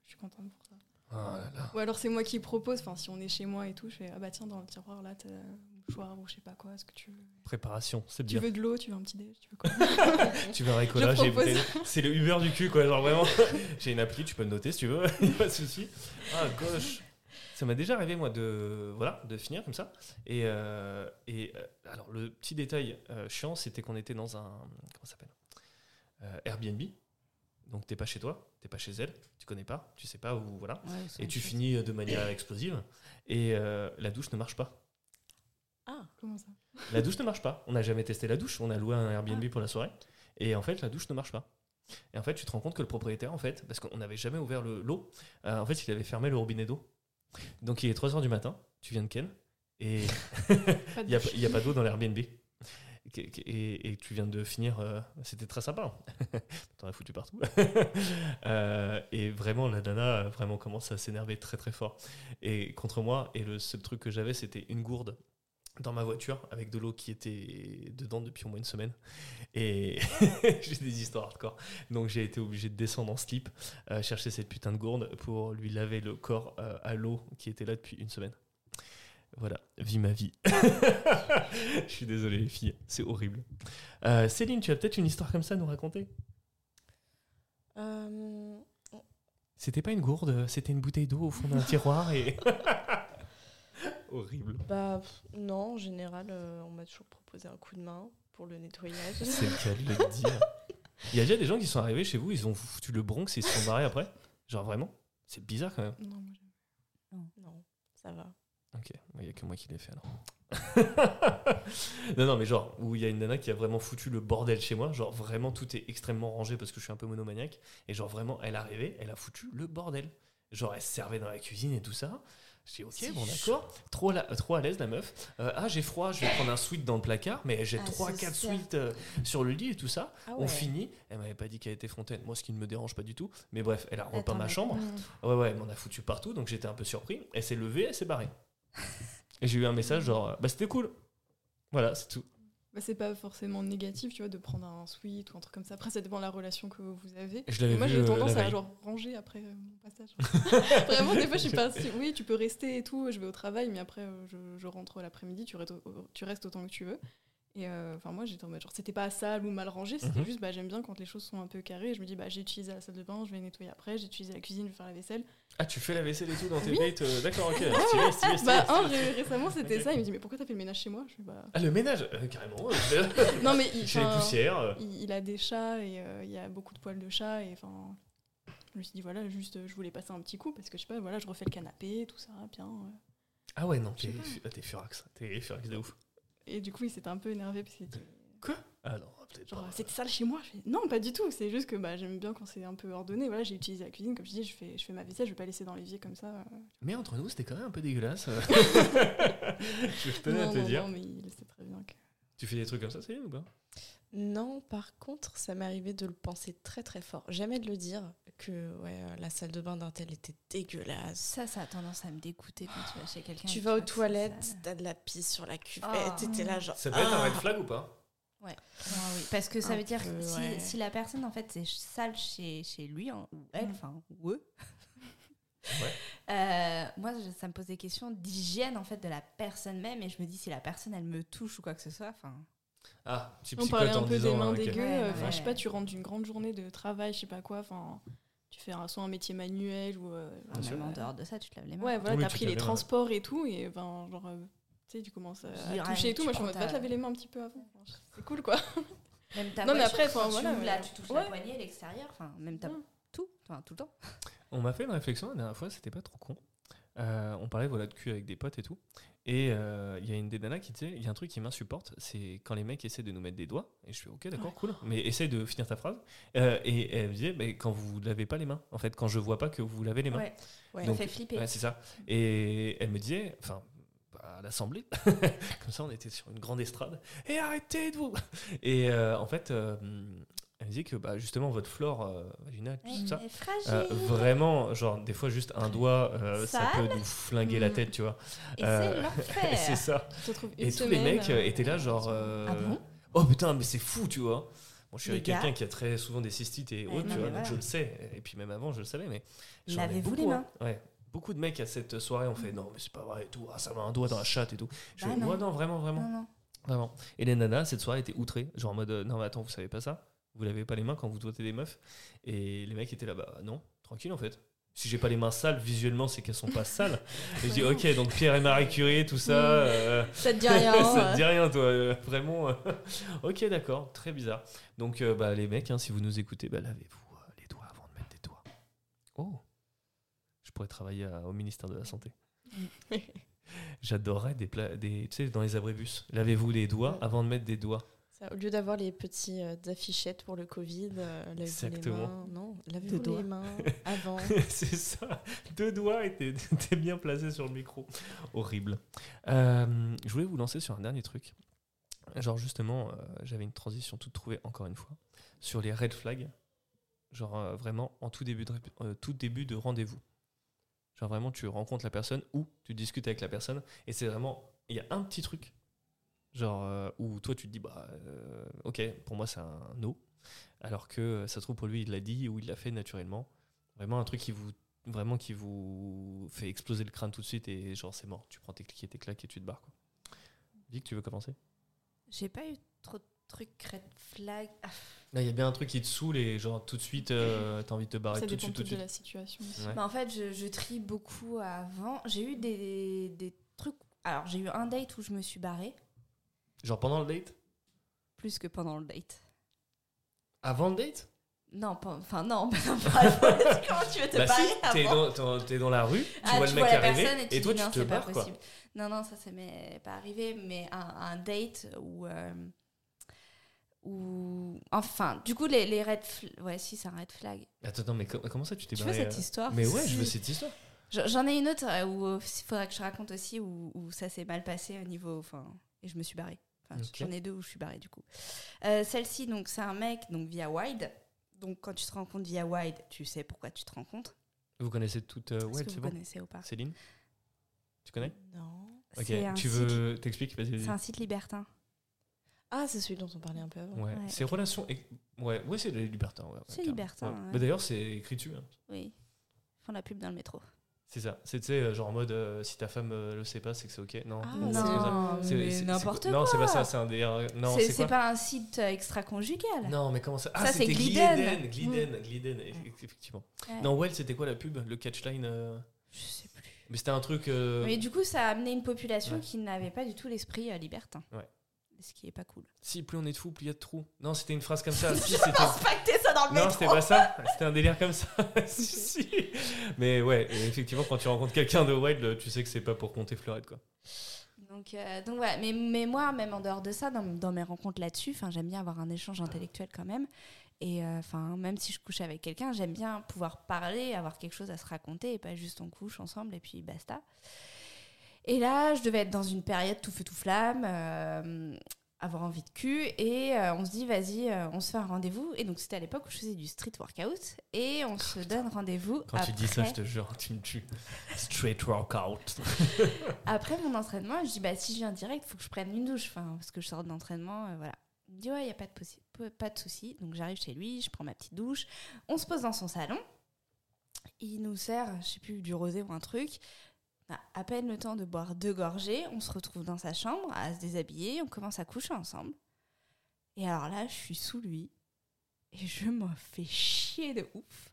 S4: je suis contente pour ça.
S1: Oh là là.
S4: Ou alors c'est moi qui propose, enfin si on est chez moi et tout, je fais ah bah tiens dans le tiroir là t'as un mouchoir ou je sais pas quoi, est-ce que tu veux...
S1: Préparation, c'est
S4: Tu
S1: bien.
S4: veux de l'eau, tu veux un petit déj, tu veux quoi?
S1: Tu veux un Ricola,
S4: Je propose.
S1: c'est le Uber du cul quoi, genre vraiment. J'ai une appli, tu peux le noter si tu veux, pas de souci. Ah gauche. Ça m'est déjà arrivé moi de finir comme ça. Et alors le petit détail chiant, c'était qu'on était dans un comment ça s'appelle Airbnb. Donc t'es pas chez toi, t'es pas chez elle, tu connais pas, tu sais pas où voilà.
S2: Ouais,
S1: Et tu finis de manière explosive et la douche ne marche pas.
S3: Ah,
S4: Comment ça?
S1: La douche ne marche pas. On n'a jamais testé la douche. On a loué un Airbnb pour la soirée. Et en fait, la douche ne marche pas. Et en fait, tu te rends compte que le propriétaire, en fait, parce qu'on n'avait jamais ouvert l'eau, en fait, il avait fermé le robinet d'eau. Donc, il est 3h du matin, tu viens de Ken, et il n'y a pas d'eau dans l'Airbnb. Et tu viens de finir, c'était très sympa. T'en as foutu partout. Et vraiment, la nana vraiment commence à s'énerver très très fort. Et contre moi, et le seul truc que j'avais, c'était une gourde dans ma voiture avec de l'eau qui était dedans depuis au moins une semaine. Et j'ai des histoires hardcore. Donc j'ai été obligé de descendre en slip, chercher cette putain de gourde pour lui laver le corps à l'eau qui était là depuis une semaine. Voilà, vis ma vie. Je suis désolé les filles, c'est horrible. Céline, tu as peut-être une histoire comme ça à nous raconter? C'était pas une gourde, c'était une bouteille d'eau au fond d'un tiroir et... Horrible.
S3: Bah non, en général, on m'a toujours proposé un coup de main pour le nettoyage.
S1: C'est le cas de le dire. Il y a déjà des gens qui sont arrivés chez vous, ils ont foutu le Bronx et ils se sont barrés après? Genre vraiment? C'est bizarre quand même.
S4: Non, moi j'aime.
S3: Non, ça va.
S1: Ok, il n'y a que moi qui l'ai fait alors. non, mais genre, où il y a une nana qui a vraiment foutu le bordel chez moi, genre vraiment tout est extrêmement rangé parce que je suis un peu monomaniaque, et genre vraiment, elle est arrivée, elle a foutu le bordel. Genre, elle se servait dans la cuisine et tout ça. Je dis, ok,
S2: C'est
S1: bon d'accord, trop à l'aise la meuf. J'ai froid, je vais prendre un sweat dans le placard, mais j'ai 3-4 sweats sur le lit et tout ça.
S3: Ah ouais.
S1: On finit, elle m'avait pas dit qu'elle était fontaine, moi ce qui ne me dérange pas du tout, mais bref, elle a repeint ma chambre. Ouais, elle m'en a foutu partout, donc j'étais un peu surpris. Elle s'est levée, elle s'est barrée. Et j'ai eu un message genre, bah c'était cool. Voilà, c'est tout.
S4: Bah, c'est pas forcément négatif, tu vois, de prendre un suite ou un truc comme ça. Après, ça dépend de la relation que vous avez.
S1: Je l'avais
S4: Moi,
S1: vu,
S4: j'ai tendance
S1: la
S4: à
S1: veille.
S4: genre ranger après mon passage. Vraiment, des fois, je suis pas. Oui, tu peux rester et tout. Je vais au travail, mais après, je rentre l'après-midi. Tu restes autant que tu veux. Et enfin, moi, j'étais en mode genre, c'était pas sale ou mal rangé. C'était juste, bah, j'aime bien quand les choses sont un peu carrées. Et je me dis, bah, j'ai utilisé la salle de bain, je vais nettoyer après. J'ai utilisé la cuisine, je vais faire la vaisselle.
S1: Ah, tu fais la vaisselle et tout dans tes
S4: Oui.
S1: dates d'accord, ok. Stylé.
S4: Bah, récemment, c'était ça. Il me dit, mais pourquoi t'as fait le ménage chez moi? Je fais, bah.
S1: Ah, le ménage carrément.
S4: Non, mais
S1: J'ai les poussières.
S4: il a des chats et il y a beaucoup de poils de chat. Et enfin, je me suis dit, voilà, juste, je voulais passer un petit coup parce que je sais pas, voilà, je refais le canapé, tout ça, bien.
S1: Ah ouais, non,
S4: Je sais
S1: t'es furax. T'es furax de ouf.
S4: Et du coup, il s'était un peu énervé parce qu'il dit,
S1: Quoi? Ah non, peut-être
S4: genre,
S1: pas.
S4: c'était sale chez moi. Je fais, non, pas du tout. C'est juste que bah, j'aime bien quand c'est un peu ordonné. Voilà, j'ai utilisé la cuisine, comme je dis, je fais ma vaisselle, je vais pas laisser dans l'évier comme ça.
S1: Mais entre nous, c'était quand même un peu dégueulasse. Je tenais à te dire.
S4: Non, mais il sait très bien que.
S1: Tu fais des trucs comme ça, Céline, ou pas?
S3: Non, par contre, ça m'est arrivé de le penser très très fort. Jamais de le dire que la salle de bain d'un tel était dégueulasse.
S2: Ça a tendance à me dégoûter quand tu vas chez quelqu'un.
S3: Tu
S2: et
S3: vas aux
S2: que c'est
S3: toilettes,
S2: sale.
S3: t'as de la pisse sur la cuvette,
S2: Oh.
S3: t'es là genre...
S1: Ça peut être un red flag ou pas?
S2: Ouais. Oui, parce que ça
S3: Un
S2: veut dire
S3: peu,
S2: que
S3: ouais.
S2: si la personne en fait c'est sale chez lui hein, ou elle, enfin ou eux. Moi ça me pose des questions d'hygiène en fait de la personne même et je me dis si la personne elle me touche ou quoi que ce soit. Enfin.
S1: Ah, tu
S4: On parlait
S1: psychotes
S4: un
S1: en
S4: peu
S1: disant...
S4: des mains
S1: ok.
S4: dégueu.
S2: Ouais,
S4: Enfin,
S2: ouais.
S4: je sais pas, tu rentres d'une grande journée de travail, je sais pas quoi. Enfin, tu fais soit un métier manuel ou.
S2: Même en dehors de ça tu te laves les mains.
S4: Ouais, voilà,
S1: Oui,
S4: t'as
S1: tu
S4: pris
S1: te laves
S4: les
S1: les mains.
S4: transports et tout, et ben, genre, tu sais, tu commences
S2: Puis,
S4: à toucher et tout.
S2: tu
S4: Moi, je suis en
S2: prends
S4: mode, va te
S2: ta-
S4: laver les mains un petit peu avant. Enfin, c'est cool, quoi.
S2: Même ta
S4: Non, mais
S2: voiture,
S4: après, enfin,
S2: quand
S4: voilà,
S2: tu, là,
S4: ouais.
S2: tu touches
S4: Ouais.
S2: la poignée, l'extérieur, enfin même ta
S4: Ouais.
S2: tout le temps.
S1: On m'a fait une réflexion la dernière fois, c'était pas trop con. On parlait voilà, de cul avec des potes et tout. Et il y a une des nanas qui disait, il y a un truc qui m'insupporte, c'est quand les mecs essaient de nous mettre des doigts. Et je fais, ok, d'accord, cool. Mais essaye de finir ta phrase. Et elle me disait, mais quand vous lavez pas les mains, en fait, quand je vois pas que vous lavez les mains.
S2: Ouais.
S3: Ouais.
S2: Ça
S1: Donc,
S2: fait flipper.
S1: Ouais, c'est ça. Et elle me disait, enfin, à l'Assemblée, comme ça on était sur une grande estrade, et arrêtez de vous. Et en fait, elle me disait que bah, justement votre flore vaginale, tout ça,
S2: Elle est fragile.
S1: vraiment, genre des fois juste un doigt, ça
S2: Sale.
S1: peut nous flinguer la tête, tu vois.
S2: Et c'est l'enfer.
S1: C'est ça.
S4: Je te trouve une
S1: Et tous les
S4: semaine,
S1: mecs étaient là genre,
S2: Ah bon
S1: oh putain, mais c'est fou, tu vois. Moi, je suis avec quelqu'un qui a très souvent des cystites et autres, tu vois, donc je le sais. Et puis même avant, je le savais, mais
S2: lavez-vous les mains.
S1: Ouais. Beaucoup de mecs à cette soirée ont fait non, mais c'est pas vrai et tout. Ah, ça va un doigt dans la chatte et tout. Moi, non, vraiment.
S2: Non.
S1: Vraiment. Et les nanas, cette soirée étaient outrées, genre en mode non, mais attends, vous savez pas ça? Vous lavez pas les mains quand vous doigtez des meufs? Et les mecs étaient là, bah non, tranquille en fait. Si j'ai pas les mains sales, visuellement, c'est qu'elles sont pas sales. Et je dis, ok, donc Pierre et Marie Curie, tout ça.
S3: Ça te dit rien.
S1: Ça te dit rien, toi, vraiment. Ok, d'accord, très bizarre. Donc, les mecs, si vous nous écoutez, lavez-vous les doigts avant de mettre des doigts. Oh, je pourrais travailler au ministère de la Santé. J'adorerais tu sais, dans les abribus, lavez-vous les doigts avant de mettre des doigts.
S3: Ça, au lieu d'avoir les petits affichettes pour le Covid, lavez-vous les mains. Non, lavez-vous les mains avant.
S1: C'est ça. 2 doigts et t'es bien placé sur le micro. Horrible. Je voulais vous lancer sur un dernier truc. Genre justement, j'avais une transition toute trouvée encore une fois sur les red flags. Genre vraiment en tout début de rendez-vous. Genre vraiment tu rencontres la personne ou tu discutes avec la personne et c'est vraiment, il y a un petit truc genre où toi tu te dis ok, pour moi c'est un no, alors que ça se trouve pour lui il l'a dit ou il l'a fait naturellement. Vraiment un truc qui vous fait exploser le crâne tout de suite et genre c'est mort, tu prends tes clics et tes claques et tu te barres quoi. Vic, tu veux commencer?
S2: J'ai pas eu trop de trucs red flag.
S1: Il y a bien un truc qui te saoule et genre tout de suite t'as envie de te barrer tout de suite.
S4: Ça dépend de la situation.
S1: Ouais.
S2: En fait je trie beaucoup avant. J'ai eu des trucs. Alors j'ai eu un date où je me suis barrée.
S1: Genre pendant le date?
S2: Plus que pendant le date.
S1: Avant le date?
S2: Non, non, comment tu veux te barrer avant?
S1: T'es dans la rue, tu vois le mec arriver et toi tu te barres quoi.
S2: Non, ça m'est pas arrivé, mais un date où enfin, du coup les red flags, ouais, si c'est un red flag.
S1: Attends, mais comment ça tu t'es barré?
S2: Tu veux cette histoire?
S1: Mais ouais, je veux cette histoire.
S2: J'en ai une autre où il faudra que je raconte aussi où ça s'est mal passé au niveau, et je me suis barrée. Okay. J'en ai 2 où je suis barrée du coup. Celle-ci, donc c'est un mec donc via Wild. Donc quand tu te rencontres via Wild, tu sais pourquoi tu te rencontres.
S1: Vous connaissez toutes Wild, c'est bon?
S2: Vous connaissez ou pas?
S1: Céline, tu connais?
S3: Non.
S1: Ok, tu veux t'expliques? Vas-y.
S2: C'est un site libertin.
S3: Ah, c'est celui dont on parlait un peu avant.
S1: Ouais. C'est relations. Ouais, c'est libertin. Ouais,
S2: c'est libertin. Ouais.
S1: Bah, d'ailleurs, c'est écrit dessus.
S2: Oui. Ils font la pub dans le métro.
S1: C'est ça. C'est, tu sais, genre en mode si ta femme le sait pas, c'est que c'est ok. Non,
S2: c'est n'importe quoi.
S1: Non, c'est pas ça. C'est un délire. Non,
S2: c'est pas un site extra-conjugal.
S1: Non, mais comment ça?
S2: Ah,
S1: c'était Gliden. Gliden, effectivement.
S2: Ouais.
S1: Non, Well, c'était quoi la pub? Le catchline
S2: Je sais plus.
S1: Mais c'était un truc.
S2: Mais du coup, ça a amené une population qui n'avait pas du tout l'esprit libertin.
S1: Ouais.
S2: Ce qui est pas cool.
S1: Si, plus on est de fous, plus il y a de trous. Non, c'était une phrase comme ça.
S2: Je pense pas que t'aies ça dans le métro.
S1: Non, c'était pas ça. C'était un délire comme ça. si. Mais ouais, effectivement, quand tu rencontres quelqu'un de Wild, tu sais que c'est pas pour compter fleurette, quoi.
S2: Donc ouais, mais moi, même en dehors de ça, dans mes rencontres là-dessus, j'aime bien avoir un échange intellectuel quand même. Et même si je couche avec quelqu'un, j'aime bien pouvoir parler, avoir quelque chose à se raconter et pas juste on couche ensemble et puis basta. Et là, je devais être dans une période tout feu tout flamme, avoir envie de cul, et on se dit vas-y, on se fait un rendez-vous. Et donc c'était à l'époque où je faisais du street workout, et on se donne rendez-vous.
S1: Quand tu dis ça, je te jure, tu me tues. Street workout.
S2: Après mon entraînement, je dis si je viens direct, il faut que je prenne une douche, parce que je sors d'entraînement, voilà. Il me dit ouais, il n'y a pas de souci. Donc j'arrive chez lui, je prends ma petite douche, on se pose dans son salon, il nous sert, je sais plus, du rosé ou un truc. On a à peine le temps de boire 2 gorgées, on se retrouve dans sa chambre à se déshabiller, on commence à coucher ensemble. Et alors là, je suis sous lui et je me fais chier de ouf.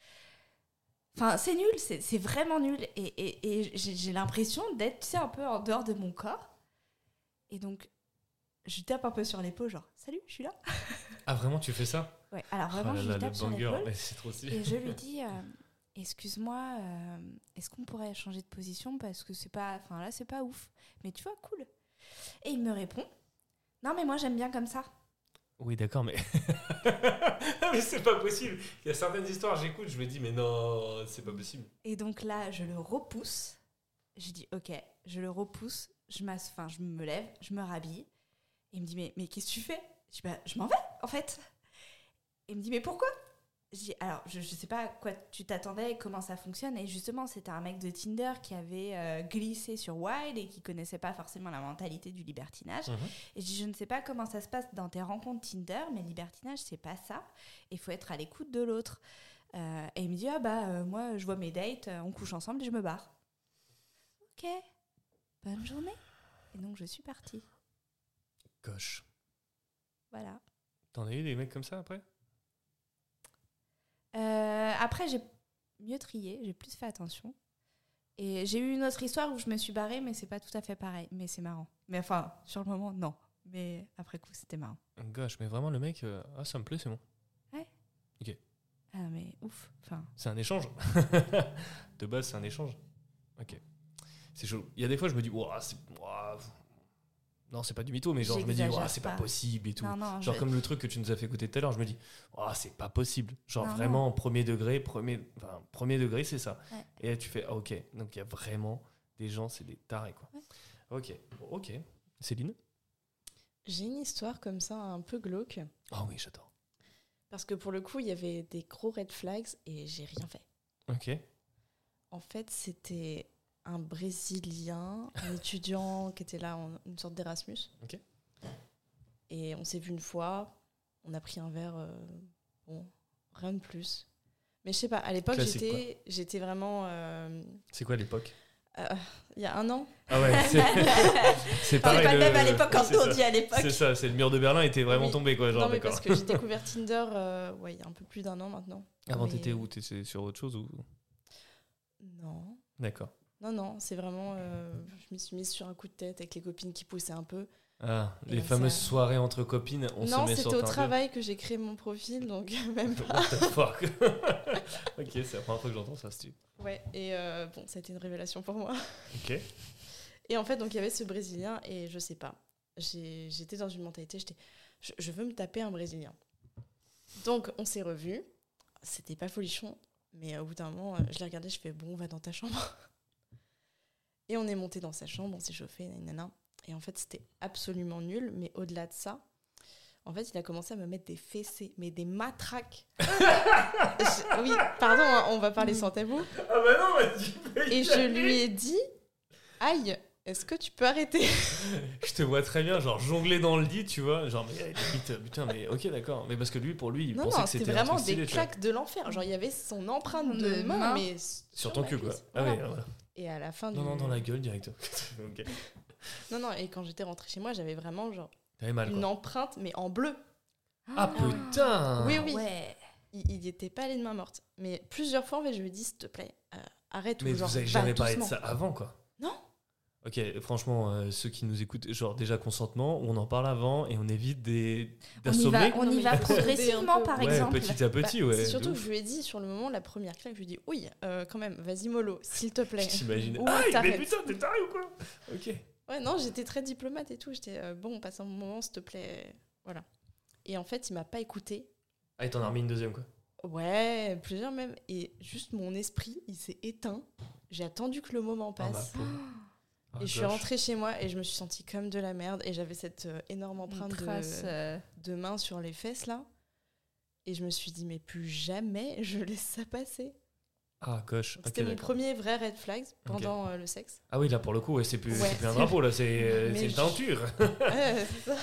S2: C'est nul, c'est vraiment nul. Et j'ai l'impression d'être un peu en dehors de mon corps. Et donc, je tape un peu sur l'épaule, genre « Salut, je suis là !»
S1: Ah vraiment, tu fais ça?
S2: Ouais, alors vraiment, je lui tape sur l'épaule
S1: c'est trop stylé.
S2: et je lui dis « Excuse-moi, est-ce qu'on pourrait changer de position parce que c'est pas ouf, mais tu vois, cool. » Et il me répond « Non, mais moi, j'aime bien comme ça. »
S1: Oui, d'accord, mais... mais c'est pas possible. Il y a certaines histoires, j'écoute, je me dis « Mais non, c'est pas possible. »
S2: Et donc là, je le repousse. Je dis « Ok, je le repousse. » Je me lève, je me rhabille. Et il me dit « Mais qu'est-ce que tu fais ?» Je dis « Je m'en vais, en fait. » Et il me dit « Mais pourquoi ?» Alors, je sais pas à quoi tu t'attendais et comment ça fonctionne. Et justement, c'était un mec de Tinder qui avait glissé sur Wild et qui connaissait pas forcément la mentalité du libertinage. Et je dis, je ne sais pas comment ça se passe dans tes rencontres Tinder, mais le libertinage, c'est pas ça. Il faut être à l'écoute de l'autre. Et il me dit, moi, je vois mes dates, on couche ensemble et je me barre. Ok, bonne journée. Et donc, je suis partie.
S1: Gosh.
S2: Voilà.
S1: T'en as eu des mecs comme ça après ?
S2: Après, j'ai mieux trié, j'ai plus fait attention. Et j'ai eu une autre histoire où je me suis barrée, mais c'est pas tout à fait pareil. Mais c'est marrant. Mais enfin, sur le moment, non. Mais après coup, c'était marrant.
S1: Gosh, mais vraiment, le mec, ça me plaît, c'est bon.
S2: Ouais.
S1: Ok.
S2: Ah, mais ouf. Enfin...
S1: C'est un échange. De base, c'est un échange. Ok. C'est chaud. Il y a des fois, je me dis, non, c'est pas du mytho, mais genre, je me dis, c'est pas possible et tout.
S2: Non,
S1: genre, comme le truc que tu nous as fait écouter tout à l'heure, je me dis, c'est pas possible. Genre, vraiment, premier degré, c'est ça.
S2: Ouais.
S1: Et là, tu fais, ok. Donc, il y a vraiment des gens, c'est des tarés, quoi. Ouais. Ok. Céline ?
S3: J'ai une histoire comme ça, un peu glauque.
S1: Ah oui, j'adore.
S3: Parce que pour le coup, il y avait des gros red flags et j'ai rien fait.
S1: Ok.
S3: En fait, c'était un Brésilien, un étudiant qui était là, une sorte d'Erasmus.
S1: Ok.
S3: Et on s'est vu une fois, on a pris un verre, rien de plus. Mais je sais pas, à l'époque, j'étais vraiment...
S1: C'est quoi l'époque ?
S3: Il y a 1 an.
S1: Ah ouais, c'est pareil.
S2: Pas le même à l'époque quand on dit à l'époque.
S1: C'est ça, c'est le mur de Berlin était vraiment tombé, quoi. Genre,
S3: non, mais parce que j'ai découvert Tinder il y a un peu plus d'1 an maintenant.
S1: Avant, t'étais où ? T'étais sur autre chose ou...
S3: Non.
S1: D'accord.
S3: Non, c'est vraiment... je me suis mise sur un coup de tête avec les copines qui poussaient un peu.
S1: Ah, les fameuses soirées entre copines, on se met sur Tinder.
S3: Non, c'était au travail que j'ai créé mon profil, donc même pas.
S1: What the fuck. Ok, c'est la première fois que j'entends ça, Stu.
S3: Ouais, et ça a été une révélation pour moi.
S1: Ok.
S3: Et en fait, donc il y avait ce Brésilien, et je sais pas, j'étais dans une mentalité, je veux me taper un Brésilien. Donc, on s'est revus, c'était pas folichon, mais au bout d'un moment, je l'ai regardé, je fais, bon, on va dans ta chambre. Et on est monté dans sa chambre, on s'est chauffé, nanana. Et en fait, c'était absolument nul. Mais au-delà de ça, en fait, il a commencé à me mettre des fessées, mais des matraques. Oui, pardon, on va parler sans tabou.
S1: Ah bah non,
S3: Et je lui ai dit, aïe, est-ce que tu peux arrêter ?
S1: Je te vois très bien, genre jongler dans le lit, tu vois. Genre, mais limite, putain, mais ok, d'accord. Mais parce que pour lui, il pensait que c'était
S3: vraiment
S1: stylé,
S3: des claques de l'enfer. Genre, il y avait son empreinte de main, mais
S1: sur ton cul, quoi.
S3: Voilà.
S1: Ah oui, voilà.
S3: Et à la fin
S1: Non, dans la gueule, direct. Ok.
S3: Non, et quand j'étais rentrée chez moi, j'avais vraiment genre
S1: t'avais mal,
S3: une empreinte, mais en bleu.
S1: Ah putain.
S3: Oui.
S2: Ouais.
S3: Il n'y était pas allé de main morte. Mais plusieurs fois, en fait, je lui ai dit, s'il te plaît, arrête.
S1: Mais
S3: ou genre,
S1: vous avez jamais parlé de
S3: doucement.
S1: ça avant, quoi?
S3: Non.
S1: Ok, franchement, ceux qui nous écoutent, genre déjà consentement, on en parle avant et on évite d'assommer.
S2: On y va progressivement, par exemple.
S1: Petit à petit, ouais.
S3: C'est surtout que je lui ai dit sur le moment, la première claque, je lui ai dit, oui, quand même, vas-y mollo, s'il te plaît.
S1: J'imagine.
S3: Ou
S1: Mais
S3: t'arrêtes.
S1: putain, t'es taré ou quoi? Ok.
S3: Ouais, non, j'étais très diplomate et tout. J'étais, bon, on passe un bon moment, s'il te plaît. Voilà. Et en fait, il m'a pas écouté.
S1: Ah, il t'en a remis une deuxième, quoi.
S3: Ouais, plusieurs même. Et juste mon esprit, il s'est éteint. J'ai attendu que le moment passe. Et je suis rentrée chez moi et je me suis sentie comme de la merde. Et j'avais cette énorme empreinte de main sur les fesses, là. Et je me suis dit, mais plus jamais je laisse ça passer.
S1: Ah, coche.
S3: C'était mon premier vrai red flag pendant le sexe.
S1: Ah oui, là, pour le coup, ouais, c'est plus un drapeau, là, c'est une teinture.
S3: C'est ça.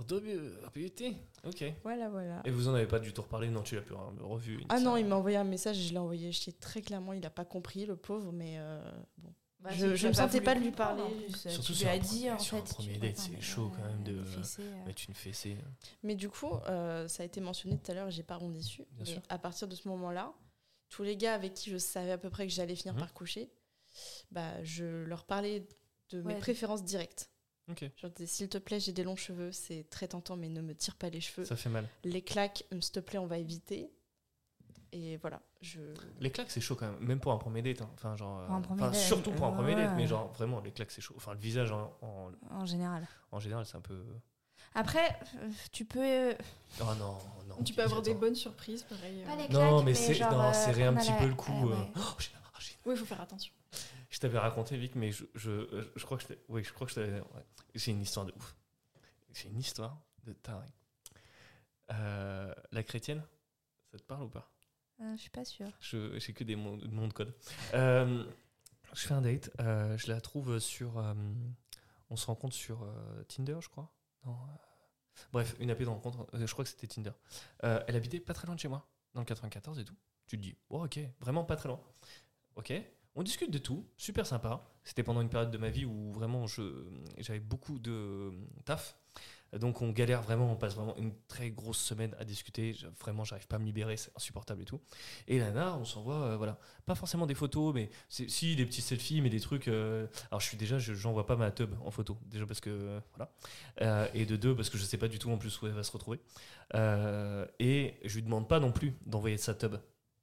S1: Ok.
S3: Voilà.
S1: Et vous en avez pas du tout reparlé? Non, tu l'as plus revu?
S3: Ah non, il m'a envoyé un message et je l'ai envoyé. Je sais très clairement, il a pas compris, le pauvre, mais bon.
S2: Bah,
S3: je me sentais pas de lui parler.
S1: Surtout
S2: tu lui as dit, en
S1: sur
S2: fait.
S1: un premier date, c'est chaud quand même de mettre une fessée.
S3: Mais du coup, ça a été mentionné tout à l'heure et j'ai pas rebondi dessus.
S1: Bien sûr.
S3: À partir de ce moment-là, tous les gars avec qui je savais à peu près que j'allais finir par coucher, je leur parlais de mes préférences directes.
S1: Ok.
S3: Je leur disais, s'il te plaît, j'ai des longs cheveux, c'est très tentant, mais ne me tire pas les cheveux.
S1: Ça fait mal.
S3: Les claques, s'il te plaît, on va éviter. Et voilà.
S1: Les claques, c'est chaud quand même pour un premier date. Hein. Enfin, genre,
S2: surtout
S1: pour un premier date, mais genre vraiment, les claques, c'est chaud. Enfin, le visage
S2: en général.
S1: En général, c'est un peu.
S2: Après, tu peux.
S1: Oh non.
S4: Tu peux avoir des bonnes surprises, pareil.
S2: Pas les claques,
S1: non, mais
S2: serrer
S1: un petit peu le coup.
S2: Ouais.
S4: Oui, il faut faire attention.
S1: Je t'avais raconté, Vic, mais je crois que je t'avais. Ouais. C'est une histoire de ouf. C'est une histoire de taré. La chrétienne, ça te parle ou pas?
S2: Je suis pas sûre.
S1: J'ai que des noms de code. Je fais un date. Je la trouve sur... on se rencontre sur Tinder, je crois. Non, bref, une appli de rencontre. Je crois que c'était Tinder. Elle habitait pas très loin de chez moi, dans le 94 et tout. Tu te dis, oh, ok, vraiment pas très loin. Ok, on discute de tout, super sympa. C'était pendant une période de ma vie où vraiment j'avais beaucoup de taf. Donc on galère vraiment, on passe vraiment une très grosse semaine à discuter. Vraiment, j'arrive pas à me libérer, c'est insupportable et tout. Et là, on s'envoie, voilà, pas forcément des photos, mais si des petits selfies, mais des trucs. Alors j'envoie pas ma tub en photo, déjà parce que voilà, et de deux parce que je sais pas du tout en plus où elle va se retrouver. Et je lui demande pas non plus d'envoyer sa tub.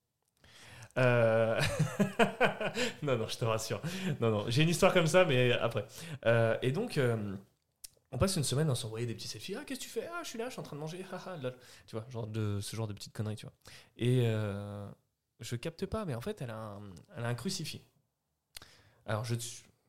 S1: Non, je te rassure. Non, j'ai une histoire comme ça, mais après. Et donc. On passe une semaine à s'envoyer des petits selfies. Ah, qu'est-ce que tu fais? Ah, je suis là, je suis en train de manger. Lol. Tu vois, ce genre de petites conneries, tu vois. Et je capte pas, mais en fait, elle a un crucifix. Alors, je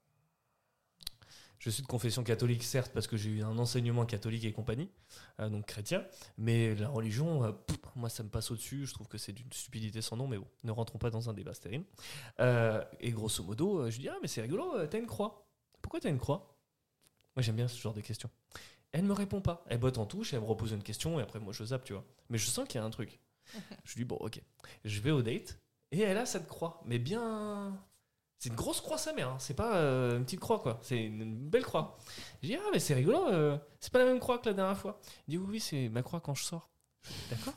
S1: suis de confession catholique, certes, parce que j'ai eu un enseignement catholique et compagnie, donc chrétien, mais la religion, moi, ça me passe au-dessus. Je trouve que c'est d'une stupidité sans nom, mais bon, ne rentrons pas dans un débat stérile. Et grosso modo, je dis, ah, mais c'est rigolo, t'as une croix. Pourquoi t'as une croix? Moi, j'aime bien ce genre de questions. Elle me répond pas. Elle botte en touche, elle me repose une question, et après, moi, je zappe, tu vois. Mais je sens qu'il y a un truc. Je dis, bon, ok. Je vais au date, et elle a cette croix. Mais bien... C'est une grosse croix, sa mère. Hein. C'est pas une petite croix, quoi. C'est une belle croix. Je dis, ah, mais c'est rigolo. C'est pas la même croix que la dernière fois. Elle dit, oui, c'est ma croix quand je sors. Je dis, d'accord.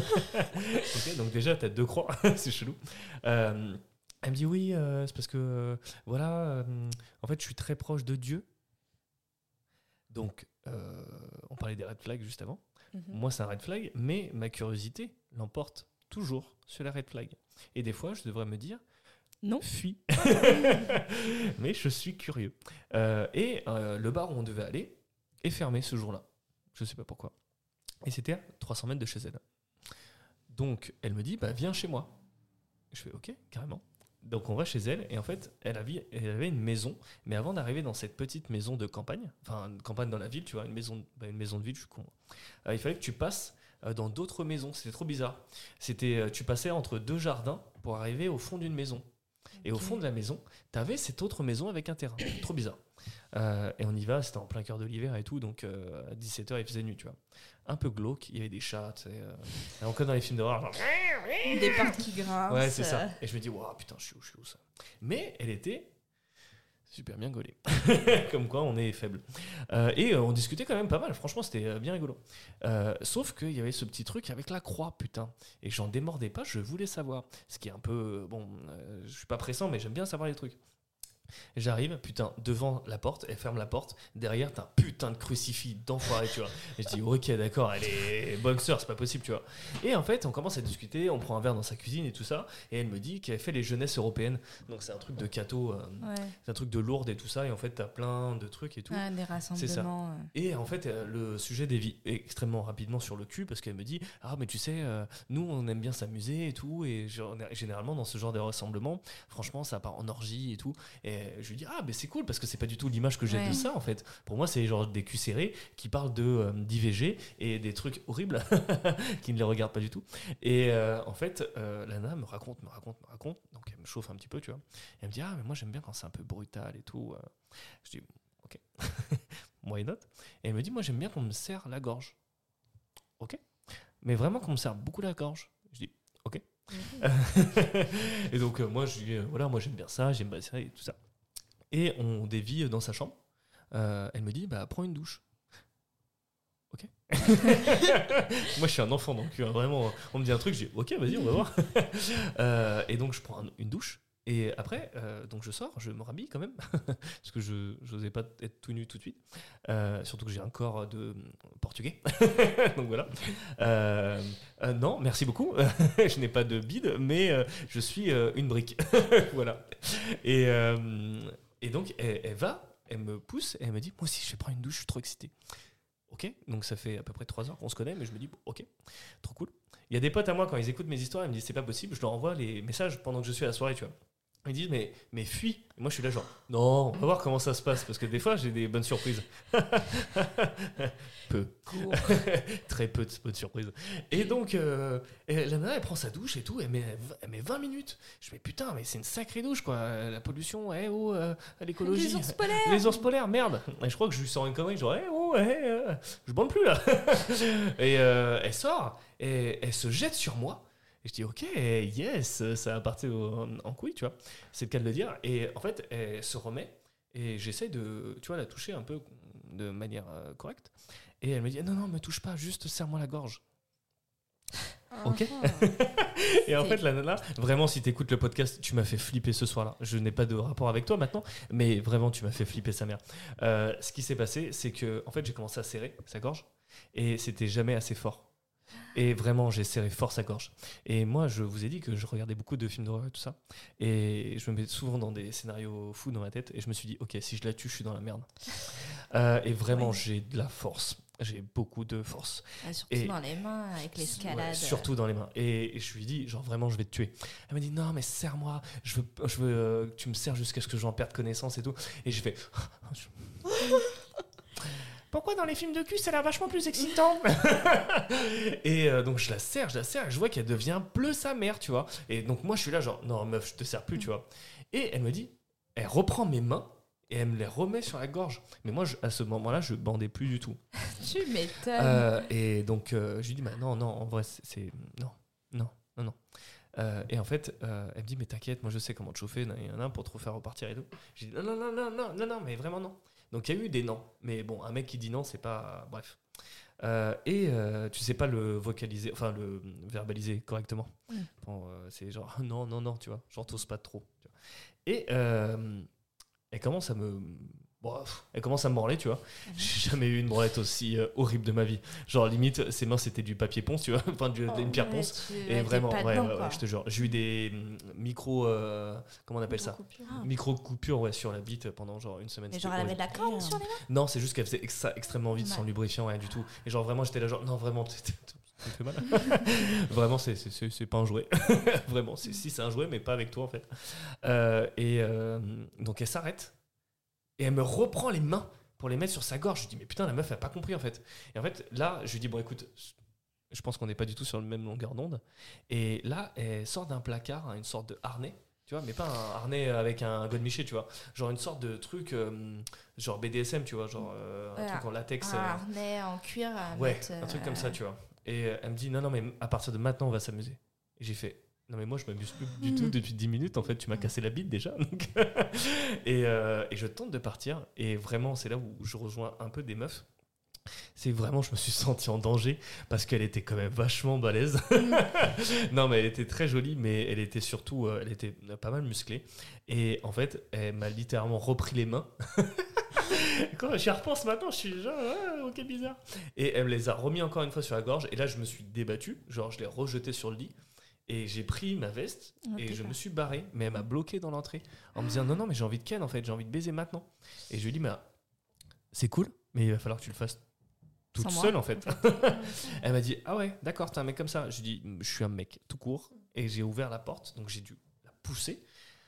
S1: Ok, donc déjà, t'as 2 croix. C'est chelou. Elle me dit, oui, c'est parce que, voilà, en fait, je suis très proche de Dieu. Donc, on parlait des red flags juste avant. Moi, c'est un red flag, mais ma curiosité l'emporte toujours sur la red flag. Et des fois, je devrais me dire,
S2: non,
S1: fuis. Mais je suis curieux. Et le bar où on devait aller est fermé ce jour-là. Je sais pas pourquoi. Et c'était à 300 mètres de chez elle. Donc, elle me dit, bah, viens chez moi. Je fais, ok, carrément. Donc on va chez elle et en fait elle avait une maison, mais avant d'arriver dans cette petite maison de campagne, enfin campagne dans la ville, tu vois, une maison de ville, je suis con. Il fallait que tu passes dans d'autres maisons, c'était trop bizarre. Tu passais entre 2 jardins pour arriver au fond d'une maison. Et au fond de la maison, t'avais cette autre maison avec un terrain. Trop bizarre. Et on y va, c'était en plein cœur de l'hiver et tout, donc à 17h il faisait nuit, tu vois. Un peu glauque, il y avait des chats, encore dans les films d'horreur, genre...
S2: Des portes qui grincent.
S1: Ouais, c'est ça. Et je me dis, waouh, putain, je suis où ça? Mais elle était super bien gaulée. Comme quoi, on est faible. Et on discutait quand même pas mal, franchement, c'était bien rigolo. Sauf qu'il y avait ce petit truc avec la croix, putain. Et j'en démordais pas, je voulais savoir. Ce qui est un peu... Bon, je suis pas pressant, mais j'aime bien savoir les trucs. J'arrive, putain, devant la porte, elle ferme la porte, derrière t'as un putain de crucifix d'enfoiré, tu vois. Et je dis, ok, d'accord, elle est boxeur, c'est pas possible, tu vois. Et en fait, on commence à discuter, on prend un verre dans sa cuisine et tout ça, et elle me dit qu'elle fait les jeunesses européennes, donc c'est un truc de catho, c'est un truc de Lourdes et tout ça, et en fait t'as plein de trucs et tout.
S2: Ah, des rassemblements.
S1: Et en fait, le sujet dévie extrêmement rapidement sur le cul, parce qu'elle me dit, ah, mais tu sais, nous on aime bien s'amuser et tout, et généralement dans ce genre de rassemblement, franchement, ça part en orgie et tout, et je lui dis, ah, mais c'est cool parce que c'est pas du tout l'image que j'ai de ça en fait. Pour moi, c'est genre des culs serrés qui parlent d'IVG et des trucs horribles qui ne les regardent pas du tout. Et en fait, Lana me raconte. Donc elle me chauffe un petit peu, tu vois. Et elle me dit, ah, mais moi j'aime bien quand c'est un peu brutal et tout. Je dis, ok, why not? Et elle me dit, moi j'aime bien qu'on me serre la gorge. Ok, mais vraiment qu'on me serre beaucoup la gorge. Je dis, ok. Et donc moi je dis voilà, moi j'aime bien ça, j'aime bien ça et tout ça. Et on dévie dans sa chambre. Elle me dit, bah prends une douche. Ok. Moi je suis un enfant, donc vraiment on me dit un truc, je dis ok, vas-y, on va voir. Et donc je prends une douche. Et après, donc je sors, je me rhabille quand même, parce que je n'osais pas être tout nu tout de suite. Surtout que j'ai un corps de portugais. Donc voilà. Non, merci beaucoup. Je n'ai pas de bide, mais je suis une brique. Voilà. Et donc, elle me pousse, et elle me dit, moi aussi, je vais prendre une douche, je suis trop excité. Ok, donc ça fait à peu près 3 heures qu'on se connaît, mais je me dis, ok, trop cool. Il y a des potes à moi, quand ils écoutent mes histoires, ils me disent, c'est pas possible, je leur envoie les messages pendant que je suis à la soirée, tu vois. Ils disent mais fuis. Et moi je suis là genre non, on va voir comment ça se passe parce que des fois j'ai des bonnes surprises. Peu. Très peu de bonnes surprises. Et donc la nana elle prend sa douche et tout, elle met 20 minutes. Je me dis putain mais c'est une sacrée douche quoi, la pollution, l'écologie. Les ours polaires, merde. Et je crois que je lui sors une connerie genre je bande plus là. Et elle sort et elle se jette sur moi. Et je dis ok, yes, ça va partir en couille, tu vois. C'est le cas de le dire. Et en fait, elle se remet et j'essaie de, tu vois, la toucher un peu de manière correcte. Et elle me dit non, me touche pas, juste serre-moi la gorge. Ok. Et en fait, la nana, vraiment, si t'écoutes le podcast, tu m'as fait flipper ce soir-là. Je n'ai pas de rapport avec toi maintenant, mais vraiment, tu m'as fait flipper sa mère. Ce qui s'est passé, c'est que en fait, j'ai commencé à serrer sa gorge et c'était jamais assez fort. Et vraiment, j'ai serré fort sa gorge. Et moi, je vous ai dit que je regardais beaucoup de films d'horreur et tout ça. Et je me mets souvent dans des scénarios fous dans ma tête. Et je me suis dit, ok, si je la tue, je suis dans la merde. Et vraiment, j'ai de la force. J'ai beaucoup de force.
S2: Surtout dans les mains, avec l'escalade.
S1: Ouais, surtout dans les mains. Et je lui dis, genre vraiment, je vais te tuer. Elle m'a dit, non, mais serre-moi. Je veux que tu me serres jusqu'à ce que j'en perde connaissance et tout. Et j'ai fait... Pourquoi dans les films de cul, ça a l'air vachement plus excitant? Et donc je la serre, et je vois qu'elle devient bleue sa mère, tu vois. Et donc moi je suis là genre, non meuf, je te serre plus, tu vois. Et elle me dit, elle reprend mes mains et elle me les remet sur la gorge. Mais moi, à ce moment-là, je bandais plus du tout.
S2: Tu m'étonnes.
S1: Et donc je lui dis, bah, non, en vrai, c'est... Non. Et en fait, elle me dit, mais t'inquiète, moi je sais comment te chauffer, pour te refaire repartir et tout. Je dis, non, mais vraiment non. Donc il y a eu des non, mais bon, un mec qui dit non, c'est pas... Bref. Tu sais pas le vocaliser, enfin le verbaliser correctement. Bon, c'est genre non, tu vois, genre t'oses pas trop. Tu vois. Et elle commence à me... elle commence à me branler, tu vois. J'ai jamais eu une branlette aussi horrible de ma vie. Genre, limite, ses mains, c'était du papier ponce, tu vois. Enfin, une pierre ponce. Et vraiment, ouais, je te jure. J'ai eu des micro... comment on appelle ça? Micro-coupures, ouais, sur la bite pendant genre une semaine.
S2: Mais genre, elle avait de la corne sur les mains?
S1: Non, c'est juste qu'elle faisait ça extrêmement vite, sans lubrifiant, rien du tout. Et genre, vraiment, j'étais là, genre, non, vraiment, ça me fait mal. Vraiment, c'est pas un jouet. Vraiment, si, c'est un jouet, mais pas avec toi, en fait. Donc, elle s'arrête. Et elle me reprend les mains pour les mettre sur sa gorge. Je dis, mais putain, la meuf, elle n'a pas compris, en fait. Et en fait, là, je lui dis, bon, écoute, je pense qu'on n'est pas du tout sur le même longueur d'onde. Et là, elle sort d'un placard, une sorte de harnais, tu vois, mais pas un harnais avec un godemiché, tu vois. Genre une sorte de truc, genre BDSM, tu vois, genre un truc en latex.
S2: Un harnais en cuir.
S1: Ouais, un truc comme ça, tu vois. Et elle me dit, non, mais à partir de maintenant, on va s'amuser. Et j'ai fait... Non mais moi je m'amuse plus du tout depuis 10 minutes, en fait tu m'as cassé la bite déjà. Donc et je tente de partir et vraiment c'est là où je rejoins un peu des meufs. C'est vraiment, je me suis senti en danger parce qu'elle était quand même vachement balèze. Non mais elle était très jolie, mais elle était surtout, elle était pas mal musclée. Et en fait elle m'a littéralement repris les mains. Quand j'y repense maintenant, je suis genre, ok, bizarre. Et elle me les a remis encore une fois sur la gorge et là je me suis débattu, genre je l'ai rejeté sur le lit. Et j'ai pris ma veste et je me suis barré, mais elle m'a bloqué dans l'entrée en me disant non, mais j'ai envie de ken en fait, j'ai envie de baiser maintenant. Et je lui ai dit, mais c'est cool, mais il va falloir que tu le fasses toute seule en fait. Elle m'a dit, ah ouais, d'accord, t'es un mec comme ça. Je lui ai dit, je suis un mec tout court et j'ai ouvert la porte, donc j'ai dû la pousser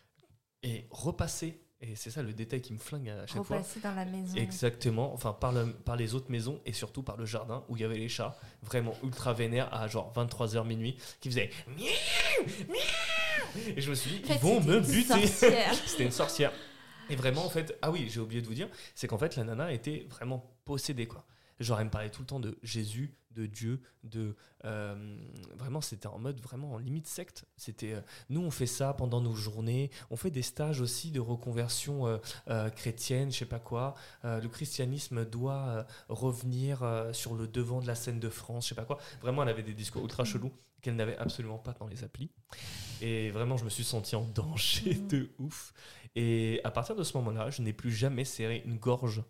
S1: et repasser. Et c'est ça le détail qui me flingue à chaque fois.
S2: Repasser dans la maison.
S1: Exactement, enfin par les autres maisons et surtout par le jardin où il y avait les chats vraiment ultra vénères à genre 23h minuit qui faisaient miaou, miaou. Et je me suis dit, ils vont me buter. C'était une sorcière. Et vraiment en fait, ah oui, j'ai oublié de vous dire, c'est qu'en fait la nana était vraiment possédée quoi. Genre elle me parlait tout le temps de Jésus, de Dieu, de vraiment c'était en mode vraiment en limite secte. C'était nous on fait ça pendant nos journées, on fait des stages aussi de reconversion chrétienne, je sais pas quoi. Le christianisme doit revenir sur le devant de la scène de France, je sais pas quoi. Vraiment elle avait des discours ultra chelous qu'elle n'avait absolument pas dans les applis. Et vraiment je me suis senti en danger de ouf. Et à partir de ce moment-là, je n'ai plus jamais serré une gorge.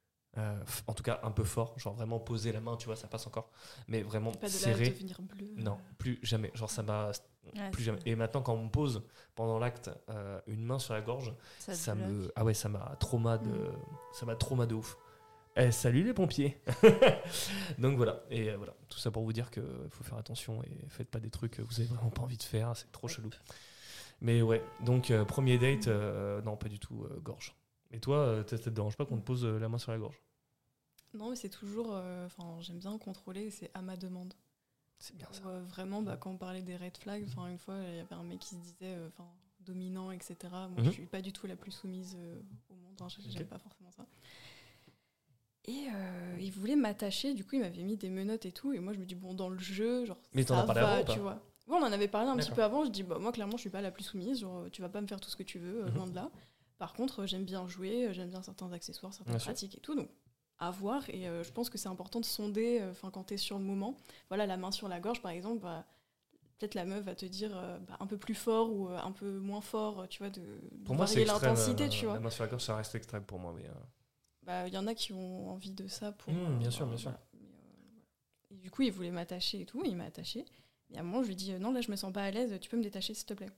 S1: En tout cas un peu fort, genre vraiment poser la main, tu vois, ça passe encore, mais vraiment
S4: pas de
S1: serré.
S4: là devenir bleu.
S1: Non, plus jamais, genre ça m'a plus jamais. Et maintenant quand on me pose pendant l'acte une main sur la gorge, ça me ça m'a trauma de ouf. Salut les pompiers. Donc voilà, et voilà, tout ça pour vous dire que faut faire attention et faites pas des trucs que vous avez vraiment pas envie de faire, c'est trop chelou. Mais ouais, donc premier date, non, pas du tout, gorge. Et toi, ça te dérange pas qu'on te pose la main sur la gorge?
S4: Non, mais c'est toujours... j'aime bien contrôler, c'est à ma demande.
S1: C'est bien ça.
S4: Vraiment, quand on parlait des red flags, une fois, il y avait un mec qui se disait dominant, etc. Moi, je suis pas du tout la plus soumise au monde, j'aime pas forcément ça. Et il voulait m'attacher, du coup, il m'avait mis des menottes et tout, et moi, je me dis, bon, dans le jeu, genre,
S1: mais t'en as parlé avant,
S4: tu vois. Ouais, on en avait parlé un petit peu avant, je dis, moi, clairement, je suis pas la plus soumise, genre, tu vas pas me faire tout ce que tu veux, loin de là. Par contre, j'aime bien jouer, j'aime bien certains accessoires, certaines pratiques et tout, donc à voir. Et je pense que c'est important de sonder quand t'es sur le moment. Voilà, la main sur la gorge, par exemple, peut-être la meuf va te dire un peu plus fort ou un peu moins fort, tu vois, de
S1: pour moi, c'est extrême,
S4: l'intensité, tu vois.
S1: La main sur la gorge, ça reste extrême pour moi. Mais
S4: y en a qui ont envie de ça pour...
S1: bien sûr.
S4: Et du coup, il voulait m'attacher et tout, il m'a attaché. Et à un moment, je lui ai dit, non, là, je me sens pas à l'aise, tu peux me détacher, s'il te plaît.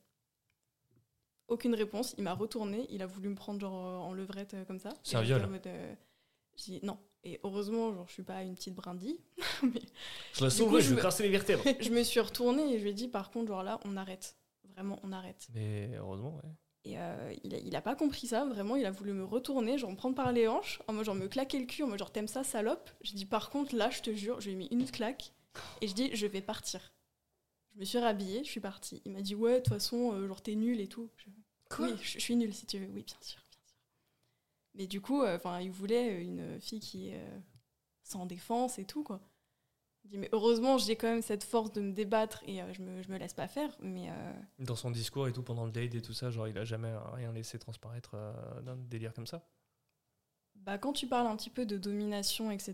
S4: Aucune réponse, il m'a retourné, il a voulu me prendre genre en levrette comme ça.
S1: C'est un viol.
S4: J'ai dit non. Et heureusement, genre, je suis pas une petite brindille. Mais
S1: je la sauve, je vais crasser les vertèbres.
S4: Je me suis retournée et je lui ai dit par contre, genre là, on arrête. Vraiment, on arrête.
S1: Mais heureusement, ouais.
S4: Et il a pas compris ça, vraiment, il a voulu me retourner, genre me prendre par les hanches, en mode genre me claquer le cul, en mode genre t'aimes ça, salope. Je dis par contre, là, je te jure, je lui ai mis une claque et je dis je vais partir. Je me suis rhabillée, je suis partie. Il m'a dit ouais, de toute façon, genre t'es nulle et tout.
S2: Quoi ?
S4: Oui, je suis nulle si tu veux. Oui, bien sûr. Mais du coup, il voulait une fille qui est sans défense et tout, quoi. Il dit, mais heureusement, j'ai quand même cette force de me débattre et je me laisse pas faire. Mais
S1: dans son discours et tout, pendant le date et tout ça, genre il a jamais rien laissé transparaître d'un délire comme ça?
S4: Quand tu parles un petit peu de domination, etc.,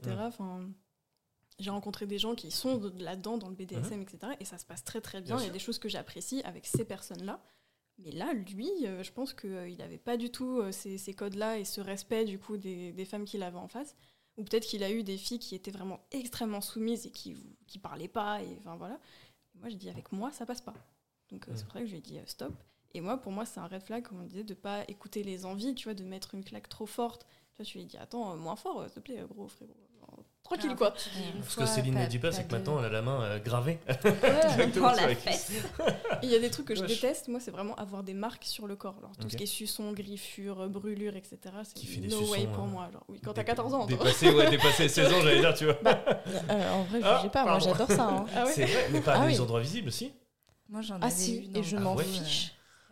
S4: j'ai rencontré des gens qui sont là-dedans, dans le BDSM, etc., et ça se passe très très bien. Il y a des choses que j'apprécie avec ces personnes-là. Mais là, lui, je pense qu'il n'avait pas du tout ces codes-là et ce respect du coup des femmes qu'il avait en face. Ou peut-être qu'il a eu des filles qui étaient vraiment extrêmement soumises et qui parlaient pas. Et voilà. Et moi, j'ai dit, avec moi, ça passe pas. Donc c'est pour ça que je lui ai dit stop. Et moi, pour moi, c'est un red flag, comme on disait, de pas écouter les envies, tu vois, de mettre une claque trop forte. Tu vois, je lui ai dit, attends, moins fort, s'il te plaît, gros frérot. Tranquille, quoi.
S1: Ce que Céline ne dit pas, c'est que maintenant, elle a la main gravée.
S2: Exactement, la fesse.
S4: Il y a des trucs que je déteste, moi, c'est vraiment avoir des marques sur le corps. Alors, tout ce qui est suçon, griffure, brûlure, etc., c'est no way pour moi. Genre, oui, quand t'as 14 ans.
S1: Dépasser 16 ans, j'allais dire, tu vois.
S3: En vrai, je sais pas, moi, j'adore ça. Hein.
S4: Ah ouais,
S1: c'est vrai, mais pas les endroits visibles, si.
S2: Moi, j'en avais
S3: si, et je m'en fiche.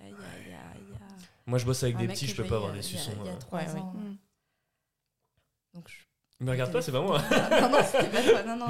S1: Moi, je bosse avec des petits, je peux pas avoir des suçons.
S2: Il y a 3 ans. Donc,
S1: me regarde pas, c'est pas moi.
S2: non, c'était pas toi. Non,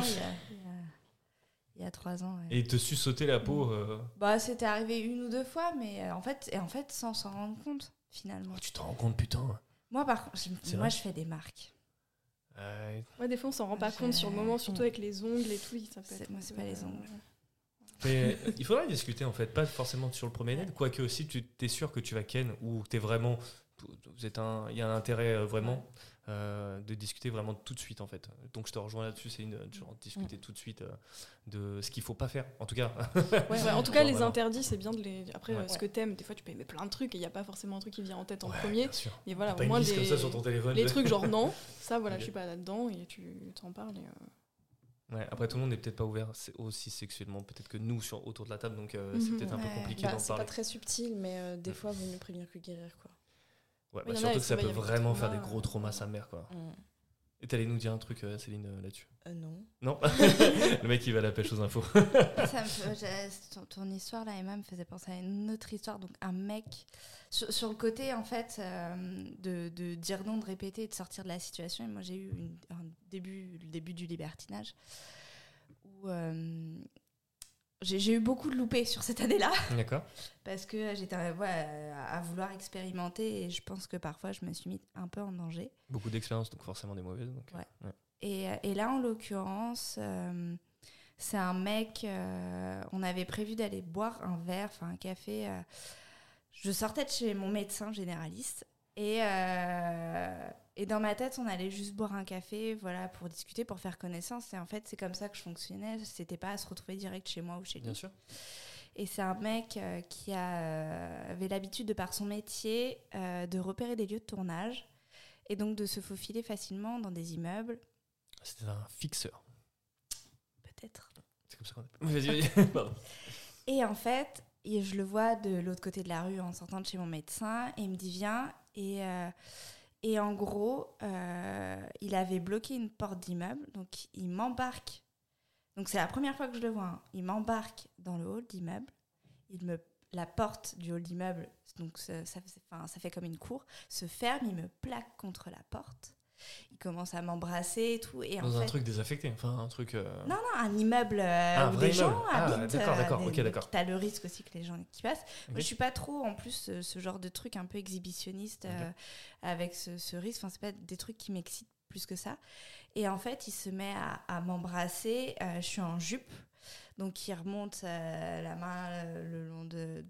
S2: il y a 3 ans. Ouais.
S1: Et te sucer la peau
S2: c'était arrivé 1 ou 2 fois, mais en fait, sans s'en rendre compte, finalement.
S1: Oh, tu t'en rends compte, putain.
S2: Moi, par contre, je fais des marques.
S4: Ouais, des fois, on s'en rend pas compte sur le moment, surtout avec les ongles et tout.
S2: Moi, c'est pas les ongles.
S1: Mais il faudrait discuter, en fait, pas forcément sur le premier date, quoique aussi, tu t'es sûr que tu vas ken ou t'es vraiment... Il y a un intérêt vraiment... de discuter vraiment tout de suite en fait. Donc je te rejoins là-dessus, c'est discuter tout de suite de ce qu'il faut pas faire en tout cas.
S4: En tout cas les interdits c'est bien de les... Après ce que t'aimes, des fois tu peux aimer plein de trucs et il n'y a pas forcément un truc qui vient en tête en premier. Et voilà,
S1: au moins comme ça sur ton téléphone.
S4: Les trucs genre non, ça voilà, je suis pas là-dedans et tu t'en parles et
S1: après tout le monde n'est peut-être pas ouvert aussi sexuellement peut-être que nous autour de la table, donc c'est peut-être un peu compliqué d'en parler.
S3: C'est pas très subtil mais des fois vaut mieux prévenir que guérir quoi.
S1: Ouais, surtout que ça peut vraiment faire des gros traumas à sa mère, quoi. Et t'allais nous dire un truc, Céline, là-dessus? Non. Le mec, il va à la pêche aux infos.
S2: Ton histoire, là, Emma, me faisait penser à une autre histoire. Donc, un mec, sur le côté, en fait, de dire non, de répéter, de sortir de la situation. Et moi, j'ai eu le début du libertinage, où... J'ai eu beaucoup de loupés sur cette année-là.
S1: D'accord.
S2: Parce que j'étais à vouloir expérimenter et je pense que parfois je me suis mis un peu en danger.
S1: Beaucoup d'expériences, donc forcément des mauvaises. Donc,
S2: ouais. Et là, en l'occurrence, c'est un mec, on avait prévu d'aller boire un verre, enfin un café. Je sortais de chez mon médecin généraliste et dans ma tête, on allait juste boire un café, voilà, pour discuter, pour faire connaissance. Et en fait, c'est comme ça que je fonctionnais. C'était pas à se retrouver direct chez moi ou chez lui.
S1: Bien sûr.
S2: Et c'est un mec qui avait l'habitude, de par son métier, de repérer des lieux de tournage et donc de se faufiler facilement dans des immeubles.
S1: C'était un fixeur.
S2: Peut-être.
S1: C'est comme ça qu'on appelle. Vas-y. Pardon.
S2: Et en fait, et je le vois de l'autre côté de la rue en sortant de chez mon médecin et il me dit viens et en gros il avait bloqué une porte d'immeuble, donc il m'embarque, donc c'est la première fois que je le vois, hein. Il m'embarque dans le hall d'immeuble, la porte du hall d'immeuble, donc ça fait comme une cour, se ferme, il me plaque contre la porte. Il commence à m'embrasser et tout. Et
S1: dans un truc désaffecté, enfin un truc...
S2: Non, un immeuble où les gens habitent.
S1: D'accord, ok, d'accord.
S2: T'as le risque aussi que les gens qui passent.
S1: Okay.
S2: Moi, je suis pas trop, en plus, ce genre de truc un peu exhibitionniste avec ce risque. Enfin, c'est pas des trucs qui m'excitent plus que ça. Et en fait, il se met à m'embrasser. Je suis en jupe. Donc, il remonte la main le long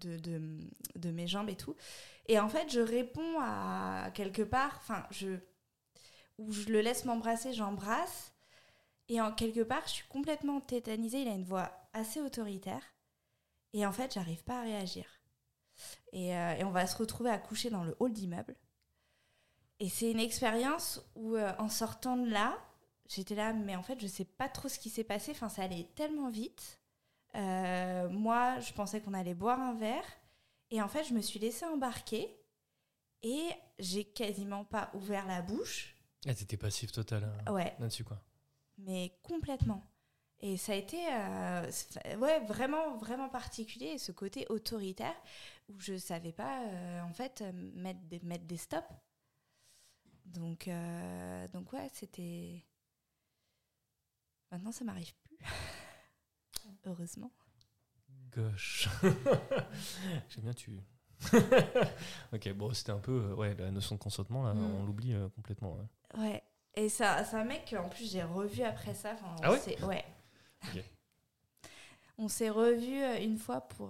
S2: de mes jambes et tout. Et en fait, je réponds à quelque part... Enfin, où je le laisse m'embrasser, j'embrasse. Et quelque part, je suis complètement tétanisée. Il a une voix assez autoritaire. Et en fait, j'arrive pas à réagir. Et on va se retrouver à coucher dans le hall d'immeuble. Et c'est une expérience où, en sortant de là, j'étais là, mais en fait, je sais pas trop ce qui s'est passé. Enfin, ça allait tellement vite. Moi, je pensais qu'on allait boire un verre. Et en fait, je me suis laissée embarquer. Et j'ai quasiment pas ouvert la bouche.
S1: Ah, t'étais passif total là-dessus, quoi.
S2: Mais complètement. Et ça a été vraiment, vraiment particulier, ce côté autoritaire, où je ne savais pas, en fait, mettre des stops. Donc ouais, c'était... Maintenant, ça ne m'arrive plus. Heureusement.
S1: Gosh. J'aime bien, tu... Ok, bon, c'était un peu la notion de consentement là, on l'oublie complètement.
S2: Ouais, et c'est un mec qu'en plus j'ai revu après ça.
S1: Ah ouais.
S2: Ouais.
S1: Okay.
S2: On s'est revu une fois pour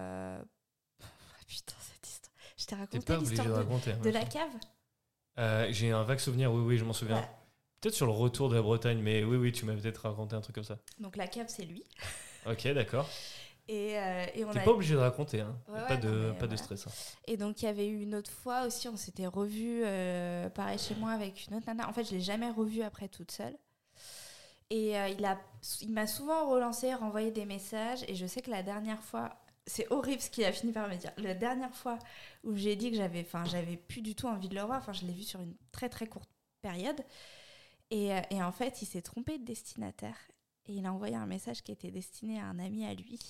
S2: putain, cette histoire. Je t'ai raconté l'histoire de la cave.
S1: J'ai un vague souvenir, oui, je m'en souviens.
S2: Ouais.
S1: Peut-être sur le retour de la Bretagne, mais oui, tu m'as peut-être raconté un truc comme ça.
S2: Donc la cave, c'est lui.
S1: Ok, d'accord.
S2: Et on
S1: T'es pas obligé de raconter, hein.
S2: Ouais,
S1: pas de stress. Hein.
S2: Et donc il y avait eu une autre fois aussi, on s'était revus pareil chez moi avec une autre nana. En fait, je l'ai jamais revue après toute seule. Et il m'a souvent relancé, renvoyé des messages. Et je sais que la dernière fois, c'est horrible ce qu'il a fini par me dire. La dernière fois où j'ai dit que j'avais plus du tout envie de le revoir. Enfin, je l'ai vu sur une très très courte période. Et en fait, il s'est trompé de destinataire. Et il a envoyé un message qui était destiné à un ami à lui,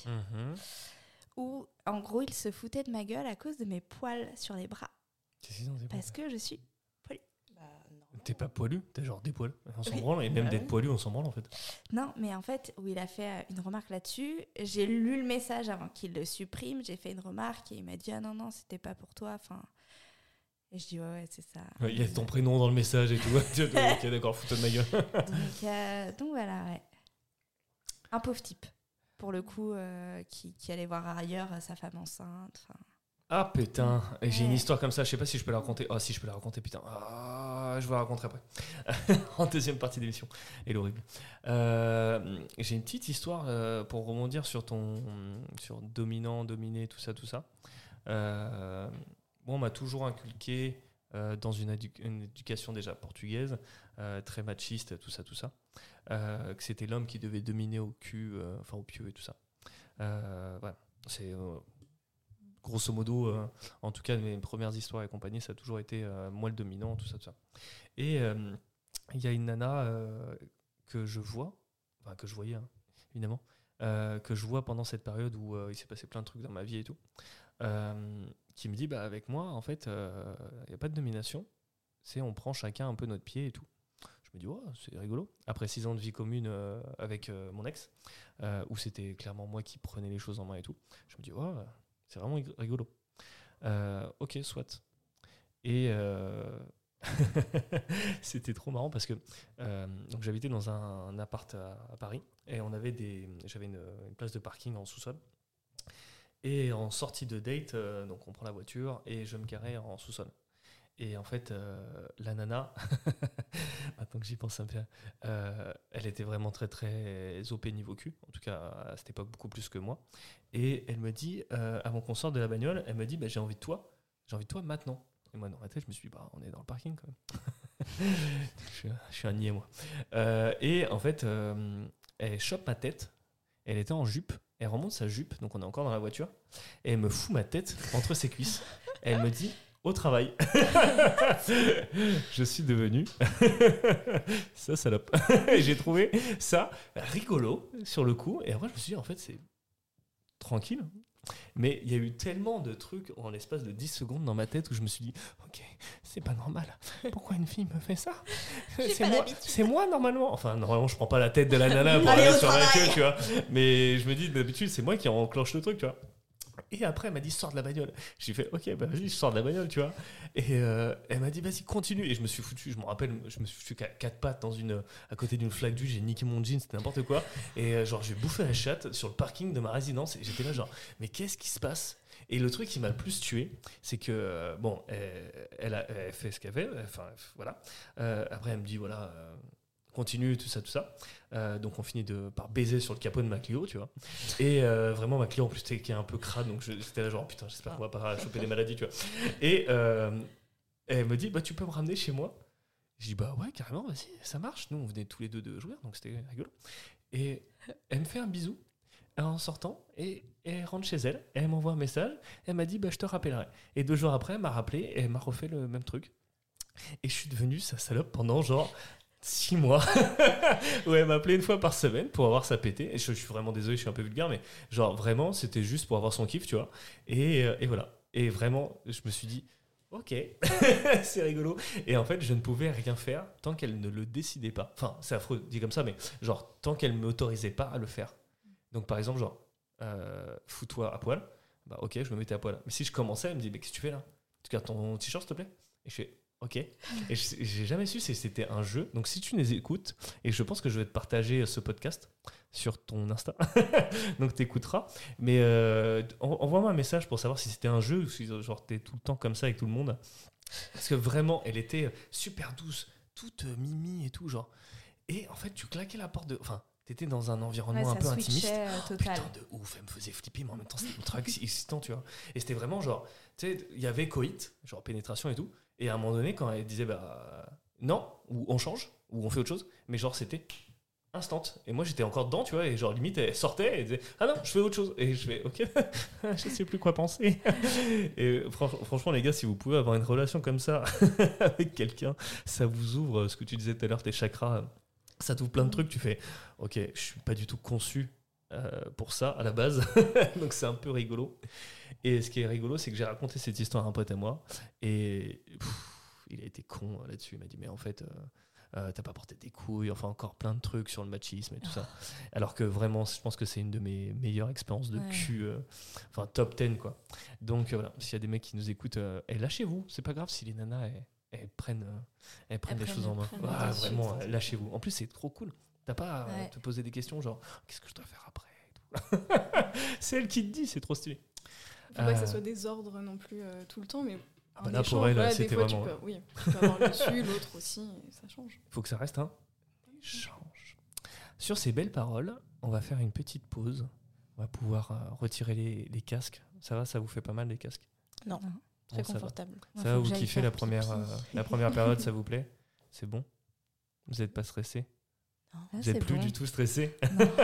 S2: où, en gros, il se foutait de ma gueule à cause de mes poils sur les bras. Parce que je suis poilue.
S1: T'es pas poilu, t'es genre des poils. On s'en branle, et même d'être poilu, on s'en branle en fait.
S2: Non, mais en fait, où il a fait une remarque là-dessus, j'ai lu le message avant qu'il le supprime, j'ai fait une remarque et il m'a dit « Ah non, c'était pas pour toi. » Enfin... Et je dis ouais, c'est ça.
S1: Il y a ton prénom dans le message et tout. Ok, d'accord, fous-toi de ma gueule.
S2: Donc voilà, ouais. Un pauvre type, pour le coup, qui allait voir ailleurs sa femme enceinte.
S1: Ah putain, j'ai une histoire comme ça, je sais pas si je peux la raconter. Oh si, je peux la raconter, putain. Je vous la raconterai après. En deuxième partie d'émission. Elle est horrible. J'ai une petite histoire pour rebondir sur sur dominant, dominé, tout ça. On m'a toujours inculqué dans une éducation déjà portugaise, très machiste, tout ça. Que c'était l'homme qui devait dominer au cul, au pieu et tout ça. Voilà, c'est grosso modo, en tout cas mes premières histoires et compagnie, ça a toujours été moi le dominant, tout ça. Et il y a une nana que je voyais hein, évidemment, que je vois pendant cette période où il s'est passé plein de trucs dans ma vie et tout, qui me dit avec moi en fait il n'y a pas de domination, on prend chacun un peu notre pied et tout. Je me dis, c'est rigolo. Après 6 ans de vie commune avec mon ex, où c'était clairement moi qui prenais les choses en main et tout, je me dis, c'est vraiment rigolo. Ok, soit. Et c'était trop marrant parce que donc j'habitais dans un appart à Paris et j'avais une place de parking en sous-sol. Et en sortie de date, donc on prend la voiture et je me garais en sous-sol. Et en fait, la nana, maintenant que j'y pense un peu, elle était vraiment très très OP niveau cul, en tout cas à cette époque beaucoup plus que moi. Et elle me dit, avant qu'on sorte de la bagnole, elle me dit j'ai envie de toi maintenant. Et moi dans ma tête, je me suis dit on est dans le parking quand même. je suis un niais moi. Et en fait, elle chope ma tête, elle était en jupe, elle remonte sa jupe, donc on est encore dans la voiture, et elle me fout ma tête entre ses cuisses. Et elle me dit au travail. Je suis devenu ça salope. Et j'ai trouvé ça rigolo sur le coup. Et après je me suis dit en fait c'est tranquille. Mais il y a eu tellement de trucs en l'espace de 10 secondes dans ma tête où je me suis dit ok, c'est pas normal. Pourquoi une fille me fait ça ? C'est moi normalement. Enfin normalement je prends pas la tête de la nana pour aller sur la queue, tu vois. Mais je me dis d'habitude c'est moi qui enclenche le truc, tu vois. Et après, elle m'a dit, sors de la bagnole. J'ai fait, ok, bah vas-y, je sors de la bagnole, tu vois. Et elle m'a dit, vas-y, continue. Et je me suis foutu, je me rappelle, je me suis foutu quatre pattes à côté d'une flaque d'huile, j'ai niqué mon jean, c'était n'importe quoi. Et genre, j'ai bouffé la chatte sur le parking de ma résidence. Et j'étais là, genre, mais qu'est-ce qui se passe ? Et le truc qui m'a le plus tué, c'est que, bon, elle fait ce qu'elle fait, enfin, voilà. Après, elle me dit, voilà. Continue, tout ça. Donc on finit par baiser sur le capot de ma Clio, tu vois. Et vraiment ma Clio en plus qui est un peu crade, donc j'étais là genre putain j'espère qu'on va pas choper des maladies, tu vois. Et elle me dit bah tu peux me ramener chez moi. Je dis bah ouais carrément vas-y ça marche. Nous on venait tous les deux de jouer donc c'était rigolo. Et elle me fait un bisou en sortant et elle rentre chez elle. Et elle m'envoie un message. Elle m'a dit bah je te rappellerai. Et 2 jours après elle m'a rappelé et elle m'a refait le même truc. Et je suis devenu sa salope pendant genre 6 mois où elle m'appelait une fois par semaine pour avoir sa pété. Et je suis vraiment désolé, je suis un peu vulgaire, mais genre vraiment, c'était juste pour avoir son kiff, tu vois. Et voilà. Et vraiment, je me suis dit, ok, c'est rigolo. Et en fait, je ne pouvais rien faire tant qu'elle ne le décidait pas. Enfin, c'est affreux, dit comme ça, mais genre, tant qu'elle ne m'autorisait pas à le faire. Donc, par exemple, genre, fous-toi à poil. Bah, ok, je me mettais à poil. Mais si je commençais, elle me dit, mais qu'est-ce que tu fais là ? Tu gardes ton t-shirt, s'il te plaît ? Et je fais, ok. Et j'ai jamais su si c'était un jeu. Donc si tu nous écoutes, et je pense que je vais te partager ce podcast sur ton Insta, donc t'écouteras. Mais envoie-moi un message pour savoir si c'était un jeu ou si genre t'es tout le temps comme ça avec tout le monde. Parce que vraiment, elle était super douce, toute mimi et tout genre. Et en fait, tu claquais la porte de. Enfin, t'étais dans un environnement un peu intimiste.
S2: Total.
S1: Putain de ouf, elle me faisait flipper, mais en même temps c'était ultra excitant, tu vois. Et c'était vraiment genre, tu sais, il y avait coït, genre pénétration et tout. Et à un moment donné, quand elle disait bah non, ou on change, ou on fait autre chose, mais genre c'était instant. Et moi j'étais encore dedans, tu vois, et genre limite elle sortait et disait ah non, je fais autre chose. Et je fais ok, je sais plus quoi penser. Et franchement, les gars, si vous pouvez avoir une relation comme ça avec quelqu'un, ça vous ouvre ce que tu disais tout à l'heure, tes chakras, ça t'ouvre plein de trucs. Tu fais ok, je suis pas du tout conçu pour ça à la base, donc c'est un peu rigolo. Et ce qui est rigolo, c'est que j'ai raconté cette histoire à un pote à moi et il a été con là-dessus. Il m'a dit mais en fait t'as pas porté tes couilles, enfin encore plein de trucs sur le machisme et tout ça, alors que vraiment je pense que c'est une de mes meilleures expériences de cul, enfin top 10 quoi. Donc voilà, s'il y a des mecs qui nous écoutent, lâchez-vous, c'est pas grave si les nanas elles prennent les choses en main, vraiment lâchez-vous. En plus c'est trop cool, t'as pas à te poser des questions genre qu'est-ce que je dois faire après et tout. C'est elle qui te dit, c'est trop stylé.
S4: Faut pas que ça soit des ordres non plus tout le temps, mais
S1: là pour elle c'était vraiment.
S4: Tu peux avoir le dessus, l'autre aussi, ça change.
S1: Faut que ça reste un échange. Sur ces belles paroles, on va faire une petite pause. On va pouvoir retirer les casques. Ça va, ça vous fait pas mal les casques ?
S3: Non, très confortable.
S1: Ça va, vous kiffez la première période, ça vous plaît ? C'est bon ? Vous n'êtes pas stressé ? Vous n'êtes plus du tout stressé ?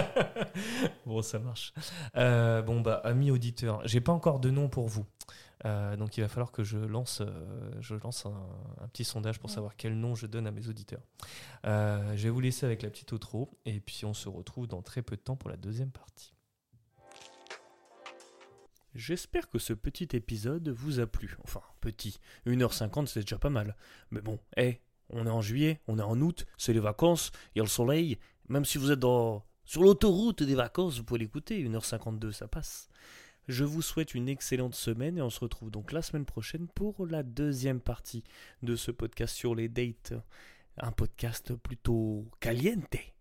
S1: Bon, ça marche. Bon, bah, amis auditeurs, j'ai pas encore de nom pour vous. Donc, il va falloir que je lance un petit sondage pour savoir quel nom je donne à mes auditeurs. Je vais vous laisser avec la petite outro et puis on se retrouve dans très peu de temps pour la deuxième partie. J'espère que ce petit épisode vous a plu. Enfin, petit. 1h50, c'est déjà pas mal. Mais bon, on est en juillet, on est en août, c'est les vacances, il y a le soleil. Même si vous êtes sur l'autoroute des vacances, vous pouvez l'écouter. 1h52, ça passe. Je vous souhaite une excellente semaine et on se retrouve donc la semaine prochaine pour la deuxième partie de ce podcast sur les dates. Un podcast plutôt caliente.